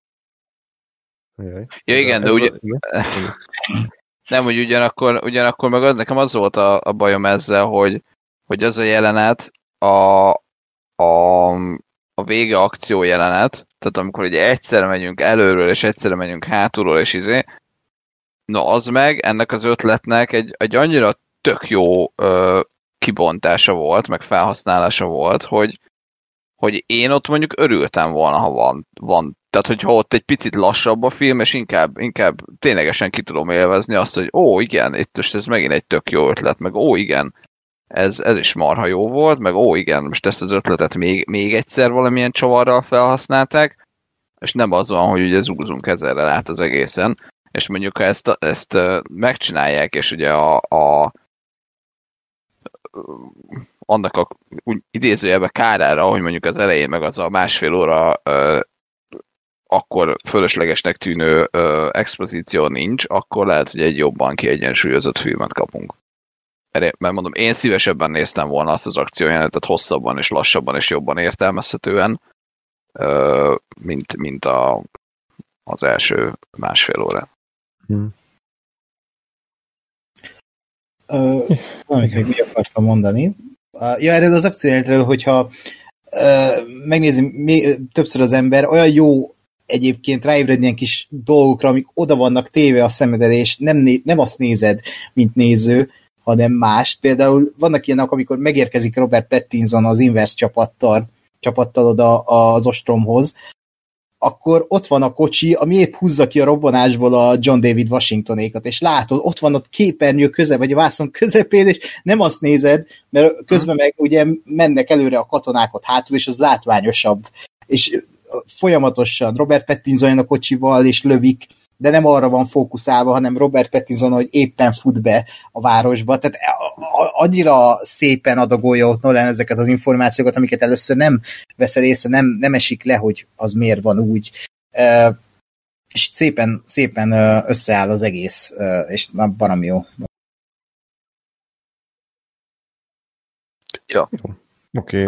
Jaj. Ja igen, de ugye... Nem, hogy ugyanakkor meg nekem az volt a bajom ezzel, hogy az a jelenet a vége akció jelenet, Tehát amikor ugye egyszerre megyünk előről, és egyszerre megyünk hátulról, és na az meg ennek az ötletnek egy annyira tök jó kibontása volt, meg felhasználása volt, hogy én ott mondjuk örültem volna, ha van. Tehát, hogyha ott egy picit lassabb a film, és inkább ténylegesen ki tudom élvezni azt, hogy igen, itt most ez megint egy tök jó ötlet, meg igen, ez is marha jó volt, meg igen, most ezt az ötletet még egyszer valamilyen csavarral felhasználták, és nem az van, hogy ugye zúzunk ezerrel át az egészen, és mondjuk ha ezt megcsinálják, és ugye annak a úgy idézőjelben kárára, hogy mondjuk az elején meg az a másfél óra akkor fölöslegesnek tűnő expozíció nincs, akkor lehet, hogy egy jobban kiegyensúlyozott filmet kapunk. Mert mondom, én szívesebben néztem volna azt az akciójelenetet hosszabban és lassabban és jobban értelmezhetően, mint az első másfél óra. Valamit mi akartam mondani. Erről az akciójelenetről, hogyha megnézi többször az ember, olyan jó egyébként ráébredni ilyen kis dolgokra, amik oda vannak téve a szemedre, és nem azt nézed, mint néző, hanem mást. Például vannak ilyenek, amikor megérkezik Robert Pattinson az Inverse csapattal oda az ostromhoz, akkor ott van a kocsi, ami épp húzza ki a robbanásból a John David Washingtonékat, és látod, ott van a képernyő köze, vagy a vászon közepén, és nem azt nézed, mert közben meg ugye mennek előre a katonák ott hátul, és az látványosabb. És folyamatosan Robert Pattinson jön a kocsival, és lövik, de nem arra van fókuszálva, hanem Robert Pattinson, hogy éppen fut be a városba. Tehát annyira szépen adagolja ott Nolan ezeket az információkat, amiket először nem veszed észre, nem esik le, hogy az miért van úgy. És szépen összeáll az egész, és baromi jó. Ja. Oké.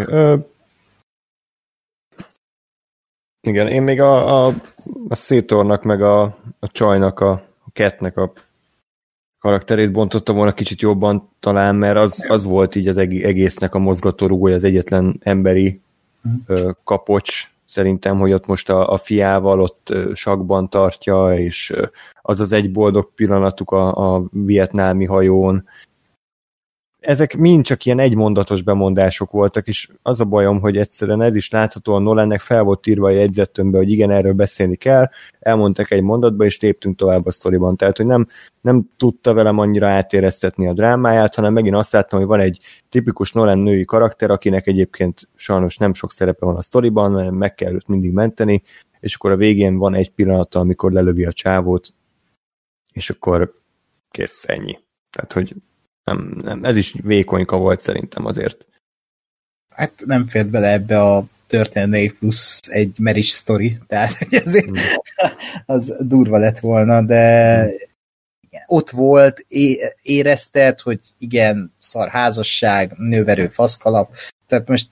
Igen, én még a Szétornak, meg a csajnak, a Catnek a karakterét bontottam volna kicsit jobban talán, mert az volt így az egésznek a mozgatórugója, az egyetlen emberi kapocs, szerintem, hogy ott most a fiával ott sakban tartja, és az egy boldog pillanatuk a vietnámi hajón. Ezek mind csak ilyen egymondatos bemondások voltak, és az a bajom, hogy egyszerűen ez is láthatóan Nolannek fel volt írva a jegyzettömbbe, hogy igen, erről beszélni kell, elmondtak egy mondatba, és léptünk tovább a sztoriban. Tehát, hogy nem tudta velem annyira átéreztetni a drámáját, hanem megint azt láttam, hogy van egy tipikus Nolan női karakter, akinek egyébként sajnos nem sok szerepe van a sztoriban, mert meg kell őt mindig menteni, és akkor a végén van egy pillanata, amikor lelövi a csávót, és akkor kész, ennyi. Tehát, hogy nem, ez is vékonyka volt szerintem azért. Hát nem fért bele ebbe a történelmi plusz egy meris sztori, tehát azért az durva lett volna, de igen, ott volt, érezted, hogy igen, szar házasság, nőverő faszkalap, tehát most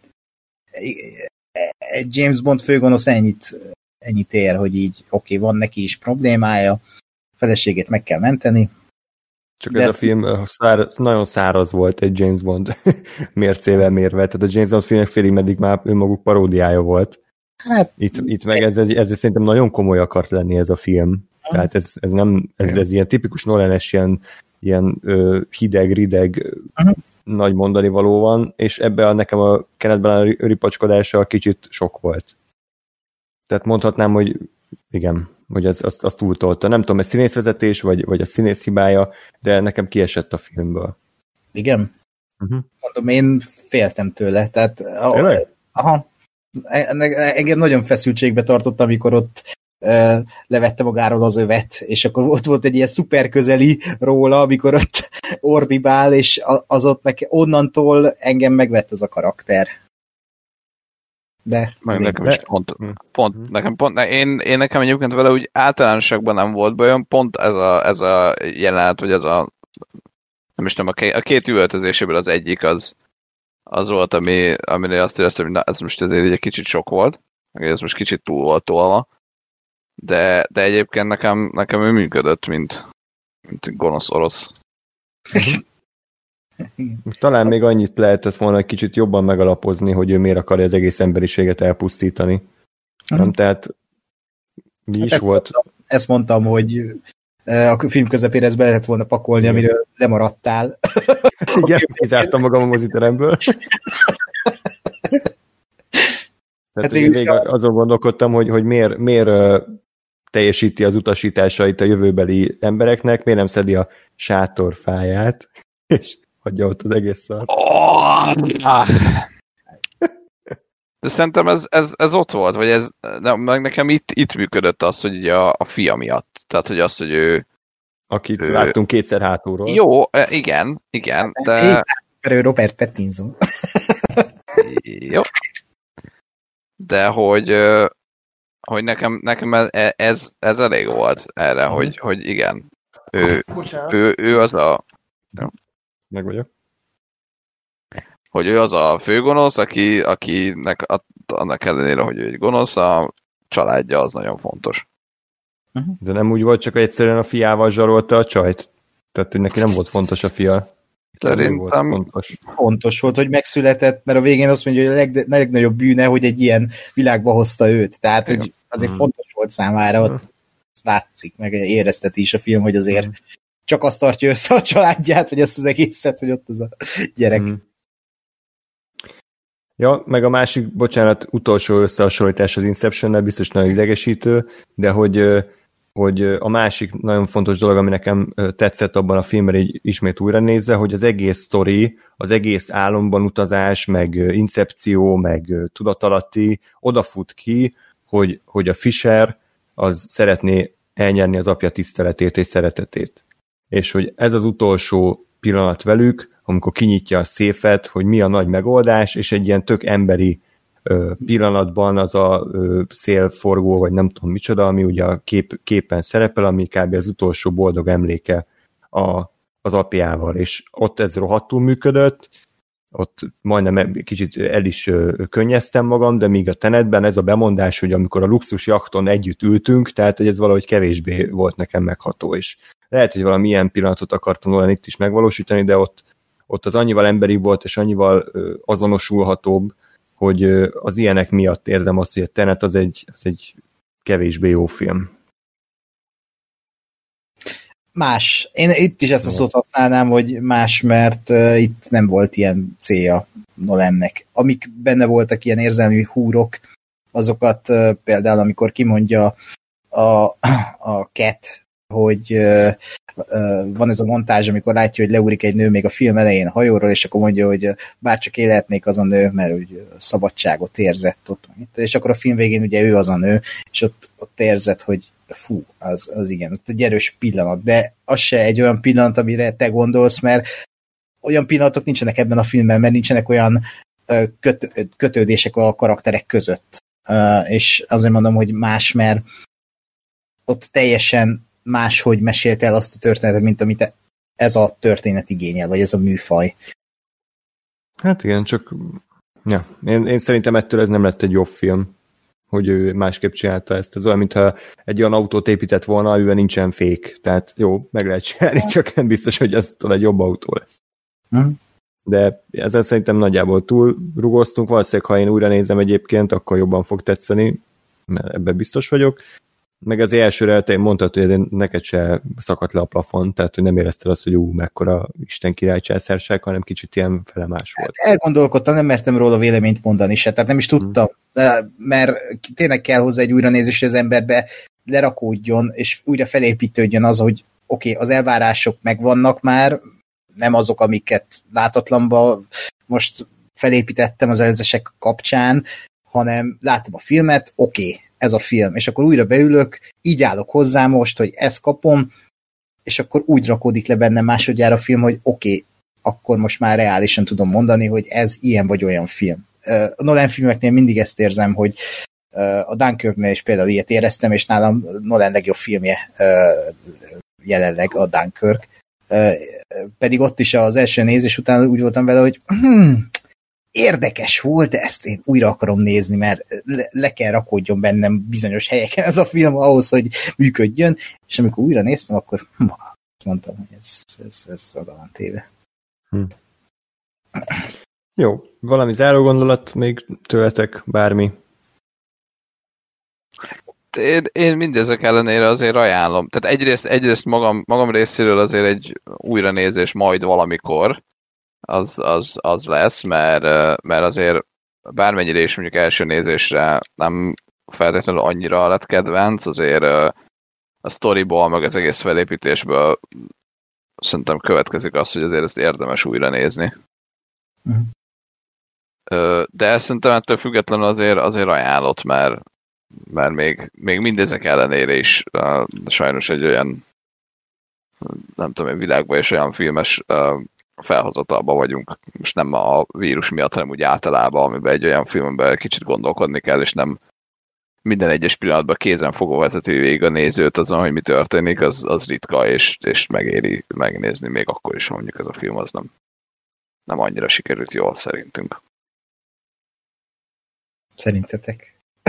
egy James Bond főgonosz ennyit ér, hogy így oké, van neki is problémája, a feleségét meg kell menteni. Csak ez a film nagyon száraz volt egy James Bond mércével mérve. Tehát a James Bond filmek félig meddig már önmaguk paródiája volt. Hát, itt meg ez szerintem nagyon komoly akart lenni ez a film. Tehát ez ilyen tipikus Nolan-es ilyen hideg-rideg nagy mondani való van, és ebben nekem a kenetben a ripacskodása kicsit sok volt. Tehát mondhatnám, hogy igen, hogy azt túltolta. Nem tudom, ez színészvezetés, vagy a színész hibája, de nekem kiesett a filmből. Igen? Mondom, én féltem tőle. Tehát, engem nagyon feszültségbe tartott, amikor ott levette magáról az övet, és akkor ott volt egy ilyen szuper közeli róla, amikor ott ordibál, és az ott onnantól engem megvett az a karakter. De nekem is nekem egyébként vele úgy általánosságban nem volt bajom, pont ez a jelenet, vagy ez a nem is tudom, a két üvöltözéséből az egyik az volt, amire azt éreztem, hogy na, ez most azért egy kicsit sok volt, meg ez most kicsit túl volt tolva, de egyébként nekem ő működött, mint gonosz orosz. Talán még annyit lehetett volna egy kicsit jobban megalapozni, hogy ő miért akarja az egész emberiséget elpusztítani. Nem, tehát mi is volt? Ezt mondtam, hogy a film közepére ezt be lehetett volna pakolni, amiről lemaradtál. Igen, kizártam magam a moziteremből. Tehát még azon gondolkodtam, hogy miért teljesíti az utasításait a jövőbeli embereknek, miért nem szedi a sátorfáját, és hagyja ott az egész szart. De szerintem ez ott volt, vagy meg nekem itt működött az, hogy ugye a fia miatt. Tehát, hogy az, hogy ő... Akit láttunk kétszer hátulról. Jó, igen, de... Ő Robert Pattinson. Jó. De hogy nekem ez elég volt erre, hogy igen. Ő az a... Meg vagyok. Hogy ő az a főgonosz, akinek annak ellenére, hogy ő egy gonosz, a családja az nagyon fontos. De nem úgy volt, csak egyszerűen a fiával zsarolta a csajt? Tehát, hogy neki nem volt fontos a fia. Szerintem fontos volt, hogy megszületett, mert a végén azt mondja, hogy a legnagyobb bűne, hogy egy ilyen világba hozta őt. Tehát, hogy azért fontos volt számára, ott látszik, meg érezteti is a film, hogy azért csak azt tartja össze a családját, vagy ezt az egészet, hogy ott az a gyerek. Ja, meg a másik, bocsánat, utolsó összehasonlítás az Inceptionnel, biztos nagyon idegesítő, de hogy a másik nagyon fontos dolog, ami nekem tetszett abban a filmben így ismét újra nézve, hogy az egész sztori, az egész álomban utazás, meg incepció, meg tudatalatti odafut ki, hogy a Fisher az szeretné elnyerni az apja tiszteletét és szeretetét. És hogy ez az utolsó pillanat velük, amikor kinyitja a széfet, hogy mi a nagy megoldás, és egy ilyen tök emberi pillanatban az a szélforgó, vagy nem tudom micsoda, ami ugye a képen szerepel, ami kb. Az utolsó boldog emléke az apjával, és ott ez rohadtul működött, ott majdnem kicsit el is könnyeztem magam, de míg a Tenetben ez a bemondás, hogy amikor a luxus jachton együtt ültünk, tehát hogy ez valahogy kevésbé volt nekem megható is. Lehet, hogy valami ilyen pillanatot akartam volna itt is megvalósítani, de ott az annyival emberi volt, és annyival azonosulhatóbb, hogy az ilyenek miatt érzem azt, hogy a Tenet az egy kevésbé jó film. Más. Én itt is ezt a szót használnám, hogy más, mert itt nem volt ilyen célja Nolannek. Amik benne voltak ilyen érzelmi húrok, azokat például amikor kimondja a Cat, hogy van ez a montázs, amikor látja, hogy leúrik egy nő még a film elején a hajóról, és akkor mondja, hogy bárcsak életnék az a nő, mert úgy szabadságot érzett ott. És akkor a film végén ugye ő az a nő, és ott érzett, hogy fú, az igen, ott egy erős pillanat, de az se egy olyan pillanat, amire te gondolsz, mert olyan pillanatok nincsenek ebben a filmben, mert nincsenek olyan kötődések a karakterek között. És azért mondom, hogy más, mert ott teljesen máshogy mesélt el azt a történetet, mint amit ez a történet igényel, vagy ez a műfaj. Hát igen, csak ja, én szerintem ettől ez nem lett egy jobb film, hogy ő másképp csinálta ezt. Ez olyan, mintha egy olyan autót épített volna, amiben nincsen fék. Tehát jó, meg lehet csinálni, csak nem biztos, hogy ez egy jobb autó lesz. De ezzel szerintem nagyjából túl rugoztunk. Valószínűleg, ha én újra nézem egyébként, akkor jobban fog tetszeni, mert ebben biztos vagyok. Meg az elsőre te mondtad, hogy neked se szakadt le a plafon, tehát hogy nem érezted azt, hogy mekkora Isten király császárság, hanem kicsit ilyen felemás volt. Hát elgondolkodtam, nem mertem róla véleményt mondani se, tehát nem is tudtam, mert tényleg kell hozzá egy újranézés, hogy az emberbe lerakódjon, és újra felépítődjön az, hogy oké, az elvárások megvannak már, nem azok, amiket látatlanba most felépítettem az előzések kapcsán, hanem látom a filmet, oké, ez a film, és akkor újra beülök, így állok hozzá most, hogy ezt kapom, és akkor úgy rakódik le bennem másodjára a film, hogy oké, akkor most már reálisan tudom mondani, hogy ez ilyen vagy olyan film. A Nolan filmeknél mindig ezt érzem, hogy a Dunkirknél is például ilyet éreztem, és nálam Nolan legjobb filmje jelenleg a Dunkirk. Pedig ott is az első nézés után úgy voltam vele, hogy érdekes volt, ezt én újra akarom nézni, mert le kell rakódjon bennem bizonyos helyeken ez a film ahhoz, hogy működjön, és amikor újra néztem, akkor azt mondtam, hogy ez oda van téve. Jó, valami záró gondolat még tőletek, bármi? Én mindezek ellenére azért ajánlom. Tehát egyrészt magam részéről azért egy újranézés majd valamikor az lesz, mert azért bármennyire is mondjuk első nézésre nem feltétlenül annyira lett kedvenc, azért a sztoriból, meg az egész felépítésből szerintem következik az, hogy azért ezt érdemes újra nézni. De szerintem ettől függetlenül azért ajánlott, mert még mindezek ellenére is sajnos egy olyan, nem tudom én, világban és olyan filmes felhozatalban vagyunk, most nem a vírus miatt, hanem úgy általában, amiben egy olyan filmben kicsit gondolkodni kell, és nem minden egyes pillanatban kézen fogva vezeti végig a nézőt azon, hogy mi történik, az ritka, és megéri megnézni, még akkor is, ha mondjuk ez a film az nem annyira sikerült jól szerintünk. Szerintetek?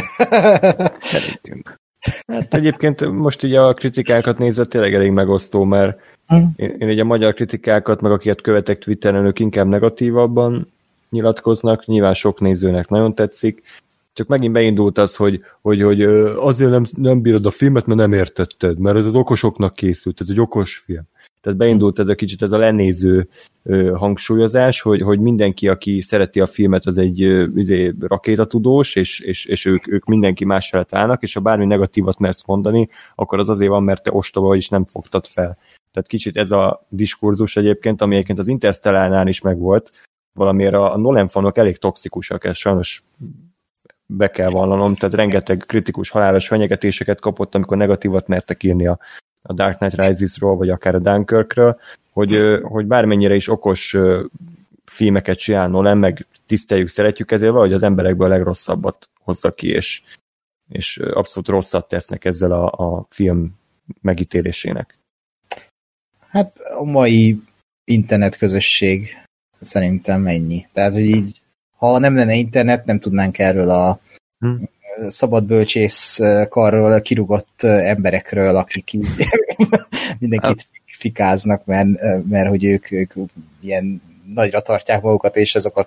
Szerintünk. Hát egyébként most ugye a kritikákat nézve tényleg elég megosztó, mert én ugye a magyar kritikákat, meg akiket követek Twitteren, ők inkább negatívabban nyilatkoznak, nyilván sok nézőnek nagyon tetszik, csak megint beindult az, hogy azért nem bírod a filmet, mert nem értetted, mert ez az okosoknak készült, ez egy okos film. Tehát beindult ez a kicsit ez a lenéző hangsúlyozás, hogy mindenki, aki szereti a filmet, az egy rakétatudós, és ők mindenki más felett állnak, és ha bármi negatívat mersz mondani, akkor az azért van, mert te ostoba is nem fogtad fel. Tehát kicsit ez a diskurzus egyébként, ami egyébként az Interstellárnál is megvolt, valamiért a Nolan fanok elég toxikusak, ez sajnos be kell vallanom, tehát rengeteg kritikus halálos fenyegetéseket kapott, amikor negatívat mertek írni a Dark Knight Rises-ról, vagy akár a Dunkirkről, hogy bármennyire is okos filmeket csinál Nolan, meg tiszteljük, szeretjük, ezért valahogy az emberekből a legrosszabbat hozza ki, és abszolút rosszat tesznek ezzel a film megítélésének. Hát a mai internet közösség szerintem ennyi. Tehát, hogy így, ha nem lenne internet, nem tudnánk erről a szabad bölcsész karról kirúgott emberekről, akik így mindenkit fikáznak, mert hogy ők ilyen nagyra tartják magukat, és azok,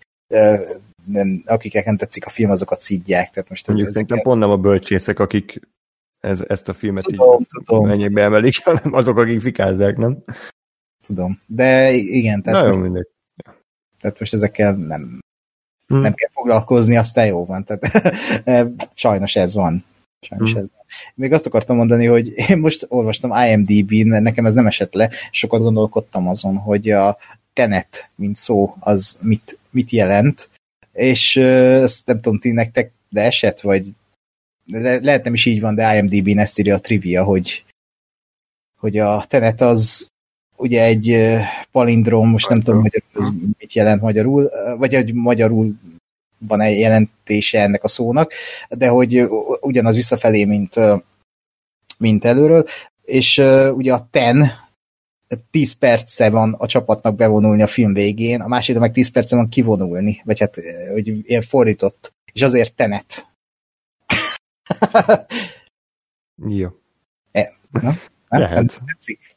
akiknek nem tetszik a film, azokat szidják. Tehát most mondjuk pont nem a bölcsészek, akik ezt a filmet tudom. Ennyibe emelik, hanem azok, akik fikázzák, nem? Tudom. De igen, tehát, nagyon mindegy. Tehát most ezekkel nem kell foglalkozni, aztán jó van. Tehát, sajnos ez van. Még azt akartam mondani, hogy én most olvastam IMDb-n, mert nekem ez nem esett le, sokat gondolkodtam azon, hogy a Tenet, mint szó, az mit jelent, és ezt nem tudom, ti nektek, de esett, vagy lehet nem is így van, de IMDb-n ezt írja a trivia, hogy a Tenet az ugye egy palindrom, most nem tudom, hogy ez mit jelent magyarul, vagy hogy magyarul van egy jelentése ennek a szónak, de hogy ugyanaz visszafelé, mint előről, és ugye a 10 perce van a csapatnak bevonulni a film végén, a másikra meg 10 perce van kivonulni, vagy hát, hogy ilyen fordított, és azért Tenet. Jó. Nem tetszik.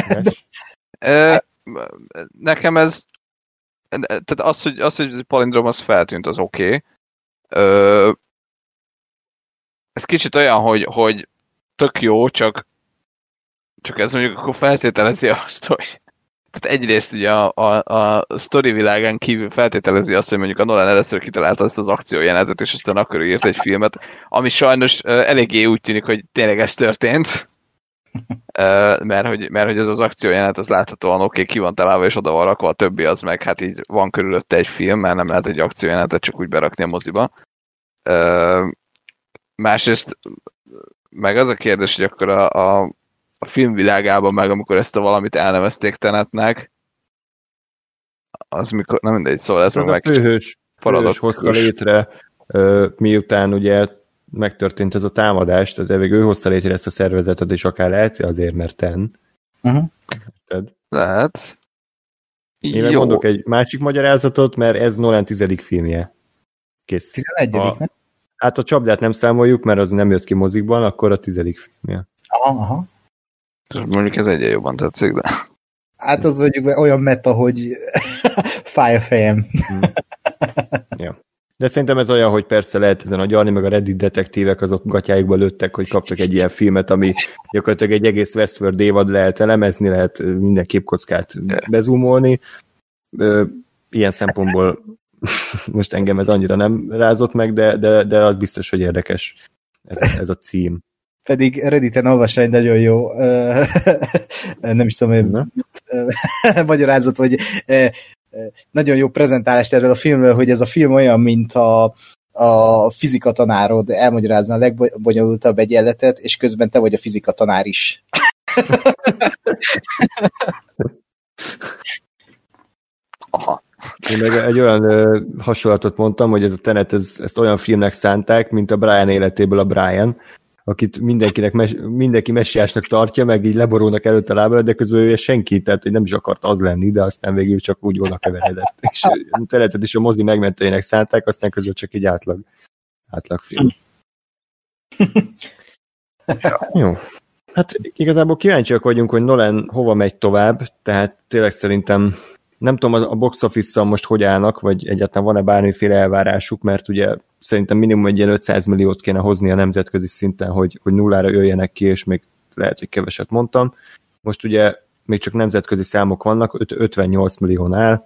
Nekem ez tehát az, hogy palindrom, az feltűnt, az oké. Ez kicsit olyan, hogy tök jó, csak ez mondjuk akkor feltételezi azt, hogy tehát egyrészt ugye a sztori világán kívül feltételezi azt, hogy mondjuk a Nolan először kitalálta ezt az akciójelenetet, és aztán akkor írt egy filmet, ami sajnos eléggé úgy tűnik, hogy tényleg ez történt. Mert hogy ez az akciójelenet, az láthatóan oké, ki van találva és oda van rakva, a többi az meg hát így van körülötte egy film, mert nem lehet egy akciójelenetet csak úgy berakni a moziba. Másrészt meg az a kérdés, hogy akkor a filmvilágában meg, amikor ezt a valamit elnevezték Tenetnek, az mikor, nem mindegy, szóval ez meg főhős hozta létre, miután ugye megtörtént ez a támadás, tehát még ő hozta létre ezt a szervezetet, és akár lehet azért, mert ten. Lehet. Én meg mondok egy másik magyarázatot, mert ez Nolan 10. filmje. Kész. 11. Nem? Hát a Csapdát nem számoljuk, mert az nem jött ki mozikban, akkor a 10. filmje. Aha. Mondjuk ez egyen jobban tetszik, de... Hát az mondjuk olyan meta, hogy fáj a fejem. Ja. De szerintem ez olyan, hogy persze lehet ezen agyalni, meg a Reddit detektívek azok gatyájukba lőttek, hogy kaptak egy ilyen filmet, ami gyakorlatilag egy egész Westworld évad lehet elemezni, lehet minden képkockát bezumolni. Ilyen szempontból most engem ez annyira nem rázott meg, de az biztos, hogy érdekes ez a cím. Pedig Redditen olvasni egy nagyon jó nem is tudom, magyarázat, hogy nagyon jó prezentálást erről a filmről, hogy ez a film olyan, mint a fizika tanárod elmagyarázna a legbonyolultabb egyenletet, és közben te vagy a fizika tanár is. Aha. Én meg egy olyan hasonlatot mondtam, hogy ez a Tenet, ezt olyan filmnek szánták, mint a Brian életéből a Brian, akit mindenki messiásnak tartja, meg így leborulnak előtt a lábára, de közben ő senki, tehát hogy nem is akart az lenni, de aztán végül csak úgy oda keveredett. És a Tenetet is a mozi megmentőjének szánták, aztán közben csak egy átlag film. Jó. Hát igazából kíváncsiak vagyunk, hogy Nolan hova megy tovább, tehát tényleg szerintem nem tudom, a box office-szal most hogy állnak, vagy egyáltalán van-e bármiféle elvárásuk, mert ugye szerintem minimum egy ilyen 500 milliót kéne hozni a nemzetközi szinten, hogy nullára jöjjenek ki, és még lehet, hogy keveset mondtam. Most ugye még csak nemzetközi számok vannak, 58 milliónál.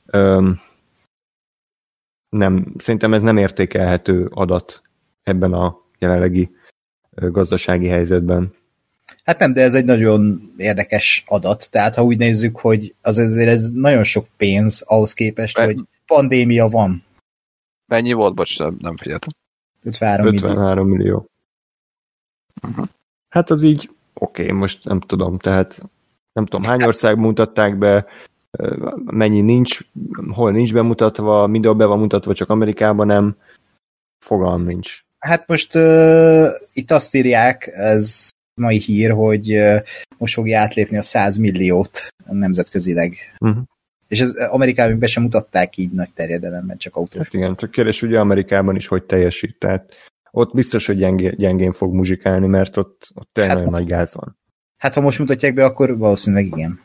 Szerintem ez nem értékelhető adat ebben a jelenlegi gazdasági helyzetben. Hát nem, de ez egy nagyon érdekes adat, tehát ha úgy nézzük, hogy azért ez nagyon sok pénz ahhoz képest, hogy pandémia van. Mennyi volt? Bocs, nem figyeltem. 53 millió. Uh-huh. Hát az így oké, most nem tudom, tehát nem tudom, hány ország mutatták be, mennyi nincs, hol nincs bemutatva, mindenhol be van mutatva, csak Amerikában nem, fogalm nincs. Hát most itt azt írják, ez mai hír, hogy most fogja átlépni a 100 milliót nemzetközileg. Uh-huh. És ez Amerikában be sem mutatták így nagy terjedelemben, csak autós. Hát igen, csak kérdés ugye Amerikában is hogy teljesít, tehát ott biztos, hogy gyengén fog muzsikálni, mert ott tényleg nagyon nagy gáz van. Hát ha most mutatják be, akkor valószínűleg igen.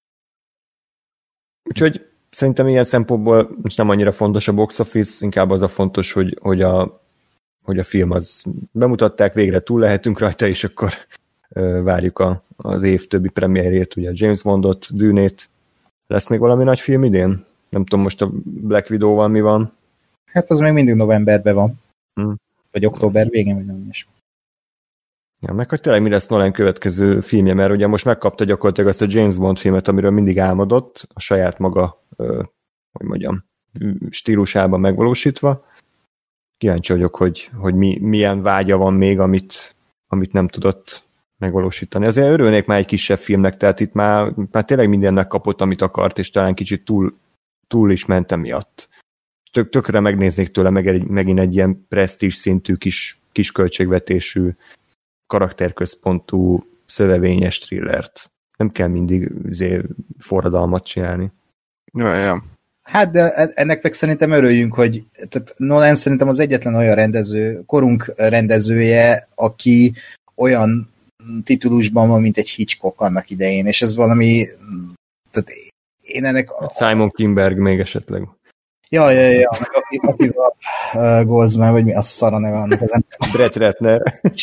Úgyhogy szerintem ilyen szempontból most nem annyira fontos a box office, inkább az a fontos, hogy a film az bemutatták, végre túl lehetünk rajta, és akkor várjuk az év többi premierjét, ugye James Bondot, Dűnét. Lesz még valami nagy film idén? Nem tudom, most a Black Widow-val mi van? Hát az még mindig novemberben van. Vagy október végén, vagy nem is. Ja, meg hogy tényleg mi lesz Nolan következő filmje, mert ugye most megkapta gyakorlatilag azt a James Bond filmet, amiről mindig álmodott, a saját maga, hogy mondjam, stílusában megvalósítva. Kíváncsi vagyok, hogy milyen vágya van még, amit nem tudott megvalósítani. Azért örülnék már egy kisebb filmnek, tehát itt már tényleg mindennek kapott, amit akart, és talán kicsit túl is ment miatt. Tökre megnéznék tőle megint egy ilyen presztízs szintű, kis költségvetésű, karakterközpontú, szövevényes thrillert. Nem kell mindig forradalmat csinálni. Ja. Hát, de ennek meg szerintem örüljünk, hogy tehát Nolan szerintem az egyetlen olyan korunk rendezője, aki olyan titulusban van, mint egy Hitchcock annak idején, és ez valami, tehát én ennek... Simon Kinberg még esetleg. Ja, aki a Goldsman, vagy mi, az szara neve annak az ember. Brett Ratner.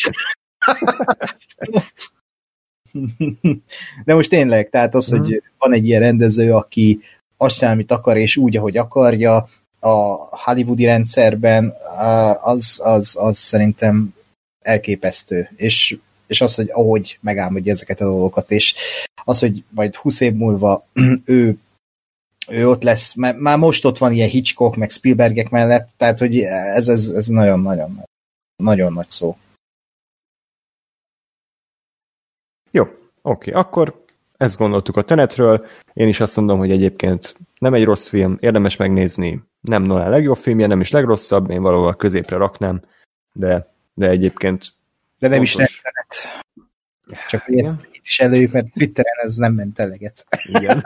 De most tényleg, tehát az, hogy van egy ilyen rendező, aki azt csinál, amit akar, és úgy, ahogy akarja, a hollywoodi rendszerben, az szerintem elképesztő. És az, hogy ahogy megálmodja ezeket a dolgokat, és az, hogy majd 20 év múlva ő ott lesz, már most ott van ilyen Hitchcock, meg Spielbergek mellett, tehát, hogy ez nagyon-nagyon nagyon nagy szó. Jó, oké, akkor ezt gondoltuk a Tenetről. Én is azt mondom, hogy egyébként nem egy rossz film, érdemes megnézni. Nem Nolan legjobb filmje, nem is legrosszabb, én valahol középre raknám, de egyébként de nem is Tenet. Csak itt is előjük, mert Twitteren ez nem ment eleget. Igen.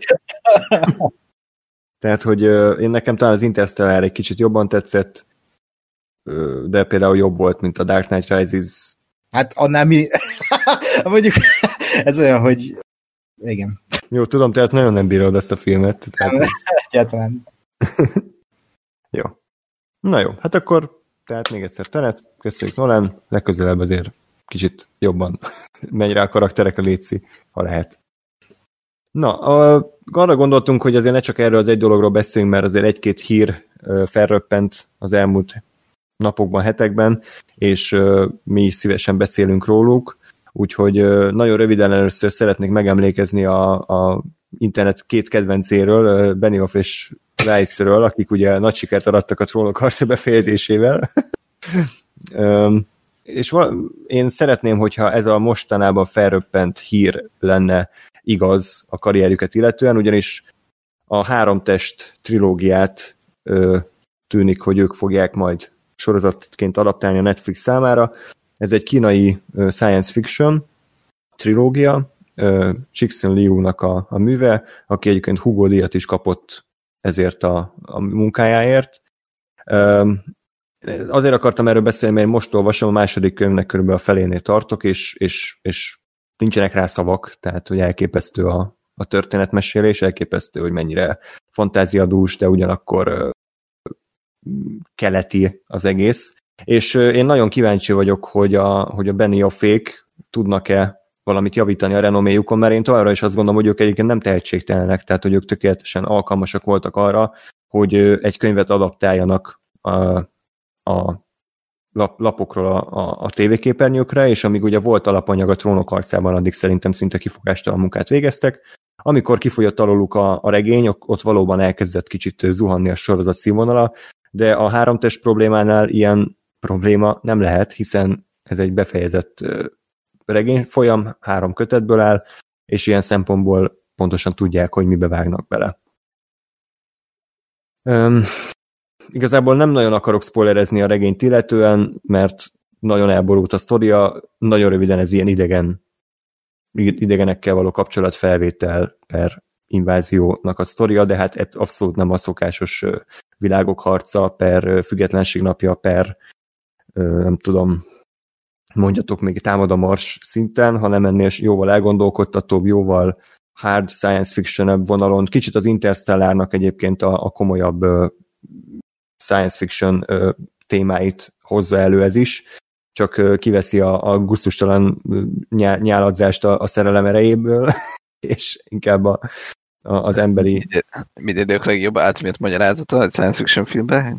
Tehát, hogy én nekem talán az Interstellar egy kicsit jobban tetszett, de például jobb volt, mint a Dark Knight Rises. Hát annál mi... Mondjuk ez olyan, hogy igen. Jó, tudom, tehát nagyon nem bírod ezt a filmet. Tehát egyáltalán. Jó. Na jó, hát akkor tehát még egyszer Tenet, köszönjük Nolan, legközelebb azért kicsit jobban menj rá a karakterekre, létszi, ha lehet. Na, arra gondoltunk, hogy azért ne csak erről az egy dologról beszéljünk, mert azért egy-két hír felröppent az elmúlt napokban, hetekben, és mi is szívesen beszélünk róluk, úgyhogy nagyon röviden először szeretnék megemlékezni a internet két kedvencéről, Benioff és Weiss-ről, akik ugye nagy sikert arattak a Trónok harca befejezésével. És én szeretném, hogyha ez a mostanában felröppent hír lenne igaz a karrierjüket illetően, ugyanis a Három test trilógiát tűnik, hogy ők fogják majd sorozatként adaptálni a Netflix számára. Ez egy kínai science fiction trilógia, Cixin Liu-nak a műve, aki egyébként Hugo díjat is kapott ezért a munkájáért. Azért akartam erről beszélni, mert most olvasom, a második könyvnek körülbelül a felénél tartok, és nincsenek rá szavak, tehát hogy elképesztő a történetmesélés, elképesztő, hogy mennyire fantáziadús, de ugyanakkor keleti az egész. És én nagyon kíváncsi vagyok, hogy a Benioffék tudnak-e valamit javítani a renoméjukon, mert én továbbra is azt gondolom, hogy ők egyébként nem tehetségtelenek, tehát hogy ők tökéletesen alkalmasak voltak arra, hogy egy könyvet adaptáljanak a lapokról a tévéképernyőkre, és amíg ugye volt alapanyag a Trónok harcában, addig szerintem szinte kifogástalan munkát végeztek. Amikor kifolyott alóluk a regény, ott valóban elkezdett kicsit zuhanni a sorozat színvonala, de a Három test problémánál ilyen probléma nem lehet, hiszen ez egy befejezett regény folyam, 3 kötetből áll, és ilyen szempontból pontosan tudják, hogy mibe vágnak bele. Igazából nem nagyon akarok spoilerezni a regényt illetően, mert nagyon elborult a sztoria, nagyon röviden ez ilyen idegenekkel való kapcsolatfelvétel per inváziónak a sztoria, de hát ez abszolút nem a szokásos világok harca per függetlenség napja per nem tudom, mondjatok még támad a Mars szinten, hanem ennél jóval elgondolkodtatóbb, jóval hard science fiction-ebb vonalon. Kicsit az Interstellárnak egyébként a komolyabb science fiction témáit hozza elő ez is, csak kiveszi a gusztustalan nyáladzást a szerelem erejéből, és inkább az emberi... Minden idők legjobb átmért magyarázata a science fiction filmben.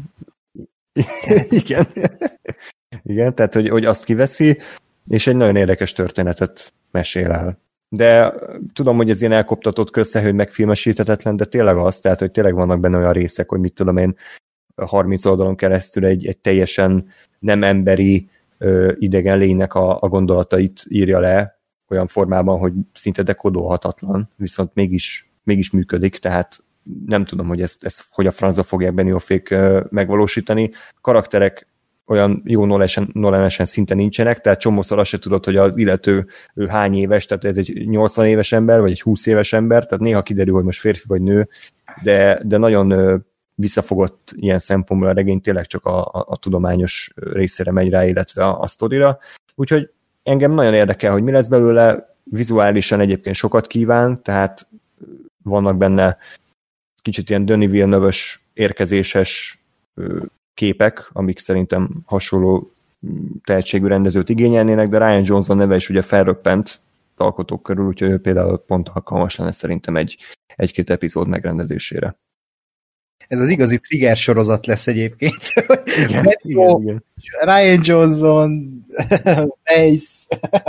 Igen. Igen, tehát hogy azt kiveszi, és egy nagyon érdekes történetet mesél el. De tudom, hogy ez ilyen elkoptatott közszehőd megfilmesíthetetlen, de tényleg az, tehát hogy tényleg vannak benne olyan részek, hogy mit tudom én, 30 oldalon keresztül egy teljesen nem emberi idegen lénynek a gondolatait írja le olyan formában, hogy szinte dekódolhatatlan, viszont mégis működik, tehát nem tudom, hogy ezt hogy a francba fogják Benioffék megvalósítani. Karakterek olyan jó Nolan-esen szinte nincsenek, tehát csomószor azt se tudod, hogy az illető ő hány éves, tehát ez egy 80 éves ember, vagy egy 20 éves ember, tehát néha kiderül, hogy most férfi vagy nő, de nagyon visszafogott ilyen szempontból a regény, tényleg csak a tudományos részére megy rá, illetve a sztorira. Úgyhogy engem nagyon érdekel, hogy mi lesz belőle, vizuálisan egyébként sokat kíván, tehát vannak benne kicsit ilyen Denis Villeneuve-ös érkezéses képek, amik szerintem hasonló tehetségű rendezőt igényelnének, de Ryan Johnson neve is ugye felröppent alkotók körül, úgyhogy ő például pont alkalmas lenne szerintem egy-két epizód megrendezésére. Ez az igazi trigger sorozat lesz egyébként. Igen, igen. Ryan Johnson, Weiss.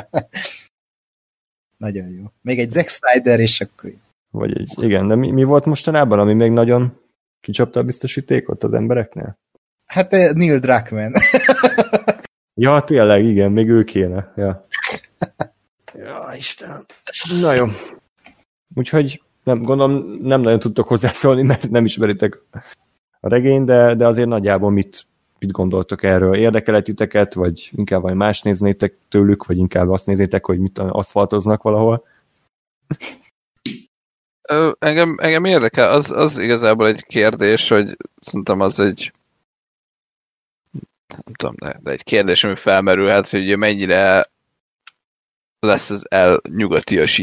Nagyon jó. Még egy Zack Snyder, és akkor... Igen, de mi volt mostanában, ami még nagyon kicsapta a biztosítékot az embereknél? Hát Neil Druckmann. Ja, tényleg, igen, még ő kéne. Ja, Istenem. Na jó. Úgyhogy gondolom nem nagyon tudtok hozzászólni, mert nem ismeritek a regényt, de azért nagyjából mit gondoltok erről? Érdekel titeket, vagy inkább vagy más néznétek tőlük, vagy inkább azt néznétek, hogy mit aszfaltoznak valahol? Engem érdekel, az igazából egy kérdés, hogy szerintem az egy nem tudom, de egy kérdés, ami felmerülhet, hogy mennyire lesz ez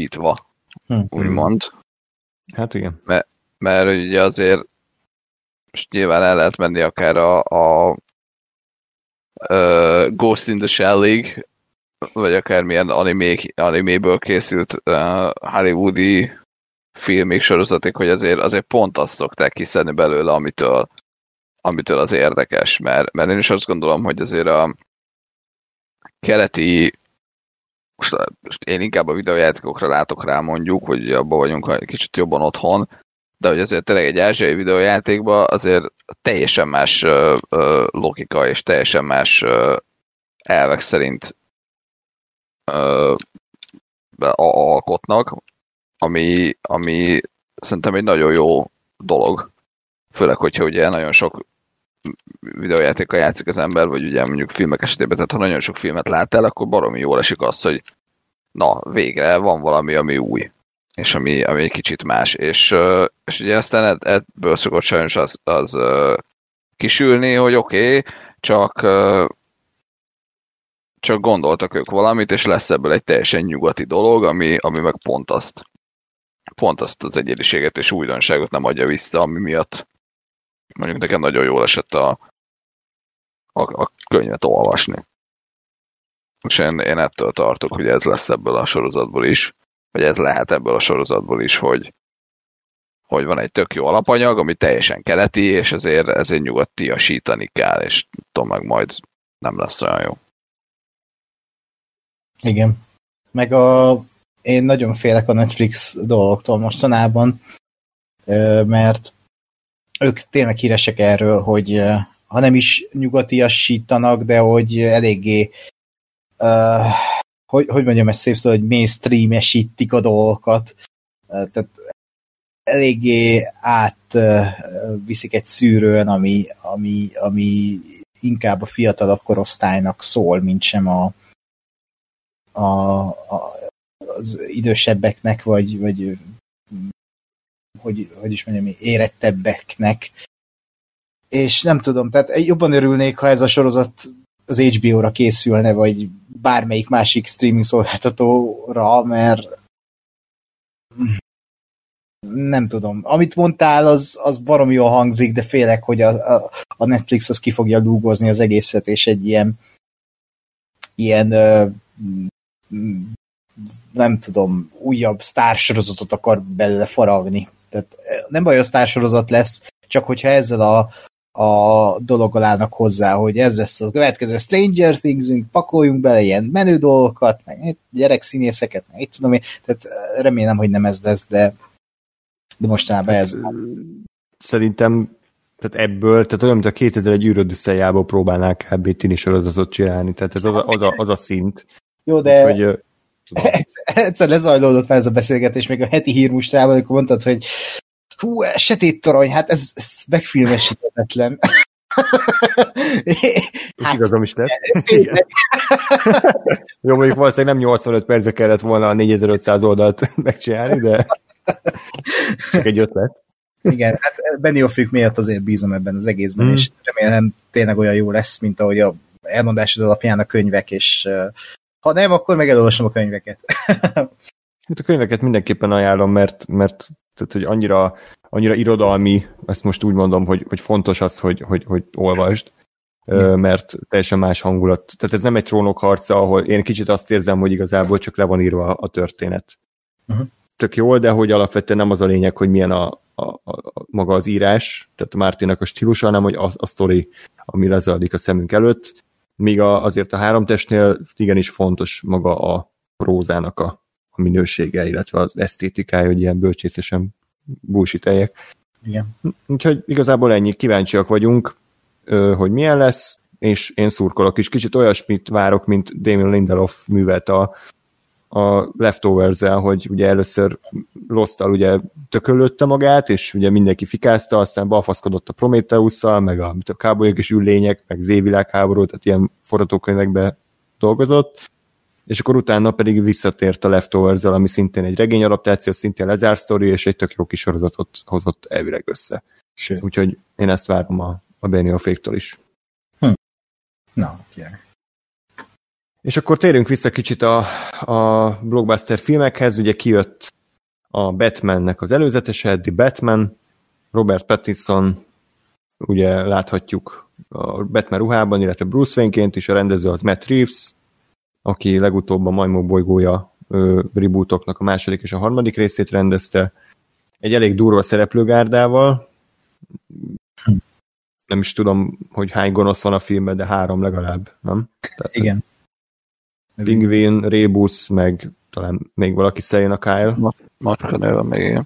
elnyugatiasítva, úgymond. Hát igen. Mert ugye azért most nyilván el lehet menni akár a Ghost in the Shell League, vagy akármilyen animéből készült hollywoodi filmig, sorozatig, hogy azért pont azt szokták kiszedni belőle, amitől az érdekes, mert én is azt gondolom, hogy azért a keleti, most én inkább a videójátékokra látok rá mondjuk, hogy abban vagyunk egy kicsit jobban otthon, de hogy azért tényleg egy ázsiai videójátékban azért teljesen más logika és teljesen más elvek szerint alkotnak, ami szerintem egy nagyon jó dolog. Főleg, hogyha ugye nagyon sok videójátékkal játszik az ember, vagy ugye mondjuk filmek esetében, tehát ha nagyon sok filmet lát el, akkor baromi jól esik az, hogy na, végre van valami, ami új, és ami egy kicsit más. És ugye aztán ebből szokott sajnos az kisülni, hogy oké, csak gondoltak ők valamit, és lesz ebből egy teljesen nyugati dolog, ami meg pont azt az egyediséget és újdonságot nem adja vissza, ami miatt mondjuk nekem nagyon jól esett a könyvet olvasni. És én ettől tartok, hogy ez lesz ebből a sorozatból is, vagy ez lehet ebből a sorozatból is, hogy van egy tök jó alapanyag, ami teljesen keleti, és ezért nyugatiasítani kell, és tudom meg majd nem lesz olyan jó. Igen. Meg én nagyon félek a Netflix dolgoktól mostanában, mert ők tényleg híresek erről, hogy ha nem is nyugatiasítanak, de hogy eléggé hogy mondjam ezt szép szó, hogy mainstream-esítik a dolgokat. Tehát eléggé átviszik egy szűrőn, ami inkább a fiatalabb korosztálynak szól, mint sem az idősebbeknek, vagy hogy is mondjam, érettebbeknek. És nem tudom, tehát jobban örülnék, ha ez a sorozat az HBO-ra készülne, vagy bármelyik másik streaming szolgáltatóra, mert nem tudom. Amit mondtál, az baromi jól hangzik, de félek, hogy a Netflix az ki fogja lúgozni az egészet, és egy ilyen nem tudom, újabb sztársorozatot akar belőle faragni. Tehát nem baj, a sztársorozat lesz, csak hogyha ezzel a dologgal állnak hozzá, hogy ez lesz a következő Stranger Things-ünk, pakoljunk bele ilyen menő dolgokat, meg gyerekszínészeket, meg itt tudom én, tehát remélem, hogy nem ez lesz, de mostanában ez van. Szerintem tehát ebből, tehát olyan, mint a 2001 űröd összejából próbálnák kb. Tini sorozatot csinálni, tehát ez az a szint. Jó, de úgy, egyszer lezajlódott már ez a beszélgetés, még a heti hírmustában, amikor mondtad, hogy hú, sötét-torony, hát ez megfilmesíthetetlen. Hát, igazam is lett. Jó, mondjuk valószínűleg nem 85 percre kellett volna a 4500 oldalt megcsinálni, de csak egy ötlet. Igen, hát Benioffik miatt azért bízom ebben az egészben, és remélem tényleg olyan jó lesz, mint ahogy a elmondásod alapján a könyvek, és ha nem, akkor meg elolvasom a könyveket. A könyveket mindenképpen ajánlom, mert tehát, hogy annyira irodalmi, ezt most úgy mondom, hogy fontos az, hogy olvasd, mert teljesen más hangulat. Tehát ez nem egy trónok harca, ahol én kicsit azt érzem, hogy igazából csak le van írva a történet. Tök jól, de hogy alapvetően nem az a lényeg, hogy milyen a maga az írás, tehát a Martinnak a stílusa, hanem hogy a sztori, ami lezajlik a szemünk előtt, míg azért a Háromtestnél igenis fontos maga a prózának a minősége, illetve az esztétikája, hogy ilyen bölcsészesen bullshiteljek. Igen. Úgyhogy igazából ennyi, kíváncsiak vagyunk, hogy milyen lesz, és én szurkolok is. Kicsit olyasmit várok, mint Damon Lindelof művelt a Leftovers-el, hogy ugye először Lost-tal ugye tökölötte magát, és ugye mindenki fikázta, aztán balfaszkodott a Prometheus-szal, meg a kábolyok és űrlények, meg Z-világháború, tehát ilyen forgatókönyvekbe dolgozott, és akkor utána pedig visszatért a Leftovers-el, ami szintén egy regényadaptáció, szintén lezárt sztori, és egy tök jó kis sorozatot hozott elvileg össze. Sőt. Úgyhogy én ezt várom a Beniofféktól is. Na, kérlek. És akkor térjünk vissza kicsit a blockbuster filmekhez. Ugye kijött a Batmannek az előzetese, The Batman, Robert Pattinson ugye láthatjuk a Batman ruhában, illetve Bruce Wayne-ként is, a rendező az Matt Reeves, aki legutóbb a Majmok bolygója rebootoknak a második és a harmadik részét rendezte, egy elég durva szereplőgárdával. Nem is tudom, hogy hány gonosz van a filmben, de 3 legalább, nem? Tehát igen. Pingvin, Rebus, meg talán még valaki Selina Kyle. Macska nő van még, igen.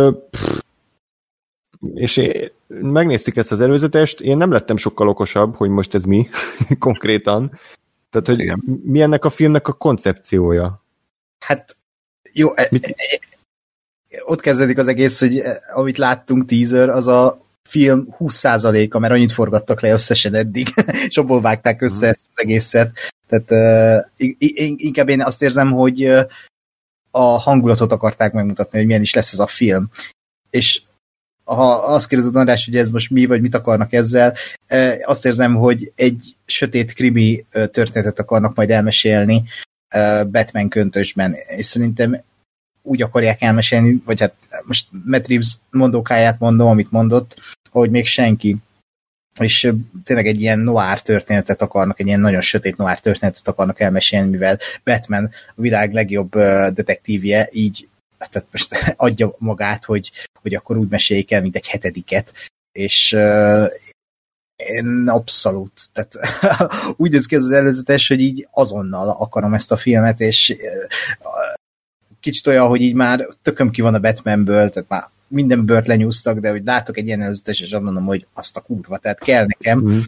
És megnéztük ezt az előzetest, én nem lettem sokkal okosabb, hogy most ez mi konkrétan. Tehát, hogy igen. Mi ennek a filmnek a koncepciója? Hát jó, ott kezdődik az egész, hogy amit láttunk teaser, az a film 20%-a, mert annyit forgattak le összesen eddig, és abból vágták össze ezt az egészet. Tehát inkább én azt érzem, hogy a hangulatot akarták megmutatni, hogy milyen is lesz ez a film. És ha azt kérdezed, András, hogy ez most mi, vagy mit akarnak ezzel, azt érzem, hogy egy sötét krimi történetet akarnak majd elmesélni Batman köntösben. És szerintem úgy akarják elmesélni, vagy hát most Matt Reeves mondókáját mondom, amit mondott, hogy még senki. És tényleg egy ilyen noir történetet akarnak, egy ilyen nagyon sötét noir történetet akarnak elmesélni, mivel Batman a világ legjobb detektívje, így tehát most adja magát, hogy akkor úgy meséljék el, mint egy 7. És én abszolút, tehát úgy néz ki ez az előzetes, hogy így azonnal akarom ezt a filmet, és kicsit olyan, hogy így már tököm ki van a Batmanből, tehát már minden bört lenyúztak, de hogy látok egy ilyen előzetes, és azt mondom, hogy azt a kurva, tehát kell nekem.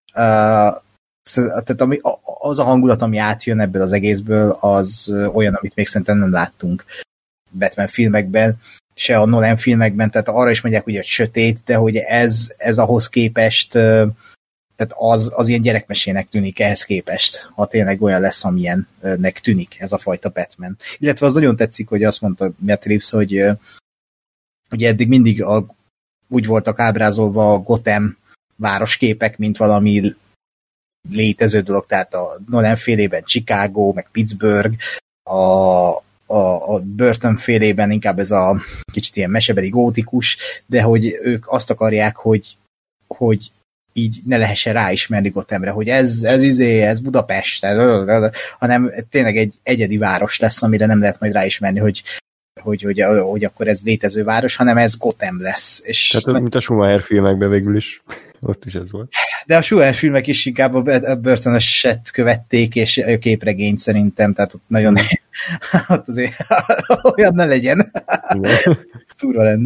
Tehát az a hangulat, ami átjön ebből az egészből, az olyan, amit még szerintem nem láttunk Batman filmekben, se a Nolan filmekben, tehát arra is mondják, hogy sötét, de hogy ez ahhoz képest, tehát az ilyen gyerekmesének tűnik ehhez képest, ha tényleg olyan lesz, amilyennek tűnik ez a fajta Batman. Illetve az nagyon tetszik, hogy azt mondta Matt Reeves, hogy ugye eddig mindig úgy voltak ábrázolva a Gotham városképek, mint valami létező dolog, tehát a Nolan félében Chicago, meg Pittsburgh, a Burton félében inkább ez a kicsit ilyen mesebeli gótikus, de hogy ők azt akarják, hogy így ne lehessen ráismerni Gothamre, hogy ez Budapest, hanem tényleg egy egyedi város lesz, amire nem lehet majd ráismerni, hogy akkor ez létező város, hanem ez Gotham lesz. És tehát mint a Schumacher filmekben végül is. Ott is ez volt. De a Schumacher filmek is inkább a Burton-öset követték, és a képregényt szerintem, tehát ott nagyon ott azért olyan ne legyen. Szúrva lenne.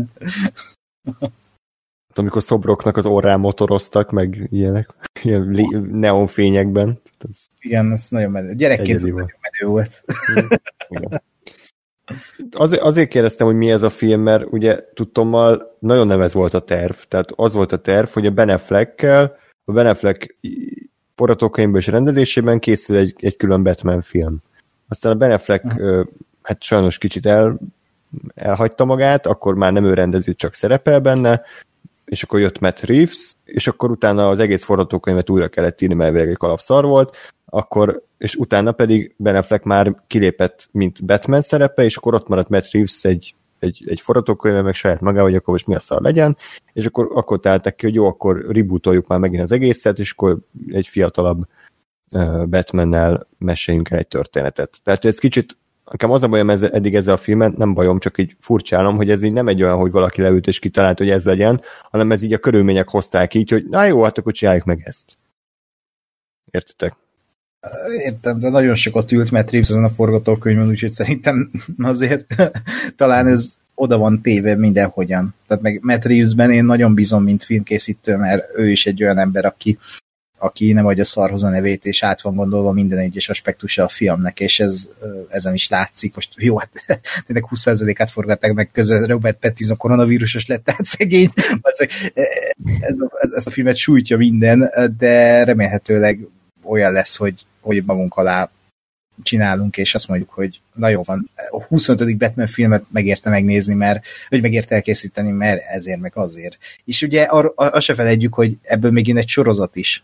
Amikor szobroknak az orrán motoroztak, meg ilyenek, ilyen neonfényekben. Igen, ez nagyon menő. Gyerekként nagyon menő volt. Igen. Azért kérdeztem, hogy mi ez a film, mert ugye tudtommal nagyon nem ez volt a terv. Tehát az volt a terv, hogy a Ben Affleck forgatókönyvből és rendezésében készül egy külön Batman film. Aztán a Ben Affleck hát sajnos kicsit elhagyta magát, akkor már nem ő rendezi, csak szerepel benne, és akkor jött Matt Reeves, és akkor utána az egész forgatókönyvet újra kellett írni, mert egy kalapszar volt, és utána pedig Ben Affleck már kilépett, mint Batman szerepe, és akkor ott maradt Matt Reeves egy forgatókönyve, meg saját maga, hogy akkor most mi a szar legyen, és akkor találták ki, hogy jó, akkor rebootoljuk már megint az egészet, és akkor egy fiatalabb Batmannel meséljünk el egy történetet. Tehát ez kicsit, nekem az a bajom eddig ezzel a filmen, nem bajom, csak így furcsálom, hogy ez így nem egy olyan, hogy valaki leült és kitalált, hogy ez legyen, hanem ez így a körülmények hozták így, hogy na jó, hát akkor csináljuk meg ezt. Értitek? Értem, de nagyon sokat ült Matt Reeves azon a forgatókönyvön, úgyhogy szerintem azért talán ez oda van téve mindenhogyan. Tehát meg Matt Reevesben én nagyon bízom, mint filmkészítő, mert ő is egy olyan ember, aki nem adja szarhoz a nevét, és át van gondolva minden egyes aspektusa a filmnek, és ezen is látszik. Most jó, hát tényleg 20%-át forgatták meg közben, Robert Pattinson koronavírusos lett, tehát szegény. Ez a filmet sújtja minden, de remélhetőleg olyan lesz, hogy magunk alá csinálunk, és azt mondjuk, hogy na jó van, a 25. Batman filmet megérte megnézni, vagy megérte elkészíteni, mert ezért, meg azért. És ugye azt se felejtjük, hogy ebből még jön egy sorozat is.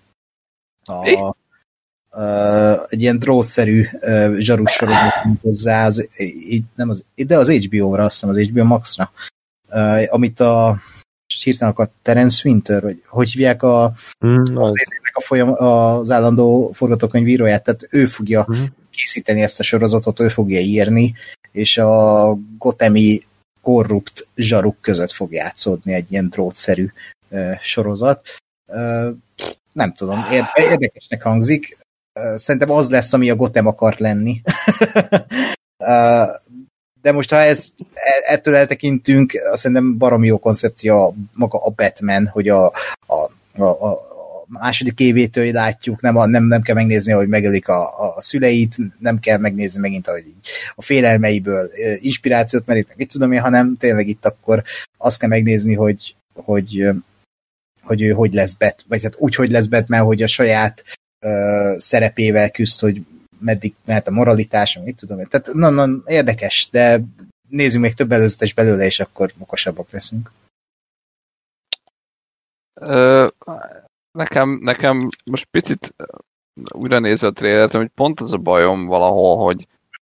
Egy ilyen drótszerű zsarus sorozat hozzá, de az HBO-ra, azt hiszem, az HBO Max-ra, amit a hirtelen a Terence Winter, vagy hogy hívják az állandó forgatókönyvíróját, tehát ő fogja készíteni ezt a sorozatot, ő fogja írni, és a Gotham-i korrupt zsaruk között fog játszódni egy ilyen drótszerű sorozat. Nem tudom, érdekesnek hangzik. Szerintem az lesz, ami a Gotham akart lenni. De most, ha ettől eltekintünk, szerintem baromi jó koncepció maga a Batman, hogy a második évétől látjuk, nem kell megnézni, hogy megölik a szüleit, nem kell megnézni megint, hogy a félelmeiből inspirációt merik, meg mit tudom én, hanem tényleg itt akkor azt kell megnézni, hogy ő hogy lesz Batman, vagy hát úgy, hogy lesz Batman, hogy a saját szerepével küzd, hogy meddig mehet a moralitás, mit tudom én. Tehát érdekes, de nézzünk még több előzetes belőle, és akkor okosabbak leszünk. Nekem most picit újra nézve a trailert, hogy pont az a bajom valahol,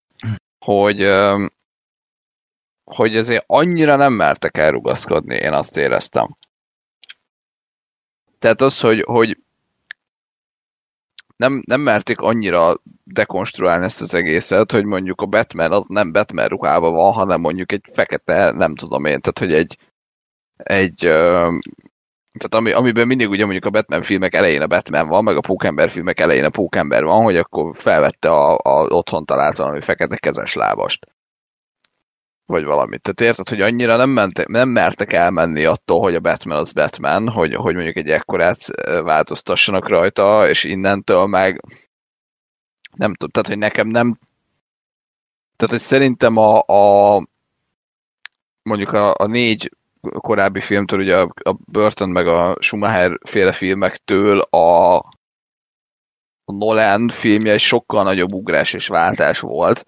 hogy ezért annyira nem mertek elrugaszkodni, én azt éreztem. Tehát az, hogy nem merték annyira dekonstruálni ezt az egészet, hogy mondjuk a Batman az nem Batman ruhában van, hanem mondjuk egy fekete, nem tudom én, tehát hogy tehát amiben mindig ugye mondjuk a Batman filmek elején a Batman van, meg a Pókember filmek elején a Pókember van, hogy akkor felvette a otthon talált valami fekete kezes lábast. Vagy valamit. Tehát érted, hogy annyira nem mertek elmenni attól, hogy a Batman az Batman, hogy mondjuk egy ekkorát változtassanak rajta, és innentől meg nem tudom, tehát hogy nekem nem tehát, hogy szerintem mondjuk a 4 korábbi filmtől, ugye a Burton meg a Schumacher féle filmektől a Nolan filmje egy sokkal nagyobb ugrás és váltás volt,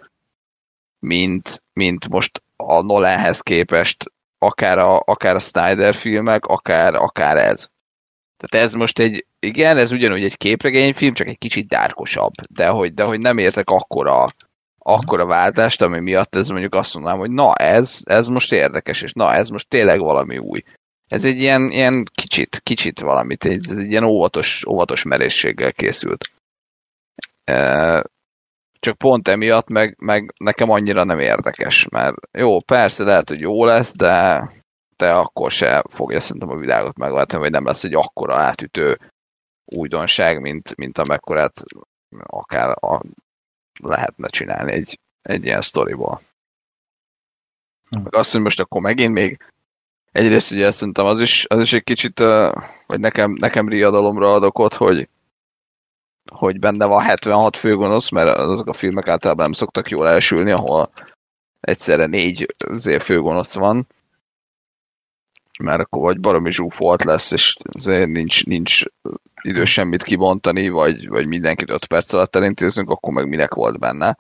mint most a Nolanhez képest akár a Snyder filmek, akár ez. Tehát ez most ez ugyanúgy egy képregényfilm, csak egy kicsit dárkosabb, de hogy nem értek akkora váltást, ami miatt ez mondjuk azt mondanám, hogy na ez most érdekes, és na ez most tényleg valami új. Ez egy ilyen kicsit valamit, ez egy ilyen óvatos merészséggel készült. Csak pont emiatt meg nekem annyira nem érdekes, mert jó, persze lehet, hogy jó lesz, de akkor se fogja szerintem a világot megváltani, vagy nem lesz egy akkora átütő újdonság, mint amekkorát akár lehetne csinálni egy ilyen sztoriból. Meg azt, hogy most akkor megint még egyrészt ugye szerintem az is egy kicsit, vagy nekem riadalomra ad okot, hogy benne van 76 főgonosz, mert azok a filmek általában nem szoktak jól elsülni, ahol egyszerre 4 főgonosz van, mert akkor vagy baromi zsúfolt lesz, és nincs idő semmit kibontani, vagy mindenkit 5 perc alatt elintézünk, akkor meg minek volt benne.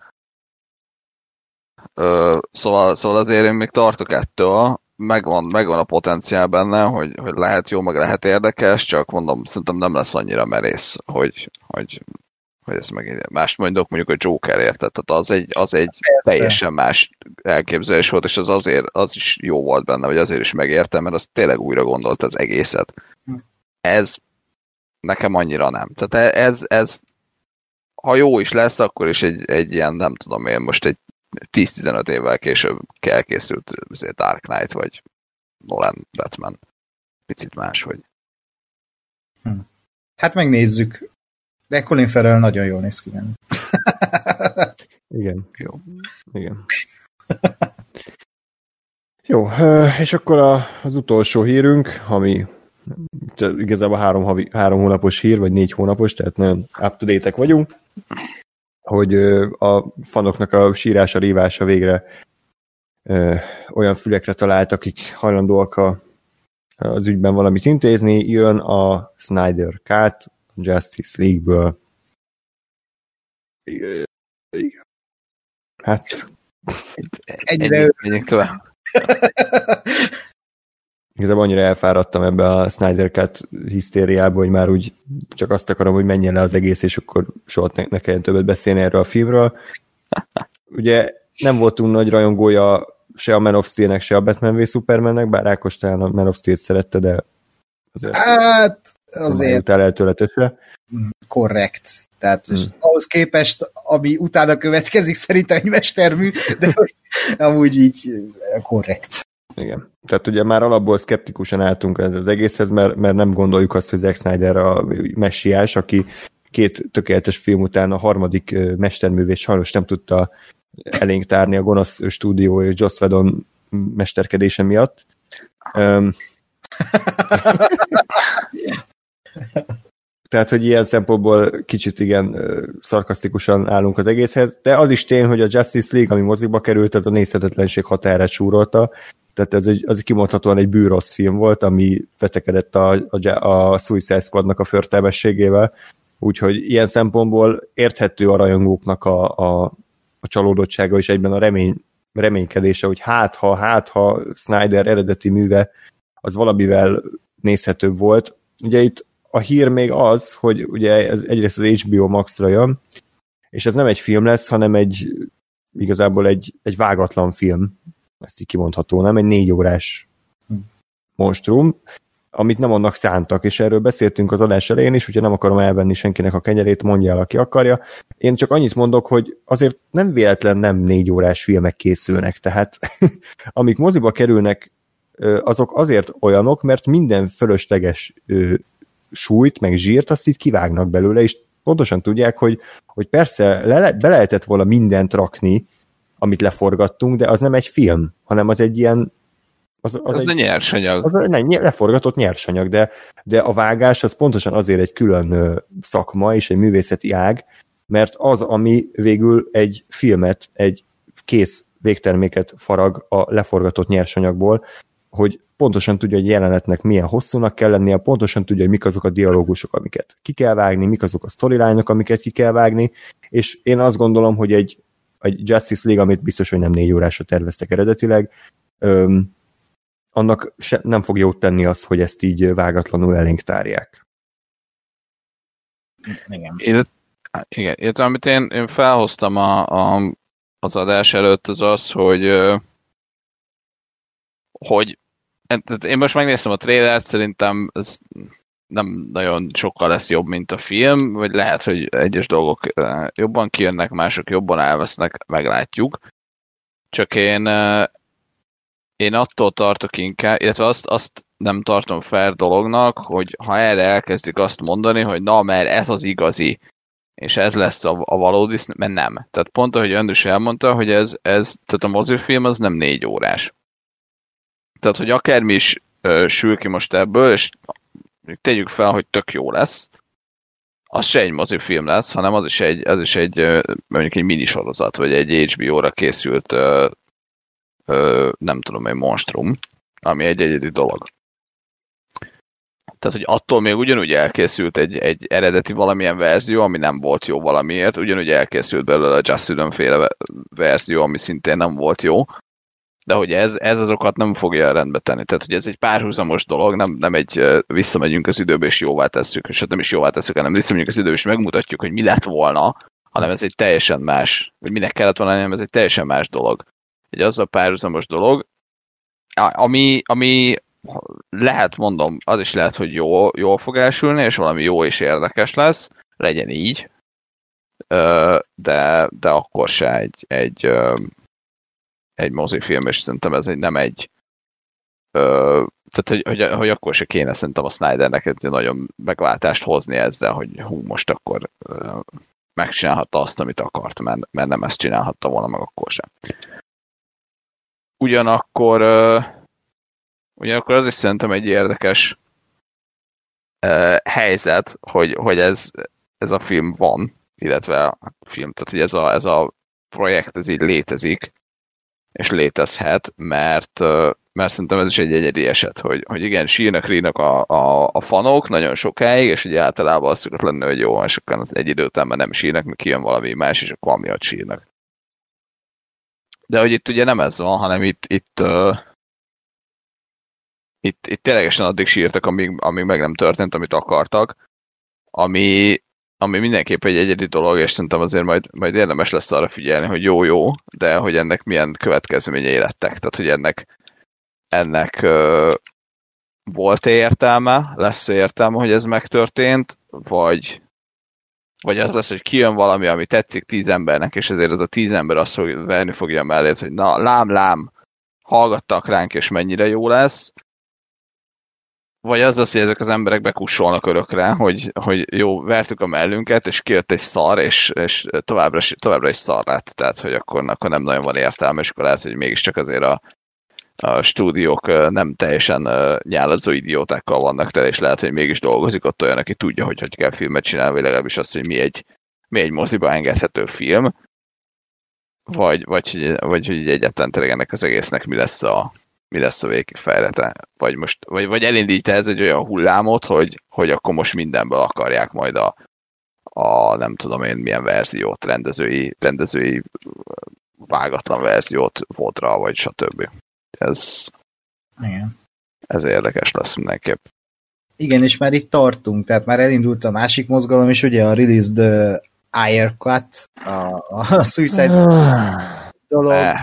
Szóval azért én még tartok ettől, megvan a potenciál benne, hogy lehet jó, meg lehet érdekes, csak mondom, szerintem nem lesz annyira merész, hogy ezt meg mást mondok, mondjuk a Joker érted, tehát az egy teljesen más elképzelés volt, és az is jó volt benne, vagy azért is megértem, mert az tényleg újra gondolt az egészet. Ez nekem annyira nem. Tehát ez ha jó is lesz, akkor is egy ilyen, nem tudom én, most egy 10-15 évvel később elkészült Dark Knight, vagy Nolan Batman. Picit máshogy. Hát megnézzük. De Colin Farrell nagyon jól néz ki benne. Igen. Jó. Igen. Jó, és akkor az utolsó hírünk, ami igazából 3 hónapos hír, vagy 4 hónapos, tehát nagyon up-to-date-ek vagyunk, hogy a fanoknak a sírása, rívása végre olyan fülekre talált, akik hajlandóak az ügyben valamit intézni. Jön a Snyder Cut Justice League-ből. Igen. Hát menjünk tovább. Igazából annyira elfáradtam ebbe a Snyder Cut hisztériába, hogy már úgy csak azt akarom, hogy menjen le az egész, és akkor soha ne kelljen többet beszélni erről a filmről. Ugye nem voltunk nagy rajongója se a Man of Steel-nek, se a Batman v Supermannek, bár Ákos talán a Man of Steel-t szerette, de hát azért eltőletesre. Korrekt. Tehát ahhoz képest, ami utána következik, szerintem egy mestermű, de amúgy így korrekt. Igen. Tehát ugye már alapból szkeptikusan álltunk az egészhez, mert nem gondoljuk azt, hogy Zack Snyder a messiás, aki 2 tökéletes film után a harmadik mesterművét sajnos nem tudta elénk tárni a gonosz stúdió és Joss Whedon mesterkedése miatt. Tehát, hogy ilyen szempontból kicsit igen szarkasztikusan állunk az egészhez, de az is tény, hogy a Justice League, ami mozikba került, az a nézhetetlenség határát súrolta, tehát az kimondhatóan egy bűrossz film volt, ami vetekedett a Suicide Squadnak a förtelmességével, úgyhogy ilyen szempontból érthető a rajongóknak a csalódottsága és egyben a reménykedése, hogy hát ha Snyder eredeti műve az valamivel nézhetőbb volt. Ugye itt a hír még az, hogy ugye ez egyrészt az HBO Max-ra jön, és ez nem egy film lesz, hanem igazából egy vágatlan film, ezt így kimondható, nem? Egy 4 órás monstrum, amit nem annak szántak, és erről beszéltünk az adás elején is, úgyhogy nem akarom elvenni senkinek a kenyerét, mondja el, aki akarja. Én csak annyit mondok, hogy azért nem véletlen nem 4 órás filmek készülnek, tehát amik moziba kerülnek, azok azért olyanok, mert minden fölösleges súlyt, meg zsírt, azt itt kivágnak belőle, és pontosan tudják, hogy persze be lehetett volna mindent rakni, amit leforgattunk, de az nem egy film, hanem az egy ilyen az egy nyersanyag. Az leforgatott nyersanyag, de a vágás az pontosan azért egy külön szakma és egy művészeti ág, mert az, ami végül egy filmet, egy kész végterméket farag a leforgatott nyersanyagból, hogy pontosan tudja, hogy jelenetnek milyen hosszúnak kell lennie, pontosan tudja, hogy mik azok a dialógusok, amiket ki kell vágni, mik azok a storyline-ok, amiket ki kell vágni, és én azt gondolom, hogy egy Justice League, amit biztos, hogy nem 4 órásra terveztek eredetileg, annak nem fog jót tenni az, hogy ezt így vágatlanul elénk tárják. Igen. Igen, amit én felhoztam az adás előtt, az az, hogy én most megnéztem a trailert, szerintem ez nem nagyon sokkal lesz jobb, mint a film, vagy lehet, hogy egyes dolgok jobban kijönnek, mások jobban elvesznek, meglátjuk. Csak én attól tartok inkább, illetve azt nem tartom fair dolognak, hogy ha erre elkezdik azt mondani, hogy na, mert ez az igazi, és ez lesz a valódi, mert nem. Tehát pont, ahogy Öndös elmondta, hogy tehát a mozifilm az nem 4 órás. Tehát, hogy akármi is sül ki most ebből, és tegyük fel, hogy tök jó lesz, az se egy mozifilm lesz, hanem az is egy mondjuk egy minisorozat, vagy egy HBO-ra készült nem tudom, egy monstrum, ami egy egyedi dolog. Tehát, hogy attól még ugyanúgy elkészült egy eredeti valamilyen verzió, ami nem volt jó valamiért, ugyanúgy elkészült belőle a Joss Whedon-féle verzió, ami szintén nem volt jó, de hogy ez azokat nem fogja rendbe tenni. Tehát, hogy ez egy párhuzamos dolog, nem egy visszamegyünk az időbe és jóvá tesszük, és nem is jóvá tesszük, hanem visszamegyünk az időbe és megmutatjuk, hogy mi lett volna, hanem ez egy teljesen más, vagy minek kellett volna, hanem ez egy teljesen más dolog. Az a párhuzamos dolog, ami lehet, mondom, az is lehet, hogy jól fog elsülni, és valami jó és érdekes lesz, legyen így, de akkor se egy mozifilm, és szerintem ez nem egy tehát, hogy akkor se kéne szerintem a Snydernek egy nagyon megváltást hozni ezzel, hogy most akkor megcsinálhatta azt, amit akart, mert nem ezt csinálhatta volna meg akkor sem. Ugyanakkor az is szerintem egy érdekes helyzet, hogy ez a film van, illetve a film, tehát hogy ez a projekt ez így létezik, és létezhet, mert szerintem ez is egy egyedi eset, hogy igen, sírnak a fanok nagyon sokáig, és ugye általában azt szokott lenni, hogy jó, és akkor egy idő után már nem sírnak, mert kijön valami más, és akkor amiatt sírnak. De hogy itt ugye nem ez van, hanem itt ténylegesen addig sírtak, amíg meg nem történt, amit akartak, ami ami mindenképp egy egyedi dolog, és szerintem azért majd érdemes lesz arra figyelni, hogy jó, de hogy ennek milyen következményei lettek. Tehát, hogy ennek volt-e értelme, lesz-e értelme, hogy ez megtörtént, vagy az lesz, hogy kijön valami, ami tetszik 10 embernek, és ezért az a 10 ember azt verni fogja mellét, hogy na, lám, hallgattak ránk, és mennyire jó lesz. Vagy az lesz, hogy ezek az emberek bekussolnak örökre, hogy jó, vertük a mellünket, és kijött egy szar, és továbbra is szar lett. Tehát, hogy akkor nem nagyon van értelme, és akkor lehet, hogy mégiscsak azért a stúdiók nem teljesen nyáladzó idiótákkal vannak tele, és lehet, hogy mégis dolgozik ott olyan, aki tudja, hogy kell filmet csinálni, vagy legalábbis azt, hogy mi egy moziba engedhető film, vagy hogy egyáltalán tényleg ennek az egésznek mi lesz a végkifejlete. Vagy elindít ez egy olyan hullámot, hogy akkor most mindenből akarják majd a nem tudom én milyen verziót, rendezői vágatlan verziót vodra, vagy stb. Ez érdekes lesz mindenképp. Igen, és már itt tartunk, tehát már elindult a másik mozgalom is, ugye a Release the Ayer Cut, a Suicide dolog.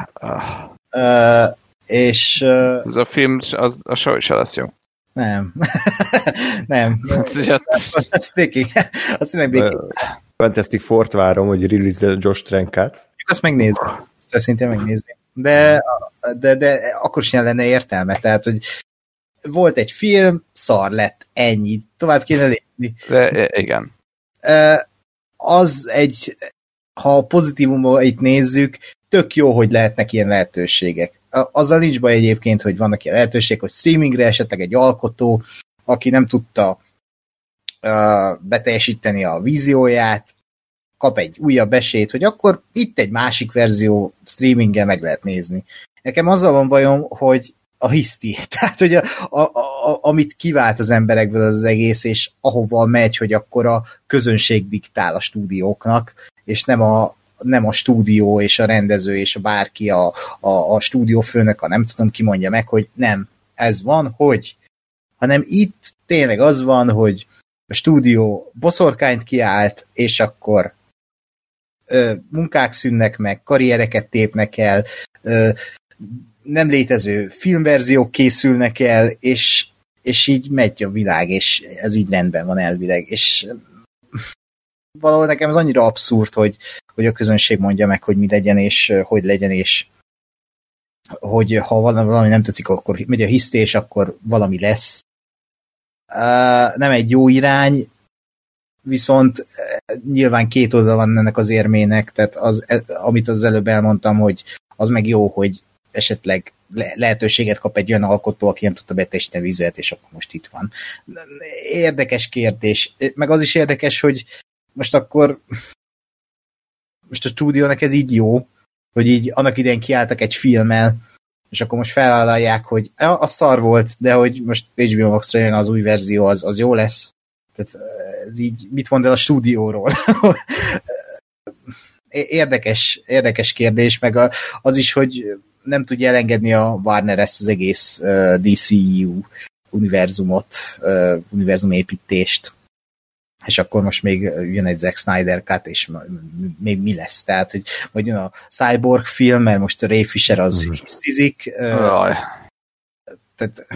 És... ez a film, az sehogy se lesz jó. Nem. Nem. Azt tényleg Fantastic Four-t várom, hogy release Josh Trank-át. Azt megnézni. Azt őszintén megnézni. De akkor sem lenne értelme. Tehát, hogy volt egy film, szar lett, ennyi. Tovább kéne lépni. De igen. Ha a pozitívumait nézzük, tök jó, hogy lehetnek ilyen lehetőségek. Azzal nincs baj egyébként, hogy vannak ilyen lehetőségek, hogy streamingre esetleg egy alkotó, aki nem tudta beteljesíteni a vízióját, kap egy újabb esélyt, hogy akkor itt egy másik verzió streamingen meg lehet nézni. Nekem azzal van bajom, hogy a hiszti, tehát hogy amit kivált az emberekből az egész, és ahova megy, hogy akkor a közönség diktál a stúdióknak, és nem a stúdió és a rendező és a bárki, a stúdiófőnök, nem tudom ki mondja meg, hogy nem, ez van, hanem itt tényleg az van, hogy a stúdió boszorkányt kiállt, és akkor munkák szűnnek meg, karriereket tépnek el, nem létező filmverziók készülnek el, és így megy a világ, és ez így rendben van elvileg, és valahol nekem ez annyira abszurd, hogy a közönség mondja meg, hogy mi legyen, és hogy legyen, és hogy ha valami nem tetszik, akkor megy a hisztés, akkor valami lesz. Nem egy jó irány, viszont nyilván két oldal van ennek az érmének, tehát amit az előbb elmondtam, hogy az meg jó, hogy esetleg lehetőséget kap egy olyan alkotó, aki nem tudta beteljesíteni a vizuált, és akkor most itt van. Érdekes kérdés. Meg az is érdekes, hogy most a stúdiónak ez így jó, hogy így annak idején kiálltak egy filmmel, és akkor most felvállalják, hogy a szar volt, de hogy most HBO Max-ra jön az új verzió, az jó lesz. Tehát ez így mit mond el a stúdióról? Érdekes kérdés, meg az is, hogy nem tudja elengedni a Warner ezt az egész DCU univerzumépítést. És akkor most még jön egy Zack Snyder cut, és még mi lesz? Tehát, hogy majd jön a Cyborg film, mert most a Ray Fisher az hisztizik. Tehát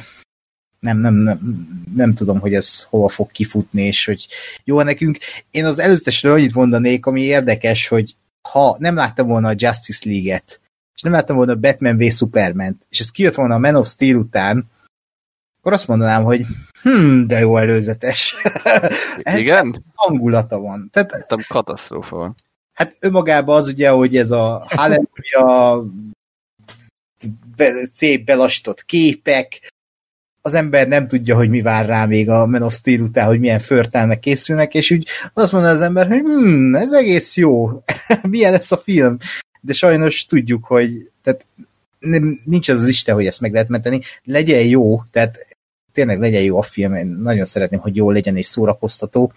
nem tudom, hogy ez hova fog kifutni, és hogy jó nekünk. Én az előzetesről annyit mondanék, ami érdekes, hogy ha nem láttam volna a Justice League-et, és nem láttam volna a Batman v Superman-t, és ez kijött volna a Man of Steel után, akkor azt mondanám, hogy de jó előzetes. Igen? Hangulata van. Tehát, katasztrófa van. Hát önmagában az ugye, hogy ez a halleluja, szép belasított képek, az ember nem tudja, hogy mi vár rá még a Man of Steel után, hogy milyen förtelmek készülnek, és úgy azt mondja az ember, hogy ez egész jó, milyen lesz a film. De sajnos tudjuk, hogy tehát nincs az Isten, hogy ezt meg lehet menteni. Legyen jó, tehát tényleg legyen jó a film, én nagyon szeretném, hogy jó legyen és szórakoztató,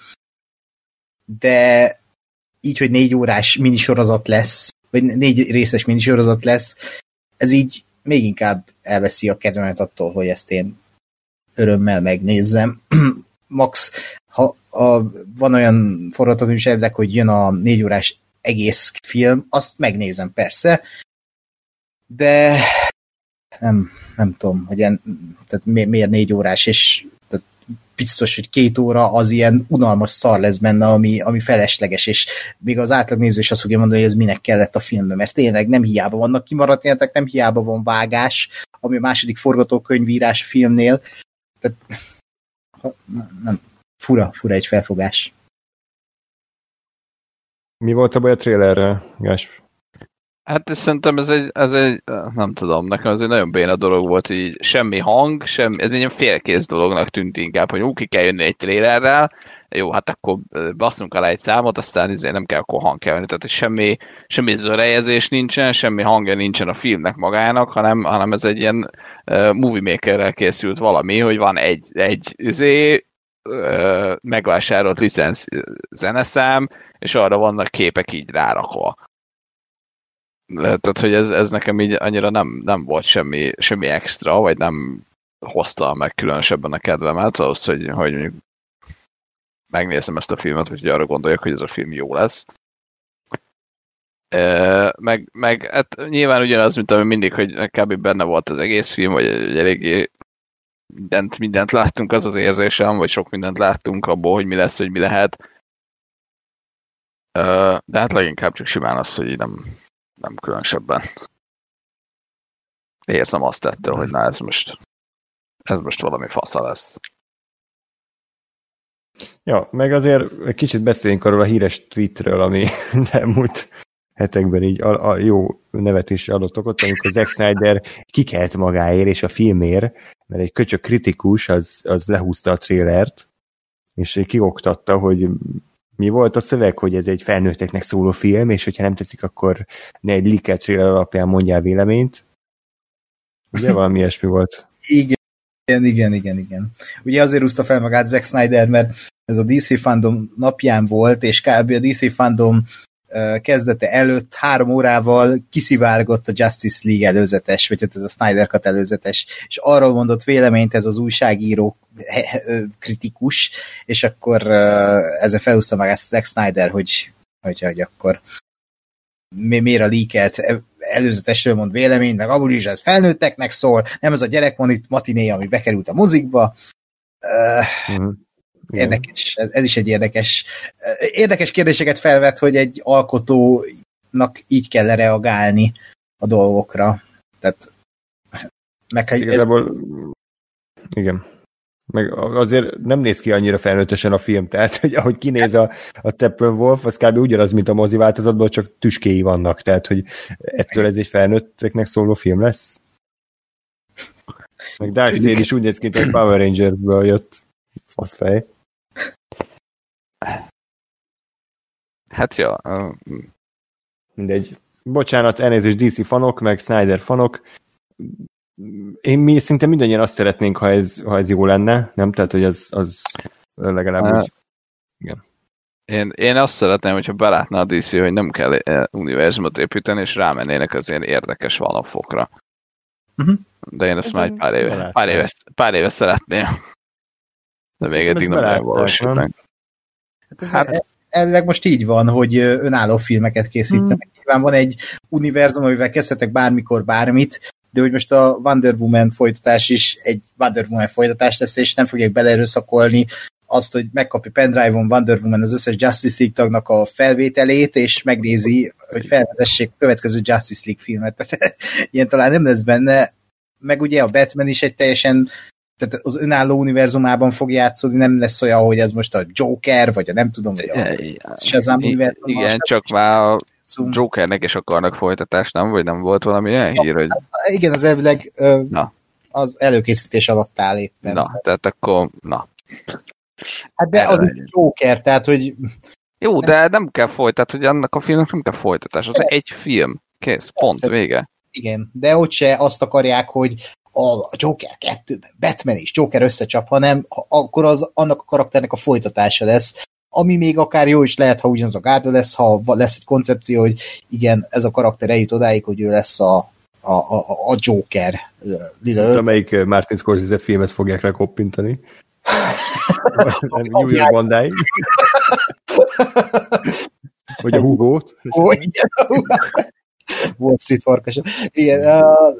de így, hogy 4 órás minisorozat lesz, vagy 4 részes minisorozat lesz, ez így még inkább elveszi a kedvemet attól, hogy ezt én örömmel megnézzem. Max, van olyan forgatókönyv is elvileg, hogy jön a 4 órás egész film, azt megnézem persze, de nem tudom, hogy tehát miért 4 órás, és tehát biztos, hogy 2 óra az ilyen unalmas szar lesz benne, ami felesleges, és még az átlagnéző is azt fogja mondani, hogy ez minek kellett a filmben, mert tényleg nem hiába vannak kimaradt jelentek, nem hiába van vágás, ami a második forgatókönyvírás filmnél. Tehát, nem, fura egy felfogás. Mi volt a baj a trailerrel, Gásp? Hát szerintem ez egy, nem tudom, nekem ez egy nagyon béna dolog volt, így semmi hang, ez egy ilyen félkész dolognak tűnt inkább, hogy ki kell jönni egy trailerrel, jó, hát akkor basszunk alá egy számot, aztán nem kell akkor hang kell venni, tehát semmi zörejezés nincsen, semmi hangja nincsen a filmnek magának, hanem ez egy ilyen movie makerrel készült valami, hogy van egy megvásárolt licenc zeneszám, és arra vannak képek így rárakva. Tehát, hogy ez nekem így annyira nem volt semmi extra, vagy nem hozta meg különösebben a kedvemet, ahhoz, hogy mondjuk megnézem ezt a filmet, hogy arra gondoljak, hogy ez a film jó lesz. Meg hát nyilván ugyanaz, mint ami mindig, hogy kb. Benne volt az egész film, vagy eléggé mindent láttunk, az érzésem, vagy sok mindent láttunk abból, hogy mi lesz, vagy mi lehet. De hát leginkább csak simán az, hogy nem különösebben érzem azt ettől, hogy na ez most valami fasza lesz. Ja, meg azért kicsit beszéljünk arról a híres tweetről, ami elmúlt hetekben így a jó nevetés adott okot, amikor Zack Snyder kikelt magáért és a filmért, mert egy köcsök kritikus az lehúzta a trailert, és kioktatta, hogy mi volt a szöveg, hogy ez egy felnőtteknek szóló film, és hogyha nem teszik, akkor ne egy leaked trailer alapján mondjál véleményt. Ugye valami ilyesmi volt? Igen. Ugye azért húzta fel magát Zack Snyder, mert ez a DC Fandom napján volt, és kb. A DC Fandom kezdete előtt 3 órával kiszivárgott a Justice League előzetes, vagy hát ez a Snyder Cut előzetes, és arról mondott véleményt ez az újságíró kritikus, és akkor ezen felhúzta magát Zack Snyder, hogy akkor miért a leakelt előzetesről mond véleményt, meg abból is ez felnőtteknek szól, nem ez a gyerekmatiné, ami bekerült a mozikba. Érdekes, ez is egy érdekes kérdéseket felvet, hogy egy alkotónak így kell reagálni a dolgokra. Tehát igazából igen. Meg azért nem néz ki annyira felnőttesen a film, tehát hogy ahogy kinéz a Steppenwolf, az kb. Ugyanaz, mint a mozi változatban, csak tüskéi vannak, tehát hogy ettől ez egy felnőtteknek szóló film lesz. Meg Darkseid is úgy néz ki, hogy Power Rangerből jött. Faszfej. Hát ja. Mindegy. Bocsánat, elnézést DC fanok, meg Snyder fanok. Mi szinte mindannyian azt szeretnénk, ha ez jó lenne, nem? Tehát, hogy az legalább úgy. Igen. Én azt szeretném, hogyha belátna a DC, hogy nem kell univerzumot építeni, és rámennének az ilyen érdekes vanafokra. De én ezt már pár éve szeretném. De még eddig nem elvalósítanak. Hát elvileg most így van, hogy önálló filmeket készítenek. Nyilván van egy univerzum, amivel kezdhetek bármikor bármit, de hogy most a Wonder Woman folytatás is egy Wonder Woman folytatás lesz, és nem fogják beleerőszakolni azt, hogy megkapja pendrive-on Wonder Woman az összes Justice League tagnak a felvételét, és megnézi, hogy felvezessék a következő Justice League filmet. Ilyen talán nem lesz benne. Meg ugye a Batman is egy teljesen, tehát az önálló univerzumában fog játszódni, nem lesz olyan, hogy ez most a Joker, vagy a nem tudom, vagy a Shazam univerzum. Igen, csak már a Jokernek is akarnak folytatást, nem? Vagy nem volt valami ilyen hír, hogy... Igen, az elvileg az előkészítés alatt áll éppen. Na, tehát akkor, Hát de az egy Joker, tehát, hogy... Jó, de nem kell folytat, hogy annak a filmnek nem kell folytatás, az egy film. Kész, pont, vége. Igen, de ott se azt akarják, hogy a Joker 2-ben Batman és Joker összecsap, hanem akkor az annak a karakternek a folytatása lesz, ami még akár jó is lehet, ha ugyanaz a gárda lesz, ha lesz egy koncepció, hogy igen, ez a karakter eljut odáig, hogy ő lesz a Joker. Amelyik Martin Scorsese filmet fogják lekoppintani. New York bandáig. Vagy a Hugo-t. Wall Street farkas. Igen,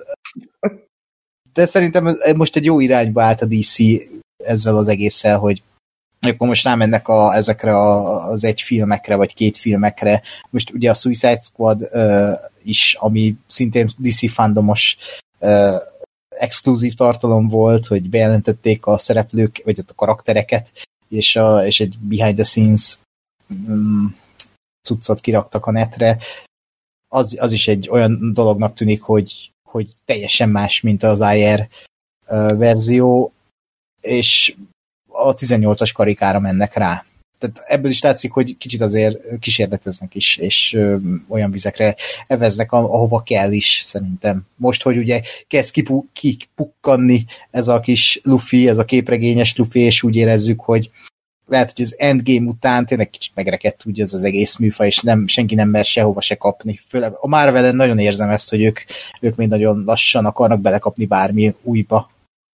de szerintem most egy jó irányba állt a DC ezzel az egésszel, hogy akkor most rámennek ezekre az egy filmekre, vagy két filmekre. Most ugye a Suicide Squad is, ami szintén DC fandomos exkluzív tartalom volt, hogy bejelentették a szereplők, vagy a karaktereket, és egy behind the scenes cuccot kiraktak a netre. Az is egy olyan dolognak tűnik, hogy teljesen más, mint az IR verzió, és a 18-as karikára mennek rá. Tehát ebből is látszik, hogy kicsit azért kísérleteznek is, és olyan vizekre eveznek, ahova kell is, szerintem. Most, hogy ugye kezd kipukkanni ez a kis Luffy, ez a képregényes Luffy, és úgy érezzük, hogy lehet, hogy az Endgame után tényleg kicsit megrekedt úgy az egész műfaj, és senki nem mer sehova se kapni. Főleg a Marvelen nagyon érzem ezt, hogy ők még nagyon lassan akarnak belekapni bármi újba.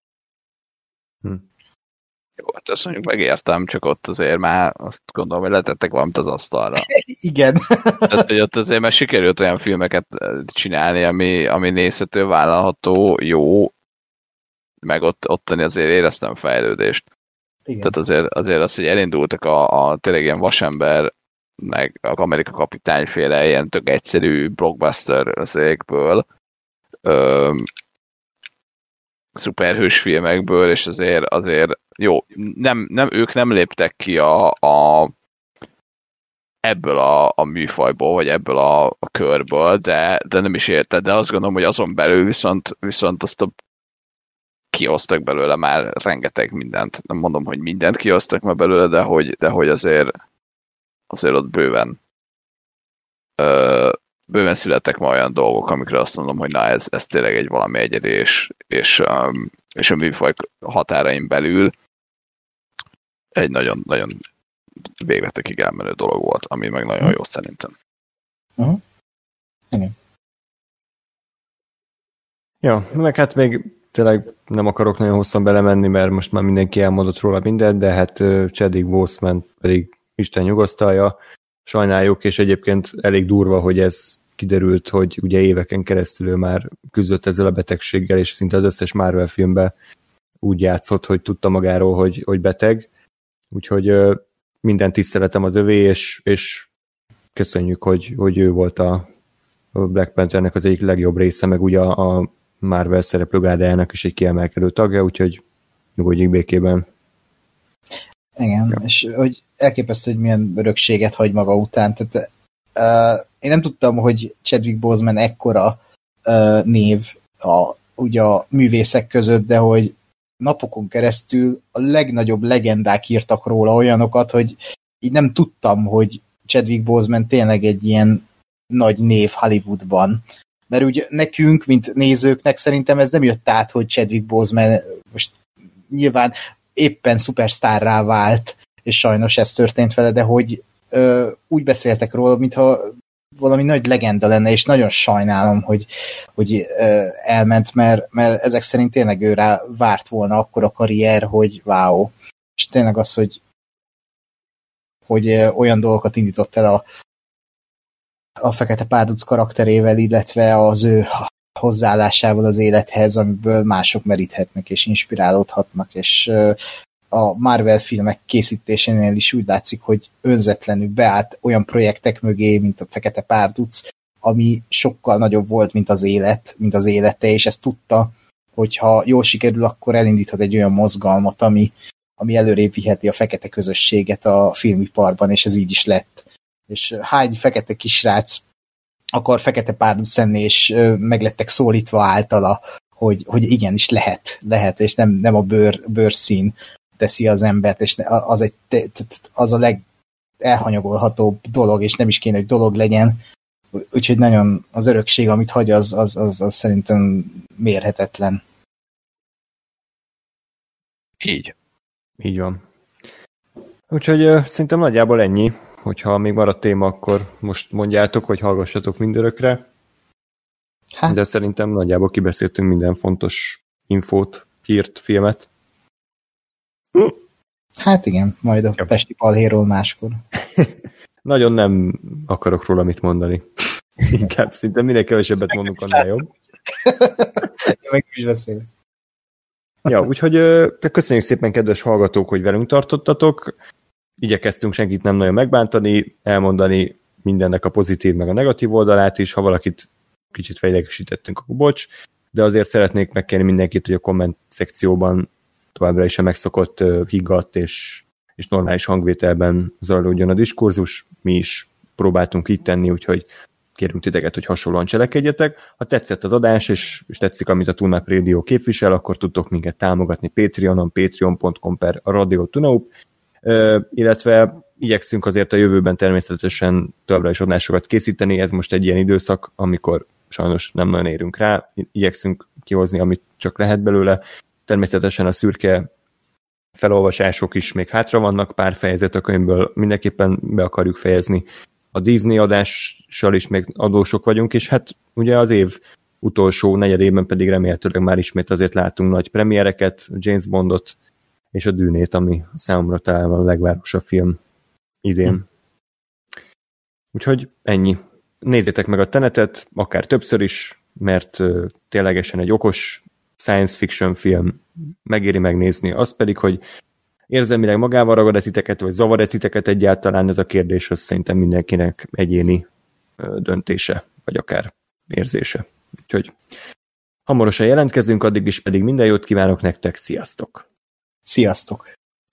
Jó, hát ezt mondjuk megértem, csak ott azért már azt gondolom, hogy letettek valamit az asztalra. Igen. Tehát, hogy ott azért már sikerült olyan filmeket csinálni, ami nézhető, vállalható, jó, meg ottani azért éreztem fejlődést. Igen. Tehát azért az, hogy elindultak a tényleg ilyen vasember, meg az Amerika kapitányféle ilyen tök egyszerű blockbuster székből, szuperhős filmekből, és azért jó, ők nem léptek ki ebből a műfajból, vagy ebből a körből, de nem is érted, de azt gondolom, hogy azon belül viszont azt kihoztak belőle már rengeteg mindent. Nem mondom, hogy mindent kihoztak már belőle, de hogy azért ott bőven születtek ma olyan dolgok, amikre azt mondom, hogy na ez tényleg egy valami egyedi, és a műfaj határain belül egy nagyon, nagyon végletekig elmenő dolog volt, ami meg nagyon jó szerintem. Uh-huh. Igen. Ja, meg hát még tényleg nem akarok nagyon hosszan belemenni, mert most már mindenki elmondott róla mindent, de hát Chadwick Boseman pedig Isten nyugosztalja, sajnáljuk, és egyébként elég durva, hogy ez kiderült, hogy ugye éveken keresztül ő már küzdött ezzel a betegséggel, és szinte az összes Marvel filmben úgy játszott, hogy tudta magáról, hogy beteg. Úgyhogy minden tiszteletem az övé, és köszönjük, hogy ő volt a Black Panthernek az egyik legjobb része, meg ugye a Marvel szereplőgárdájának is egy kiemelkedő tagja, úgyhogy nyugodjék békében. Igen, ja. És hogy elképesztő, hogy milyen örökséget hagy maga után. Tehát, én nem tudtam, hogy Chadwick Boseman ekkora név ugye a művészek között, de hogy napokon keresztül a legnagyobb legendák írtak róla olyanokat, hogy így nem tudtam, hogy Chadwick Boseman tényleg egy ilyen nagy név Hollywoodban. Mert úgy nekünk, mint nézőknek szerintem ez nem jött át, hogy Chadwick Boseman most nyilván éppen szupersztárrá vált, és sajnos ez történt vele, de hogy úgy beszéltek róla, mintha valami nagy legenda lenne, és nagyon sajnálom, hogy elment, mert ezek szerint tényleg ő rá várt volna akkor a karrier, hogy wow. És tényleg az, hogy olyan dolgokat indított el a Fekete Párduc karakterével, illetve az ő hozzáállásával az élethez, amiből mások meríthetnek és inspirálódhatnak, és a Marvel filmek készítésénél is úgy látszik, hogy önzetlenül beállt olyan projektek mögé, mint a Fekete Párduc, ami sokkal nagyobb volt, mint az élete, és ezt tudta, hogyha jól sikerül, akkor elindíthat egy olyan mozgalmat, ami előrébb viheti a fekete közösséget a filmiparban, és ez így is lett. És hány fekete kisrác akar Fekete Párduc lenni, és meglettek szólítva általa, hogy igenis lehet, és nem a bőrszín teszi az embert, és az a legelhanyagolhatóbb dolog, és nem is kéne, hogy dolog legyen. Úgyhogy nagyon az örökség, amit hagy, az szerintem mérhetetlen. Így van. Úgyhogy szerintem nagyjából ennyi. Hogyha még maradt téma, akkor most mondjátok, hogy hallgassatok mindörökre. De szerintem nagyjából kibeszéltünk minden fontos infót, hírt, filmet. Hát igen, majd a pesti balhéról máskor. Nagyon nem akarok róla mit mondani. Inkább szinte minél kevesebbet mondunk, annál jobb. Meg is beszélek. Ja, úgyhogy köszönjük szépen, kedves hallgatók, hogy velünk tartottatok. Igyekeztünk senkit nem nagyon megbántani, elmondani mindennek a pozitív meg a negatív oldalát is. Ha valakit kicsit fejlegesítettünk, akkor bocs, de azért szeretnék megkérni mindenkit, hogy a komment szekcióban továbbra is a megszokott higgadt és normális hangvételben zajlódjon a diskurzus. Mi is próbáltunk így tenni, úgyhogy kérünk titeket, hogy hasonlóan cselekedjetek. Ha tetszett az adás, és tetszik, amit a Tuneup Radio képvisel, akkor tudtok minket támogatni Patreonon, patreon.com/radiotuneup, illetve igyekszünk azért a jövőben természetesen továbbra is adásokat készíteni. Ez most egy ilyen időszak, amikor sajnos nem nagyon érünk rá. Igyekszünk kihozni, amit csak lehet belőle. Természetesen a szürke felolvasások is még hátra vannak, pár fejezet a könyvből mindenképpen be akarjuk fejezni. A Disney adással is még adósok vagyunk, és hát ugye az év utolsó negyedében pedig remélhetőleg már ismét azért látunk nagy premiereket, James Bondot és a Dűnét, ami számomra talán a legvárosabb film idén. Úgyhogy ennyi. Nézzétek meg a Tenetet, akár többször is, mert ténylegesen egy okos science fiction film, megéri megnézni. Az pedig, hogy érzelmileg magával ragad-e titeket, vagy zavar-e titeket egyáltalán, ez a kérdés, az szerintem mindenkinek egyéni döntése, vagy akár érzése. Úgyhogy hamarosan jelentkezünk, addig is pedig minden jót kívánok nektek, sziasztok! Sziasztok!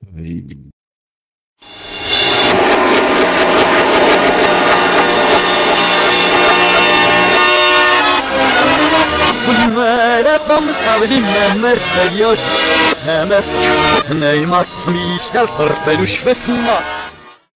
Merhaba savlimle mertegyot Hemes Neymar Michel Harpelus Vesma